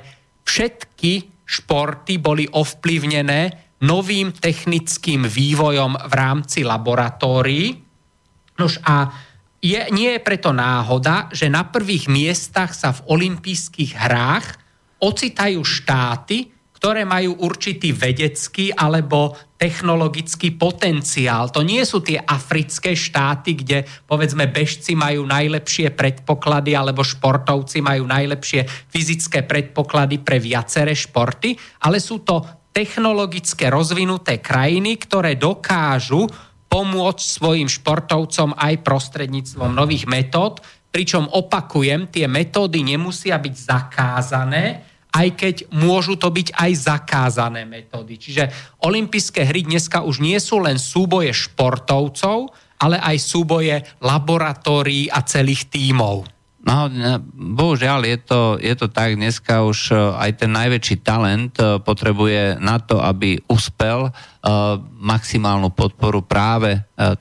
všetky športy boli ovplyvnené novým technickým vývojom v rámci laboratórií. Nož a nie je preto náhoda, že na prvých miestach sa v olympijských hrách ocitajú štáty, ktoré majú určitý vedecký alebo technologický potenciál. To nie sú tie africké štáty, kde povedzme bežci majú najlepšie predpoklady alebo športovci majú najlepšie fyzické predpoklady pre viaceré športy, ale sú to technologické rozvinuté krajiny, ktoré dokážu pomôcť svojim športovcom aj prostredníctvom nových metód, pričom opakujem, tie metódy nemusia byť zakázané, aj keď môžu to byť aj zakázané metódy. Čiže olympijské hry dneska už nie sú len súboje športovcov, ale aj súboje laboratórií a celých tímov. No, bohužiaľ je to tak, dneska už aj ten najväčší talent potrebuje na to, aby uspel, maximálnu podporu práve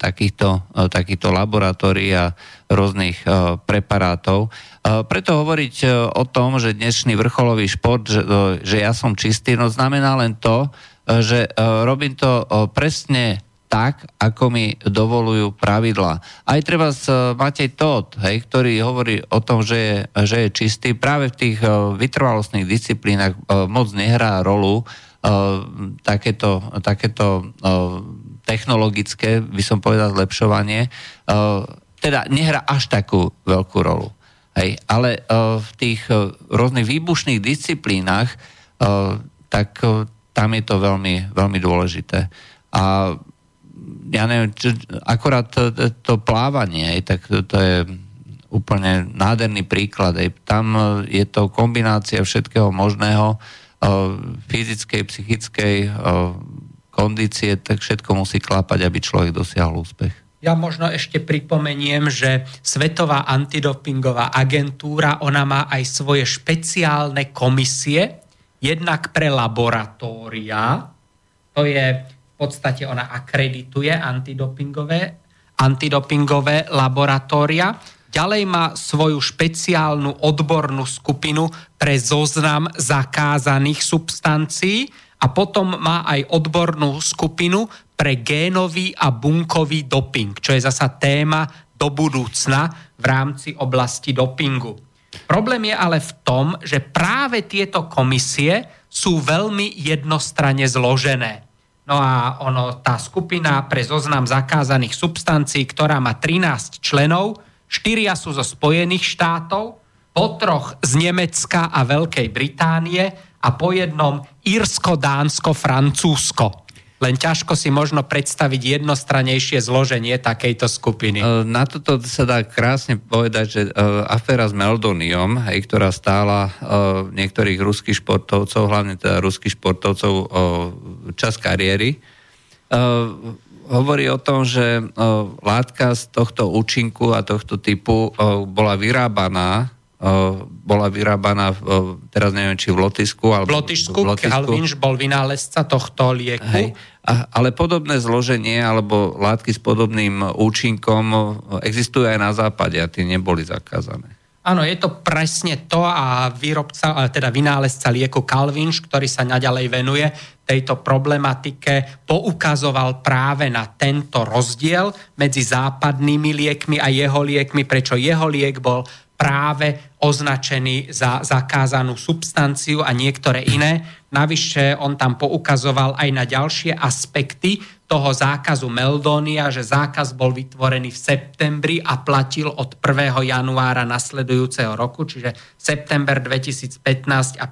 takýchto laboratórií a rôznych preparátov. Preto hovoriť o tom, že dnešný vrcholový šport, že ja som čistý, no znamená len to, že robím to presne tak, ako mi dovolujú pravidlá. Aj treba Matej Todt, ktorý hovorí o tom, že je čistý, práve v tých vytrvalostných disciplínach moc nehrá rolu takéto technologické, by som povedal, zlepšovanie, teda nehrá až takú veľkú rolu. Ale v tých rôznych výbušných disciplínach tak tam je to veľmi, veľmi dôležité. A ja neviem, akorát to plávanie, tak to je úplne nádherný príklad. Tam je to kombinácia všetkého možného, fyzickej, psychickej kondície, tak všetko musí klapať, aby človek dosiahol úspech. Ja možno ešte pripomeniem, že Svetová antidopingová agentúra, ona má aj svoje špeciálne komisie, jednak pre laboratória, to je v podstate, ona akredituje antidopingové laboratória. Ďalej má svoju špeciálnu odbornú skupinu pre zoznam zakázaných substancií a potom má aj odbornú skupinu pre génový a bunkový doping, čo je zasa téma do budúcna v rámci oblasti dopingu. Problém je ale v tom, že práve tieto komisie sú veľmi jednostranne zložené. No a tá skupina pre zoznam zakázaných substancií, ktorá má 13 členov, 4 sú zo Spojených štátov, po 3 z Nemecka a Veľkej Británie a po 1 Írsko, Dánsko, Francúzsko. Len ťažko si možno predstaviť jednostrannejšie zloženie takejto skupiny. Na toto sa dá krásne povedať, že aféra s Meldoniom, ktorá stála niektorých ruských športovcov, hlavne teda ruských športovcov, čas kariéry, hovorí o tom, že látka z tohto účinku a tohto typu bola vyrábaná, teraz neviem, či v Lotyšsku. V Lotyšsku, Calvinš bol vynálezca tohto lieku. Ale podobné zloženie alebo látky s podobným účinkom existujú aj na západe a tie neboli zakázané. Áno, je to presne to a vynálezca lieku Calvinš, ktorý sa naďalej venuje tejto problematike, poukazoval práve na tento rozdiel medzi západnými liekmi a jeho liekmi, prečo jeho liek bol práve označený za zakázanú substanciu a niektoré iné. Navyše on tam poukazoval aj na ďalšie aspekty toho zákazu Meldónia, že zákaz bol vytvorený v septembri a platil od 1. januára nasledujúceho roku, čiže september 2015 a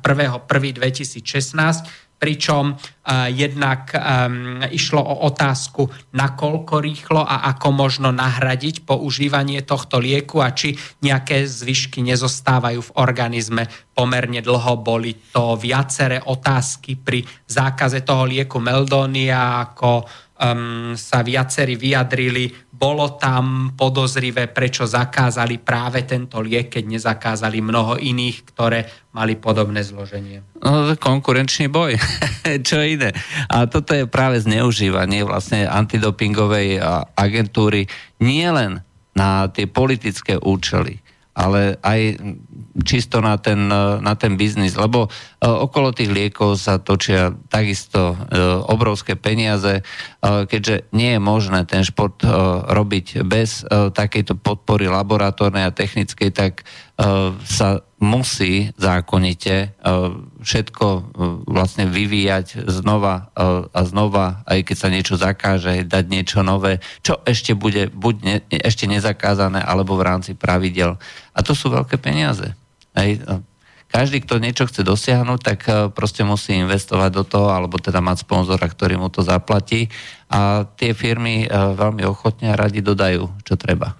1.1.2016, pričom jednak išlo o otázku, nakoľko rýchlo a ako možno nahradiť používanie tohto lieku a či nejaké zvyšky nezostávajú v organizme pomerne dlho. Boli to viaceré otázky pri zákaze toho lieku Meldónia, ako sa viacerí vyjadrili, bolo tam podozrivé, prečo zakázali práve tento liek, keď nezakázali mnoho iných, ktoré mali podobné zloženie. No, konkurenčný boj. Čo iné. A toto je práve zneužívanie vlastne antidopingovej agentúry nie len na tie politické účely, ale aj čisto na ten biznis, lebo okolo tých liekov sa točia takisto obrovské peniaze, keďže nie je možné ten šport robiť bez takejto podpory laboratórnej a technickej, tak sa musí zákonite všetko vlastne vyvíjať znova a znova, aj keď sa niečo zakáže, dať niečo nové, čo ešte bude ešte nezakázané, alebo v rámci pravidel. A to sú veľké peniaze. Každý, kto niečo chce dosiahnuť, tak proste musí investovať do toho, alebo teda mať sponzora, ktorý mu to zaplatí. A tie firmy veľmi ochotne a radi dodajú, čo treba.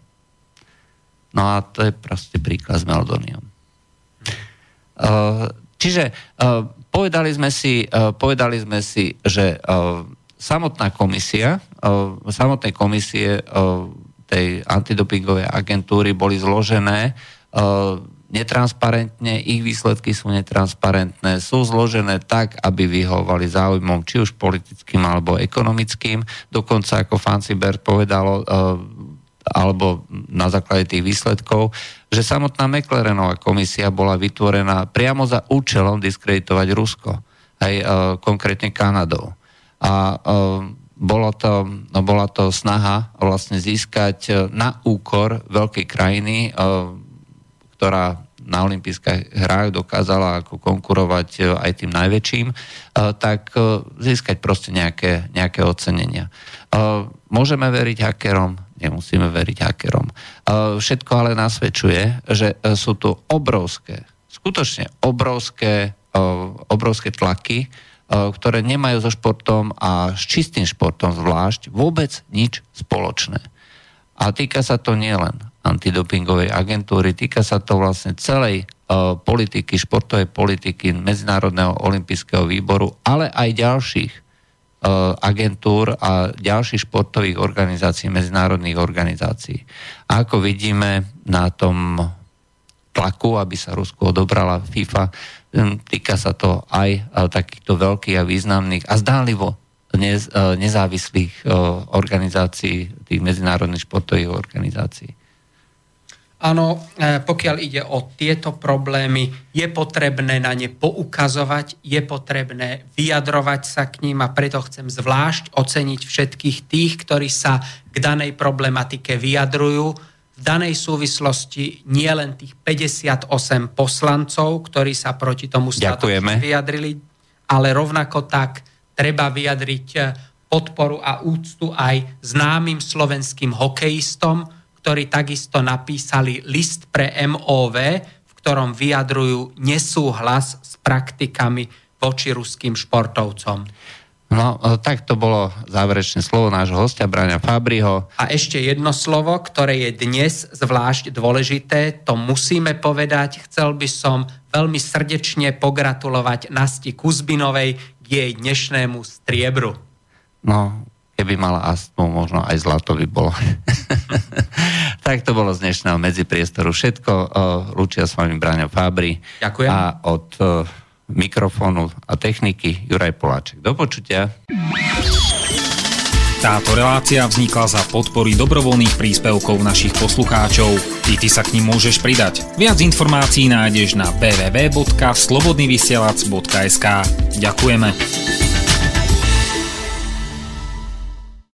No a to je proste príklad s Meldoniom. Čiže povedali sme si, že samotnej komisie tej antidopingovej agentúry boli zložené netransparentne, ich výsledky sú netransparentné, sú zložené tak, aby vyhovovali záujmom či už politickým alebo ekonomickým. Dokonca, ako Fancibert povedalo, alebo na základe tých výsledkov, že samotná McLarenová komisia bola vytvorená priamo za účelom diskreditovať Rusko, aj konkrétne Kanadou. A bola to snaha vlastne získať na úkor veľkej krajiny, ktorá na olympijských hrách dokázala ako konkurovať aj tým najväčším, tak získať proste nejaké ocenenia. Môžeme veriť hackerom, nemusíme veriť hackerom. Všetko ale nasvedčuje, že sú tu skutočne obrovské tlaky, ktoré nemajú so športom a s čistým športom zvlášť vôbec nič spoločné. A týka sa to nielen antidopingovej agentúry, týka sa to vlastne celej politiky, športovej politiky, Medzinárodného olympijského výboru, ale aj ďalších agentúr a ďalších športových organizácií, medzinárodných organizácií. A ako vidíme na tom tlaku, aby sa Rusku odobrala FIFA, týka sa to aj takýchto veľkých a významných a zdánlivo nezávislých organizácií, tých medzinárodných športových organizácií. Áno, pokiaľ ide o tieto problémy, je potrebné na ne poukazovať, je potrebné vyjadrovať sa k ním a preto chcem zvlášť oceniť všetkých tých, ktorí sa k danej problematike vyjadrujú. V danej súvislosti nie len tých 58 poslancov, ktorí sa proti tomu statočne vyjadrili, ale rovnako tak treba vyjadriť podporu a úctu aj známym slovenským hokejistom, ktorí takisto napísali list pre MOV, v ktorom vyjadrujú nesúhlas s praktikami voči ruským športovcom. No, tak to bolo záverečné slovo nášho hostia, Braňa Fabriho. A ešte jedno slovo, ktoré je dnes zvlášť dôležité, to musíme povedať. Chcel by som veľmi srdečne pogratulovať Nasti Kuzbinovej k jej dnešnému striebru. No, keby mala astmu, možno aj zlato by bolo. Tak to bolo z dnešného medzipriestoru všetko. Lúčia s vami Braňo Fabri. Ďakujem. A od mikrofónu a techniky Juraj Poláček. Do počutia. Táto relácia vznikla za podpory dobrovoľných príspevkov našich poslucháčov. Ty sa k nim môžeš pridať. Viac informácií nájdeš na www.slobodnyvysielac.sk. Ďakujeme.